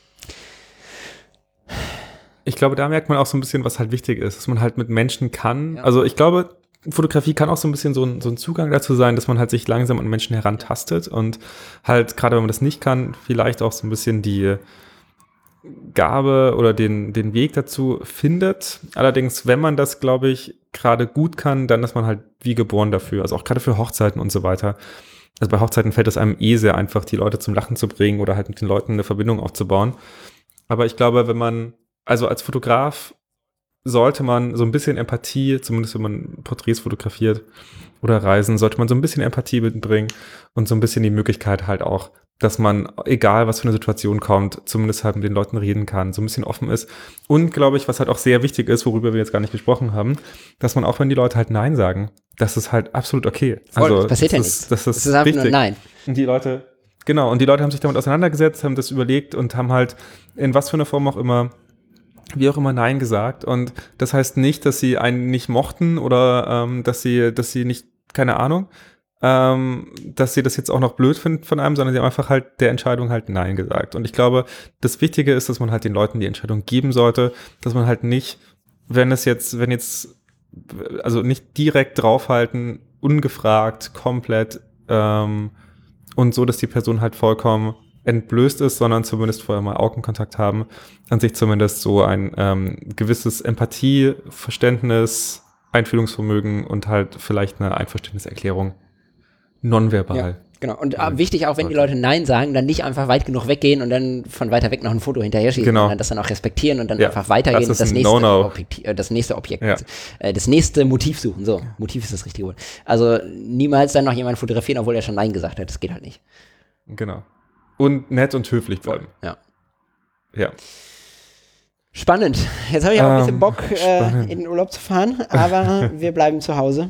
ich glaube, da merkt man auch so ein bisschen, was halt wichtig ist, dass man halt mit Menschen kann. Ja. Also ich glaube, Fotografie kann auch so ein bisschen so ein, so ein Zugang dazu sein, dass man halt sich langsam an Menschen herantastet und halt, gerade wenn man das nicht kann, vielleicht auch so ein bisschen die Gabe oder den, den Weg dazu findet. Allerdings, wenn man das, glaube ich, gerade gut kann, dann ist man halt wie geboren dafür. Also auch gerade für Hochzeiten und so weiter. Also bei Hochzeiten fällt es einem eh sehr einfach, die Leute zum Lachen zu bringen oder halt mit den Leuten eine Verbindung aufzubauen. Aber ich glaube, wenn man, also als Fotograf sollte man so ein bisschen Empathie, zumindest wenn man Porträts fotografiert oder Reisen, sollte man so ein bisschen Empathie mitbringen und so ein bisschen die Möglichkeit halt auch, dass man, egal was für eine Situation kommt, zumindest halt mit den Leuten reden kann, so ein bisschen offen ist. Und glaube ich, was halt auch sehr wichtig ist, worüber wir jetzt gar nicht gesprochen haben, dass man auch, wenn die Leute halt Nein sagen, das ist halt absolut okay. Voll, also das passiert das ja ist, nichts. Das ist, das ist einfach wichtig. nur Nein. Und die Leute, genau, und die Leute haben sich damit auseinandergesetzt, haben das überlegt und haben halt in was für einer Form auch immer, wie auch immer Nein gesagt. Und das heißt nicht, dass sie einen nicht mochten oder ähm, dass sie, dass sie nicht, keine Ahnung, ähm, dass sie das jetzt auch noch blöd finden von einem, sondern sie haben einfach halt der Entscheidung halt Nein gesagt. Und ich glaube, das Wichtige ist, dass man halt den Leuten die Entscheidung geben sollte, dass man halt nicht, wenn es jetzt, wenn jetzt, also nicht direkt draufhalten, ungefragt, komplett ähm, und so, dass die Person halt vollkommen entblößt ist, sondern zumindest vorher mal Augenkontakt haben, an sich zumindest so ein ähm, gewisses Empathie, Verständnis, Einfühlungsvermögen und halt vielleicht eine Einverständniserklärung nonverbal. Ja, genau. Und äh, wichtig auch, wenn die Leute Nein sagen, dann nicht einfach weit genug weggehen und dann von weiter weg noch ein Foto hinterher schießen, genau. sondern das dann auch respektieren und dann ja, einfach weitergehen das und das ein nächste, No-No. Objekt, äh, das nächste Objekt, ja. äh, das nächste Motiv suchen. So, Motiv ist das richtige Wort. Also niemals dann noch jemanden fotografieren, obwohl er schon Nein gesagt hat. Das geht halt nicht. Genau. Und nett und höflich bleiben. Ja. Ja. Spannend. Jetzt habe ich auch ein bisschen Ähm, Bock, äh, in den Urlaub zu fahren, aber wir bleiben zu Hause.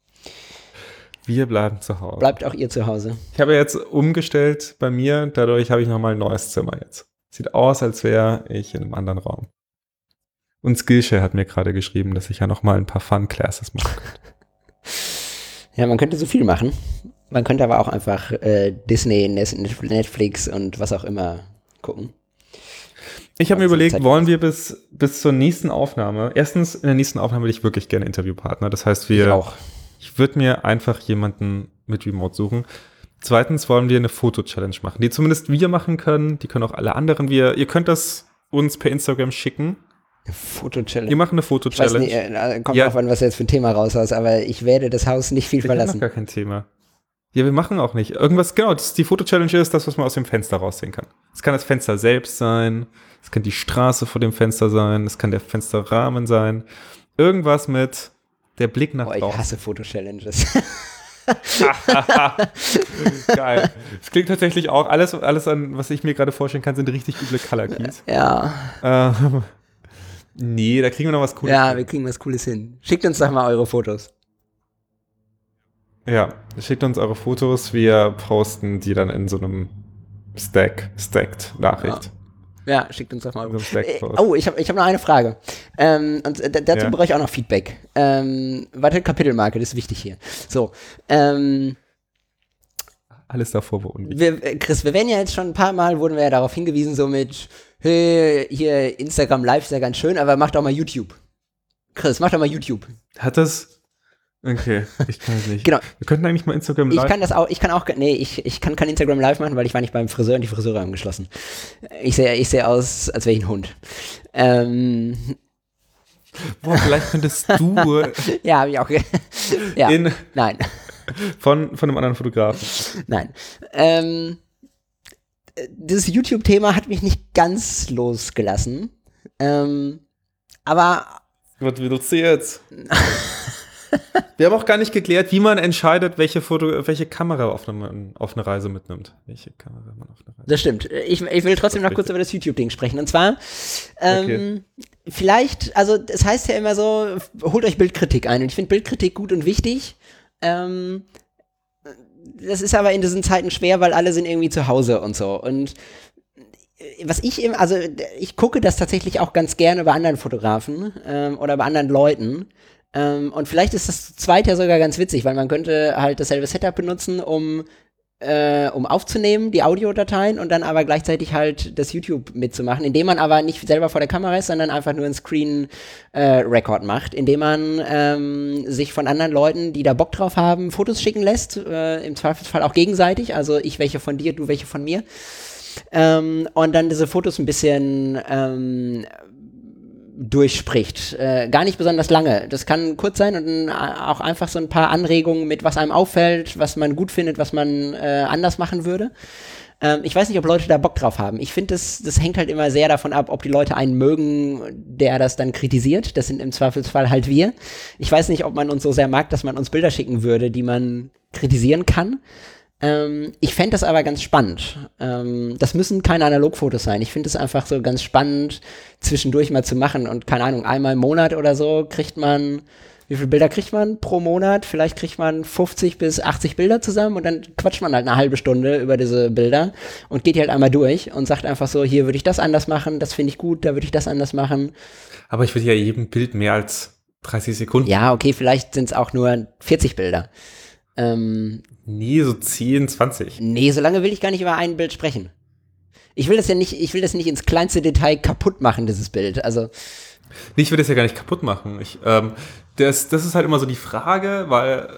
Wir bleiben zu Hause. Bleibt auch ihr zu Hause. Ich habe jetzt umgestellt bei mir, dadurch habe ich nochmal ein neues Zimmer jetzt. Sieht aus, als wäre ich in einem anderen Raum. Und Skillshare hat mir gerade geschrieben, dass ich ja nochmal ein paar Fun-Classes machen könnte. Ja, man könnte so viel machen. Man könnte aber auch einfach äh, Disney, Netflix und was auch immer gucken. Ich habe mir überlegt, wollen wir bis, bis zur nächsten Aufnahme, erstens, in der nächsten Aufnahme will ich wirklich gerne Interviewpartner. Das heißt, wir, ich auch. Ich würde mir einfach jemanden mit Remote suchen. Zweitens wollen wir eine Foto-Challenge machen, die zumindest wir machen können. Die können auch alle anderen. Wir, ihr könnt das uns per Instagram schicken. Eine Foto-Challenge. Wir machen eine Foto-Challenge. Ich weiß nicht, äh, kommt ja. drauf an, was jetzt für ein Thema raushaust, aber ich werde das Haus nicht viel ich verlassen. Ich habe gar kein Thema. Ja, wir machen auch nicht. Irgendwas, genau, das, die Foto-Challenge ist das, was man aus dem Fenster raussehen kann. Es kann das Fenster selbst sein, es kann die Straße vor dem Fenster sein, es kann der Fensterrahmen sein. Irgendwas mit der Blick nach draußen. Oh, ich hasse Foto-Challenges. Geil. Es klingt tatsächlich auch, alles, alles an, was ich mir gerade vorstellen kann, sind richtig üble Color Keys. Ja. Ähm, nee, da kriegen wir noch was Cooles Ja, hin. wir kriegen was Cooles hin. Schickt uns doch mal eure Fotos. Ja, schickt uns eure Fotos, wir posten die dann in so einem Stack, Stacked Nachricht. Ja. Ja, schickt uns doch mal. So äh, oh, ich habe ich hab noch eine Frage. Ähm, und äh, dazu ja. brauche ich auch noch Feedback. Ähm, warte, Kapitelmarke, das ist wichtig hier. So, ähm, alles davor war unwichtig. Wir, Chris, wir werden ja jetzt schon ein paar Mal, wurden wir ja darauf hingewiesen, so mit, hey, hier Instagram Live ist ja ganz schön, aber mach doch mal YouTube. Chris, mach doch mal YouTube. Hat das... Okay, ich kann es nicht. Genau. Wir könnten eigentlich mal Instagram Live. Ich kann das auch, ich kann auch, nee, ich, ich kann kein Instagram Live machen, weil ich war nicht beim Friseur und die Friseure haben geschlossen. Ich sehe ich sehe aus, als wäre ich ein Hund. Ähm. Boah, vielleicht könntest du. Ja, habe ich auch. Ja, in, nein. Von, von einem anderen Fotografen. Nein. Ähm, dieses YouTube-Thema hat mich nicht ganz losgelassen. Ähm, aber. Was willst du jetzt? Wir haben auch gar nicht geklärt, wie man entscheidet, welche Foto, welche Kamera auf eine, auf eine Reise mitnimmt. Welche Kamera man auf eine Reise Das stimmt. Ich, ich will trotzdem noch kurz über das YouTube-Ding sprechen. Und zwar, ähm, okay. vielleicht, also es heißt ja immer so, holt euch Bildkritik ein. Und ich finde Bildkritik gut und wichtig. Ähm, das ist aber in diesen Zeiten schwer, weil alle sind irgendwie zu Hause und so. Und was ich eben, also ich gucke das tatsächlich auch ganz gerne bei anderen Fotografen ähm, oder bei anderen Leuten. Ähm, und vielleicht ist das zweite ja sogar ganz witzig, weil man könnte halt dasselbe Setup benutzen, um, äh, um aufzunehmen, die Audiodateien, und dann aber gleichzeitig halt das YouTube mitzumachen, indem man aber nicht selber vor der Kamera ist, sondern einfach nur einen Screen-Record äh, macht, indem man ähm, sich von anderen Leuten, die da Bock drauf haben, Fotos schicken lässt, äh, im Zweifelsfall auch gegenseitig, also ich welche von dir, du welche von mir. Ähm, und dann diese Fotos ein bisschen ähm, durchspricht. Äh, gar nicht besonders lange. Das kann kurz sein und auch einfach so ein paar Anregungen mit, was einem auffällt, was man gut findet, was man äh, anders machen würde. Ähm, ich weiß nicht, ob Leute da Bock drauf haben. Ich finde, das, das hängt halt immer sehr davon ab, ob die Leute einen mögen, der das dann kritisiert. Das sind im Zweifelsfall halt wir. Ich weiß nicht, ob man uns so sehr mag, dass man uns Bilder schicken würde, die man kritisieren kann. Ähm, ich fände das aber ganz spannend. Ähm, das müssen keine Analogfotos sein. Ich finde es einfach so ganz spannend, zwischendurch mal zu machen. Und keine Ahnung, einmal im Monat oder so kriegt man, wie viele Bilder kriegt man pro Monat? Vielleicht kriegt man fünfzig bis achtzig Bilder zusammen und dann quatscht man halt eine halbe Stunde über diese Bilder und geht die halt einmal durch und sagt einfach so, hier würde ich das anders machen, das finde ich gut, da würde ich das anders machen. Aber ich würde ja jedem Bild mehr als dreißig Sekunden. Ja, okay, vielleicht sind es auch nur vierzig Bilder. Ähm, nee, so zehn, zwanzig. Nee, so lange will ich gar nicht über ein Bild sprechen. Ich will das ja nicht, ich will das nicht ins kleinste Detail kaputt machen, dieses Bild. Also. Nee, ich will das ja gar nicht kaputt machen. Ich, ähm, das, das ist halt immer so die Frage, weil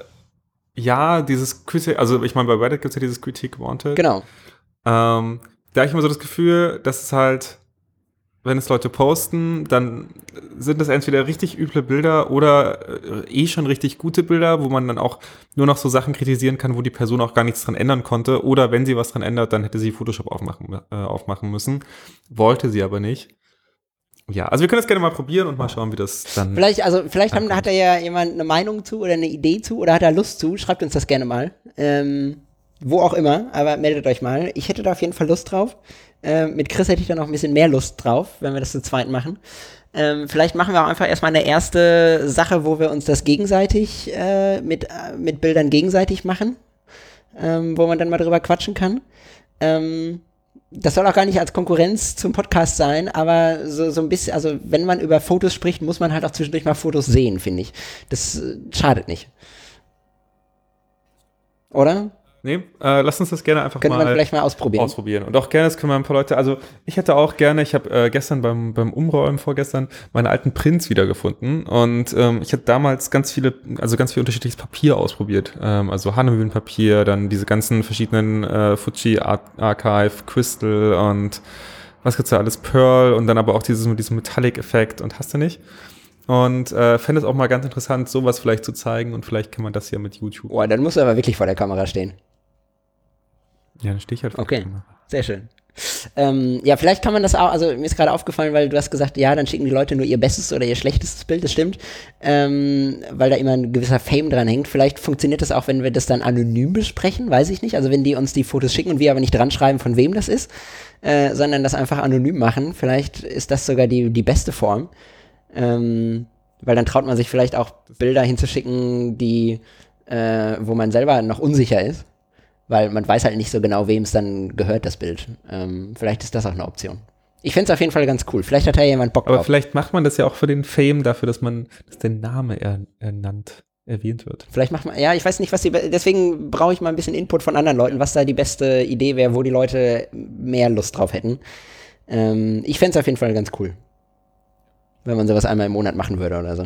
ja, dieses Critique, also ich meine, bei Reddit gibt es ja dieses Critique Wanted. Genau. Ähm, da habe ich immer so das Gefühl, dass es halt, wenn es Leute posten, dann sind das entweder richtig üble Bilder oder äh, eh schon richtig gute Bilder, wo man dann auch nur noch so Sachen kritisieren kann, wo die Person auch gar nichts dran ändern konnte. Oder wenn sie was dran ändert, dann hätte sie Photoshop aufmachen, äh, aufmachen müssen. Wollte sie aber nicht. Ja, also wir können das gerne mal probieren und mal schauen, wie das dann. Vielleicht, also vielleicht haben, hat da ja jemand eine Meinung zu oder eine Idee zu oder hat er Lust zu. Schreibt uns das gerne mal. Ähm, wo auch immer, aber meldet euch mal. Ich hätte da auf jeden Fall Lust drauf. Äh, mit Chris hätte ich da noch ein bisschen mehr Lust drauf, wenn wir das zu zweit machen. Ähm, vielleicht machen wir auch einfach erstmal eine erste Sache, wo wir uns das gegenseitig äh, mit, äh, mit Bildern gegenseitig machen, ähm, wo man dann mal drüber quatschen kann. Ähm, das soll auch gar nicht als Konkurrenz zum Podcast sein, aber so, so ein bisschen, also wenn man über Fotos spricht, muss man halt auch zwischendurch mal Fotos sehen, finde ich. Das äh, schadet nicht. Oder? Nee, äh, lass uns das gerne einfach Könnte mal, man vielleicht mal ausprobieren. ausprobieren. Und auch gerne, das können wir ein paar Leute, also ich hätte auch gerne, ich habe äh, gestern beim, beim Umräumen vorgestern meinen alten Prints wiedergefunden und ähm, ich hatte damals ganz viele, also ganz viel unterschiedliches Papier ausprobiert. Ähm, also Hahnemann-Papier, dann diese ganzen verschiedenen äh, Fuji Art Archive, Crystal und was gibt's da alles, Pearl und dann aber auch dieses mit diesem Metallic-Effekt und hast du nicht. Und äh, fände es auch mal ganz interessant, sowas vielleicht zu zeigen und vielleicht kann man das ja mit YouTube. Boah, dann musst du aber wirklich vor der Kamera stehen. Ja, dann stehe ich halt vor okay. der Kamera. Sehr schön. Ähm, ja, vielleicht kann man das auch, also mir ist gerade aufgefallen, weil du hast gesagt, ja, dann schicken die Leute nur ihr bestes oder ihr schlechtestes Bild, das stimmt, ähm, weil da immer ein gewisser Fame dran hängt. Vielleicht funktioniert das auch, wenn wir das dann anonym besprechen, weiß ich nicht. Also wenn die uns die Fotos schicken und wir aber nicht dran schreiben, von wem das ist, äh, sondern das einfach anonym machen. Vielleicht ist das sogar die, die beste Form. Ähm, weil dann traut man sich vielleicht auch Bilder hinzuschicken, die, äh, wo man selber noch unsicher ist. Weil man weiß halt nicht so genau, wem es dann gehört, das Bild. Ähm, vielleicht ist das auch eine Option. Ich fände es auf jeden Fall ganz cool. Vielleicht hat da jemand Bock drauf. Aber vielleicht macht man das ja auch für den Fame, dafür, dass man, dass der Name er, ernannt, erwähnt wird. Vielleicht macht man, ja, ich weiß nicht, was die, deswegen brauche ich mal ein bisschen Input von anderen Leuten, was da die beste Idee wäre, wo die Leute mehr Lust drauf hätten. Ähm, ich fände es auf jeden Fall ganz cool. Wenn man sowas einmal im Monat machen würde oder so.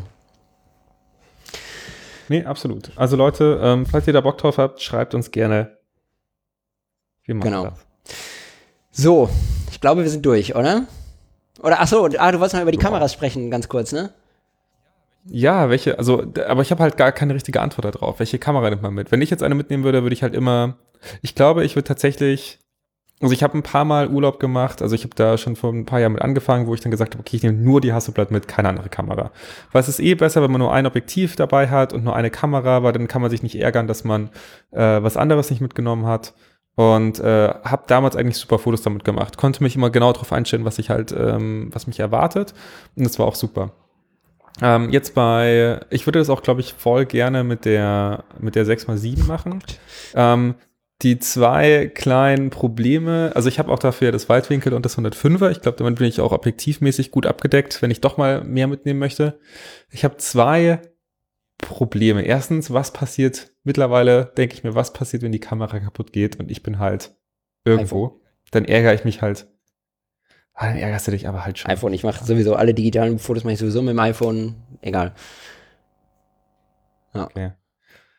Nee, absolut. Also Leute, ähm, falls ihr da Bock drauf habt, schreibt uns gerne. Wir machen genau. das. So, ich glaube, wir sind durch, oder? Oder, ach so, ah, du wolltest mal über die Kameras sprechen, ganz kurz, ne? Ja, welche, also, aber ich habe halt gar keine richtige Antwort darauf. Welche Kamera nimmt man mit? Wenn ich jetzt eine mitnehmen würde, würde ich halt immer, ich glaube, ich würde tatsächlich, also ich habe ein paar Mal Urlaub gemacht, also ich habe da schon vor ein paar Jahren mit angefangen, wo ich dann gesagt habe, okay, ich nehme nur die Hasselblad mit, keine andere Kamera. Weil es ist eh besser, wenn man nur ein Objektiv dabei hat und nur eine Kamera, weil dann kann man sich nicht ärgern, dass man äh, was anderes nicht mitgenommen hat. Und äh, habe damals eigentlich super Fotos damit gemacht. Konnte mich immer genau darauf einstellen, was ich halt, ähm, was mich erwartet. Und das war auch super. Ähm, jetzt bei, ich würde das auch, glaube ich, voll gerne mit der mit der sechs mal sieben machen. Ähm, die zwei kleinen Probleme, also ich habe auch dafür das Weitwinkel und das hundertfünfer. Ich glaube, damit bin ich auch objektivmäßig gut abgedeckt, wenn ich doch mal mehr mitnehmen möchte. Ich habe zwei Probleme. Erstens, was passiert, mittlerweile denke ich mir, was passiert, wenn die Kamera kaputt geht und ich bin halt irgendwo, iPhone. Dann ärgere ich mich halt. Ah, dann ärgerst du dich aber halt schon. iPhone, ich mache sowieso alle digitalen Fotos, mache ich sowieso mit dem iPhone, egal. Ja. Okay.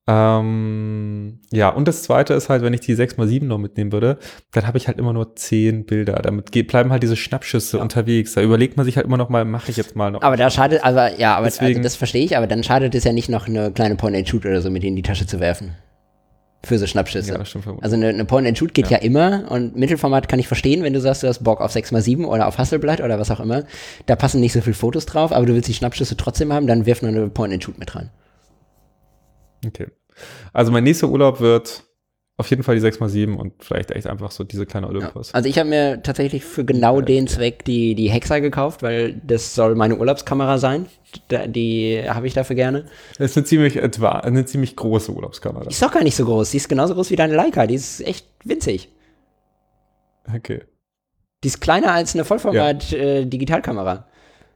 Ähm, ja, und das zweite ist halt, wenn ich die sechs mal sieben noch mitnehmen würde, dann habe ich halt immer nur zehn Bilder. Damit geht, bleiben halt diese Schnappschüsse ja. unterwegs. Da überlegt man sich halt immer noch mal, mache ich jetzt mal noch. Aber da schadet, aber ja, aber Deswegen, also das verstehe ich, aber dann schadet es ja nicht noch eine kleine Point-and-Shoot oder so mit in die Tasche zu werfen. Für so Schnappschüsse. Ja, das stimmt. Also eine, eine Point-and-Shoot geht ja. ja immer und Mittelformat kann ich verstehen, wenn du sagst, du hast Bock auf sechs mal sieben oder auf Hasselblad oder was auch immer. Da passen nicht so viele Fotos drauf, aber du willst die Schnappschüsse trotzdem haben, dann wirf nur eine Point-and-Shoot mit rein. Okay. Also mein nächster Urlaub wird auf jeden Fall die sechs mal sieben und vielleicht echt einfach so diese kleine Olympus. Ja. Also ich habe mir tatsächlich für genau ja, den okay. Zweck die, die Hexa gekauft, weil das soll meine Urlaubskamera sein. Die habe ich dafür gerne. Das ist eine ziemlich, etwa, eine ziemlich große Urlaubskamera. Die ist doch gar nicht so groß. Die ist genauso groß wie deine Leica. Die ist echt winzig. Okay. Die ist kleiner als eine Vollformat-Digitalkamera. Ja.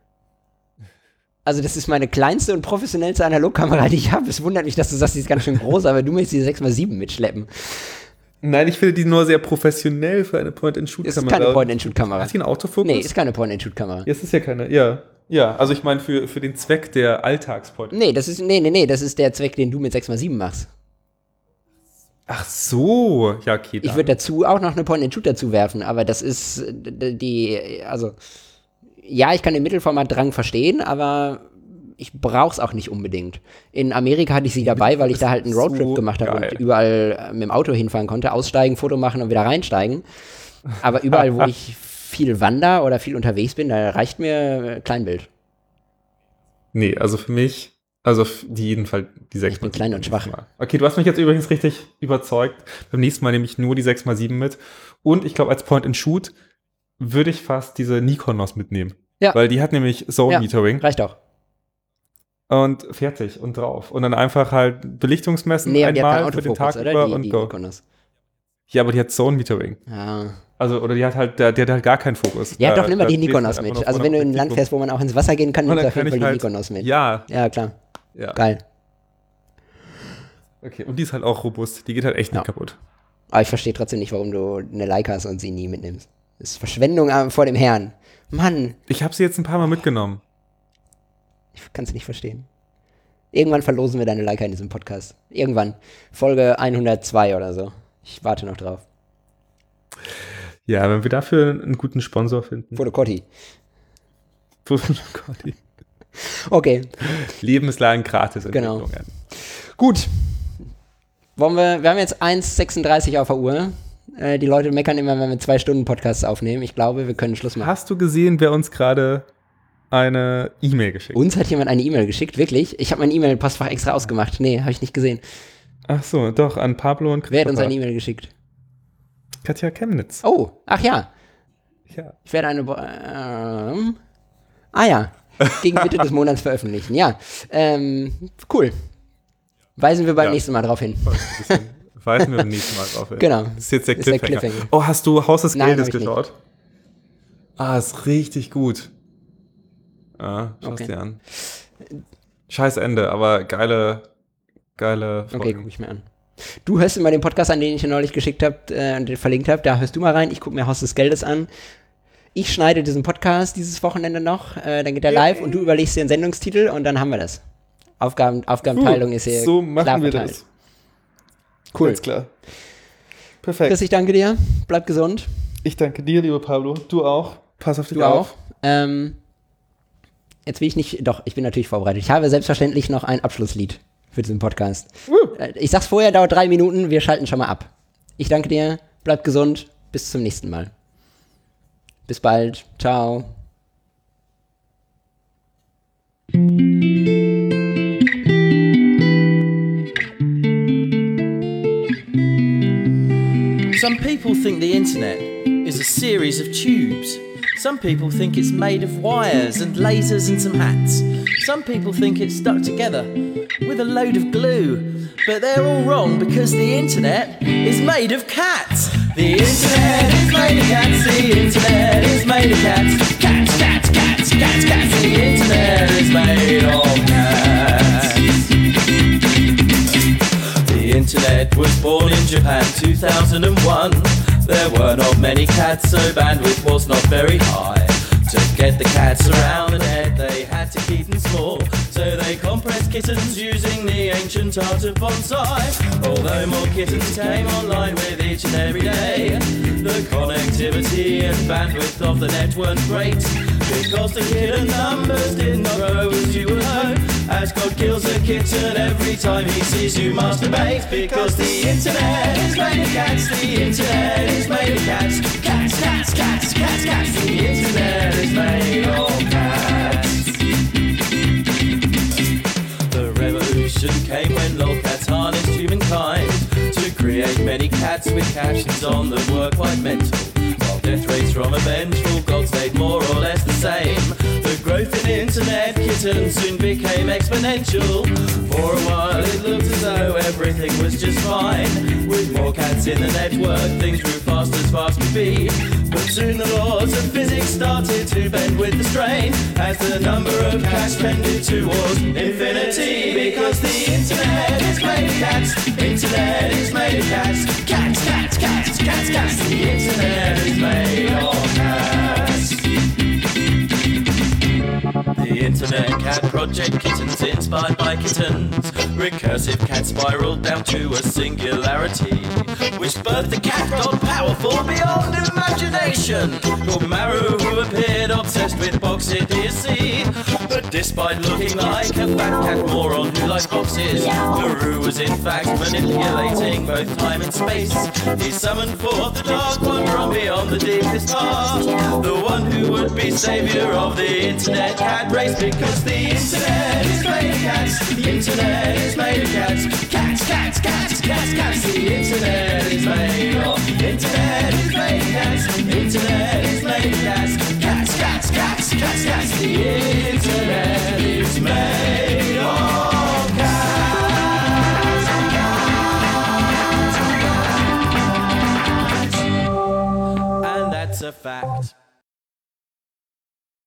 Also das ist meine kleinste und professionellste Analogkamera, die ich habe. Es wundert mich, dass du sagst, die ist ganz schön groß, aber du möchtest die sechs mal sieben mitschleppen. Nein, ich finde die nur sehr professionell für eine Point-and-Shoot-Kamera. Ist keine Point-and-Shoot-Kamera. Hat die einen Autofokus? Nee, ist keine Point-and-Shoot-Kamera. Ja, es ist ja keine, ja. Ja, also ich meine für, für den Zweck der Alltags-Point. Nee, das ist, nee, nee, nee, das ist der Zweck, den du mit sechs mal sieben machst. Ach so, ja, okay. Dann. Ich würde dazu auch noch eine Point-and-Shoot dazu werfen, aber das ist die, also ja, ich kann den Mittelformat-Drang verstehen, aber ich brauch's auch nicht unbedingt. In Amerika hatte ich sie dabei, weil ich da halt einen Roadtrip so gemacht habe und überall mit dem Auto hinfahren konnte, aussteigen, Foto machen und wieder reinsteigen. Aber überall, wo ich viel wander oder viel unterwegs bin, da reicht mir Kleinbild. Nee, also für mich, also die jedenfalls die sechs mal sieben. Ich bin klein und schwach. Okay, du hast mich jetzt übrigens richtig überzeugt. Beim nächsten Mal nehme ich nur die sechs mal sieben mit. Und ich glaube, als Point-and-Shoot würde ich fast diese Nikonos mitnehmen. Ja. Weil die hat nämlich Zone-Metering. Ja, reicht auch. Und fertig und drauf. Und dann einfach halt Belichtungsmessen nee, einmal für den Tag über und go. Nikonos. Ja, aber die hat Zone-Metering. Ja. Also, oder die hat halt, der, der hat halt gar keinen Fokus. Ja, da, doch, nimm mal die Nikonos mit. Also, wenn du in ein Land fährst, wo man auch ins Wasser gehen kann, nimmst du auf jeden Fall die halt, Nikonos mit. Ja. Ja, klar. Ja. Geil. Okay, und die ist halt auch robust. Die geht halt echt nicht ja. kaputt. Aber ich verstehe trotzdem nicht, warum du eine Leica hast und sie nie mitnimmst. Das ist Verschwendung vor dem Herrn. Mann. Ich habe sie jetzt ein paar Mal mitgenommen. Ich kann es nicht verstehen. Irgendwann verlosen wir deine Leica in diesem Podcast. Irgendwann. Folge hundertzwei oder so. Ich warte noch drauf. Ja, wenn wir dafür einen guten Sponsor finden. Fotocotti. Fotocotti. Okay. Lebenslang gratis Entwicklungen. Genau. Gut. Wollen wir, wir haben jetzt eins sechsunddreißig auf der Uhr. Äh, die Leute meckern immer, wenn wir zwei Stunden Podcasts aufnehmen. Ich glaube, wir können Schluss machen. Hast du gesehen, wer uns gerade eine E-Mail geschickt? Uns hat jemand eine E-Mail geschickt, wirklich? Ich habe mein E-Mail-Postfach extra ausgemacht. Nee, habe ich nicht gesehen. Ach so, doch, an Pablo und Christopher. Wer hat uns eine E-Mail geschickt? Katja Chemnitz. Oh, ach ja. Ja. Ich werde eine... Ähm, ah ja, gegen Mitte des Monats veröffentlichen. Ja, ähm, cool. Weisen wir beim ja. nächsten Mal drauf hin. Weisen wir beim nächsten Mal drauf hin. Genau. Das ist jetzt der Cliffhanger. Der Cliffhanger. Oh, hast du Haus des Geldes geschaut? Nicht. Ah, ist richtig gut. Ah, schau es okay. dir an. Scheiß Ende, aber geile, geile Folge. Okay, guck ich mir an. Du hörst immer den Podcast an, den ich dir neulich geschickt habe äh, und verlinkt habe. Da hörst du mal rein. Ich gucke mir Haus des Geldes an. Ich schneide diesen Podcast dieses Wochenende noch. Äh, dann geht er live und du überlegst dir einen Sendungstitel und dann haben wir das. Aufgaben, Aufgabenteilung uh, ist hier so machen klar wir verteilt. Das. Cool. Ganz klar. Perfekt. Chris, ich danke dir. Bleib gesund. Ich danke dir, lieber Pablo. Du auch. Pass auf dich du auf. Du auch. Ähm, jetzt will ich nicht, doch, ich bin natürlich vorbereitet. Ich habe selbstverständlich noch ein Abschlusslied für diesen Podcast. Uh. Ich sag's vorher, dauert drei Minuten, wir schalten schon mal ab. Ich danke dir, bleib gesund, bis zum nächsten Mal. Bis bald, ciao. Some people think the internet is a series of tubes. Some people think it's made of wires and lasers and some hats. Some people think it's stuck together with a load of glue. But they're all wrong because the internet is made of cats. The internet is made of cats. The internet is made of cats. Cats, cats, cats, cats, cats. The internet is made of cats. The internet was born in Japan two thousand one. There were not many cats, so bandwidth was not very high. To get the cats around the net, they had to keep them small, so they compressed kittens using the ancient art of bonsai. Although more kittens came online with each and every day, the connectivity and bandwidth of the net weren't great, because the kitten numbers did not grow as you would hope. As God kills a kitten every time he sees you masturbate, because the internet is made of cats, the internet is made of cats. Cats, cats, cats, cats, cats, the internet is made of cats. The revolution came when lolcats harnessed humankind to create many cats with captions on that were quite mental, while death rates from a vengeful god stayed more or less the same. The growth in internet kittens soon became exponential. For a while it looked as though everything was just fine. With more cats in the network, things grew fast as fast could be. But soon the laws of physics started to bend with the strain, as the number of cats trended towards infinity. Because the internet is made of cats, internet is made of cats. Cats, cats, cats, cats, cats, the internet is made of cats. The Internet Cat Project, kittens inspired by kittens. Recursive cat spiraled down to a singularity, which birthed a cat god powerful beyond imagination, called Maru, who appeared obsessed with box idiocy. But despite looking like a fat cat moron who likes boxes, Maru was in fact manipulating both time and space. He summoned forth the Dark One from beyond the deepest past, the one who would be savior of the Internet Cat race. Because the internet is made of cats, the internet is made of cats. Cats, cats, cats, cats, cats, the internet is made of. Internet is made of cats, internet is made of cats. Cats, cats, cats, cats, cats, the internet.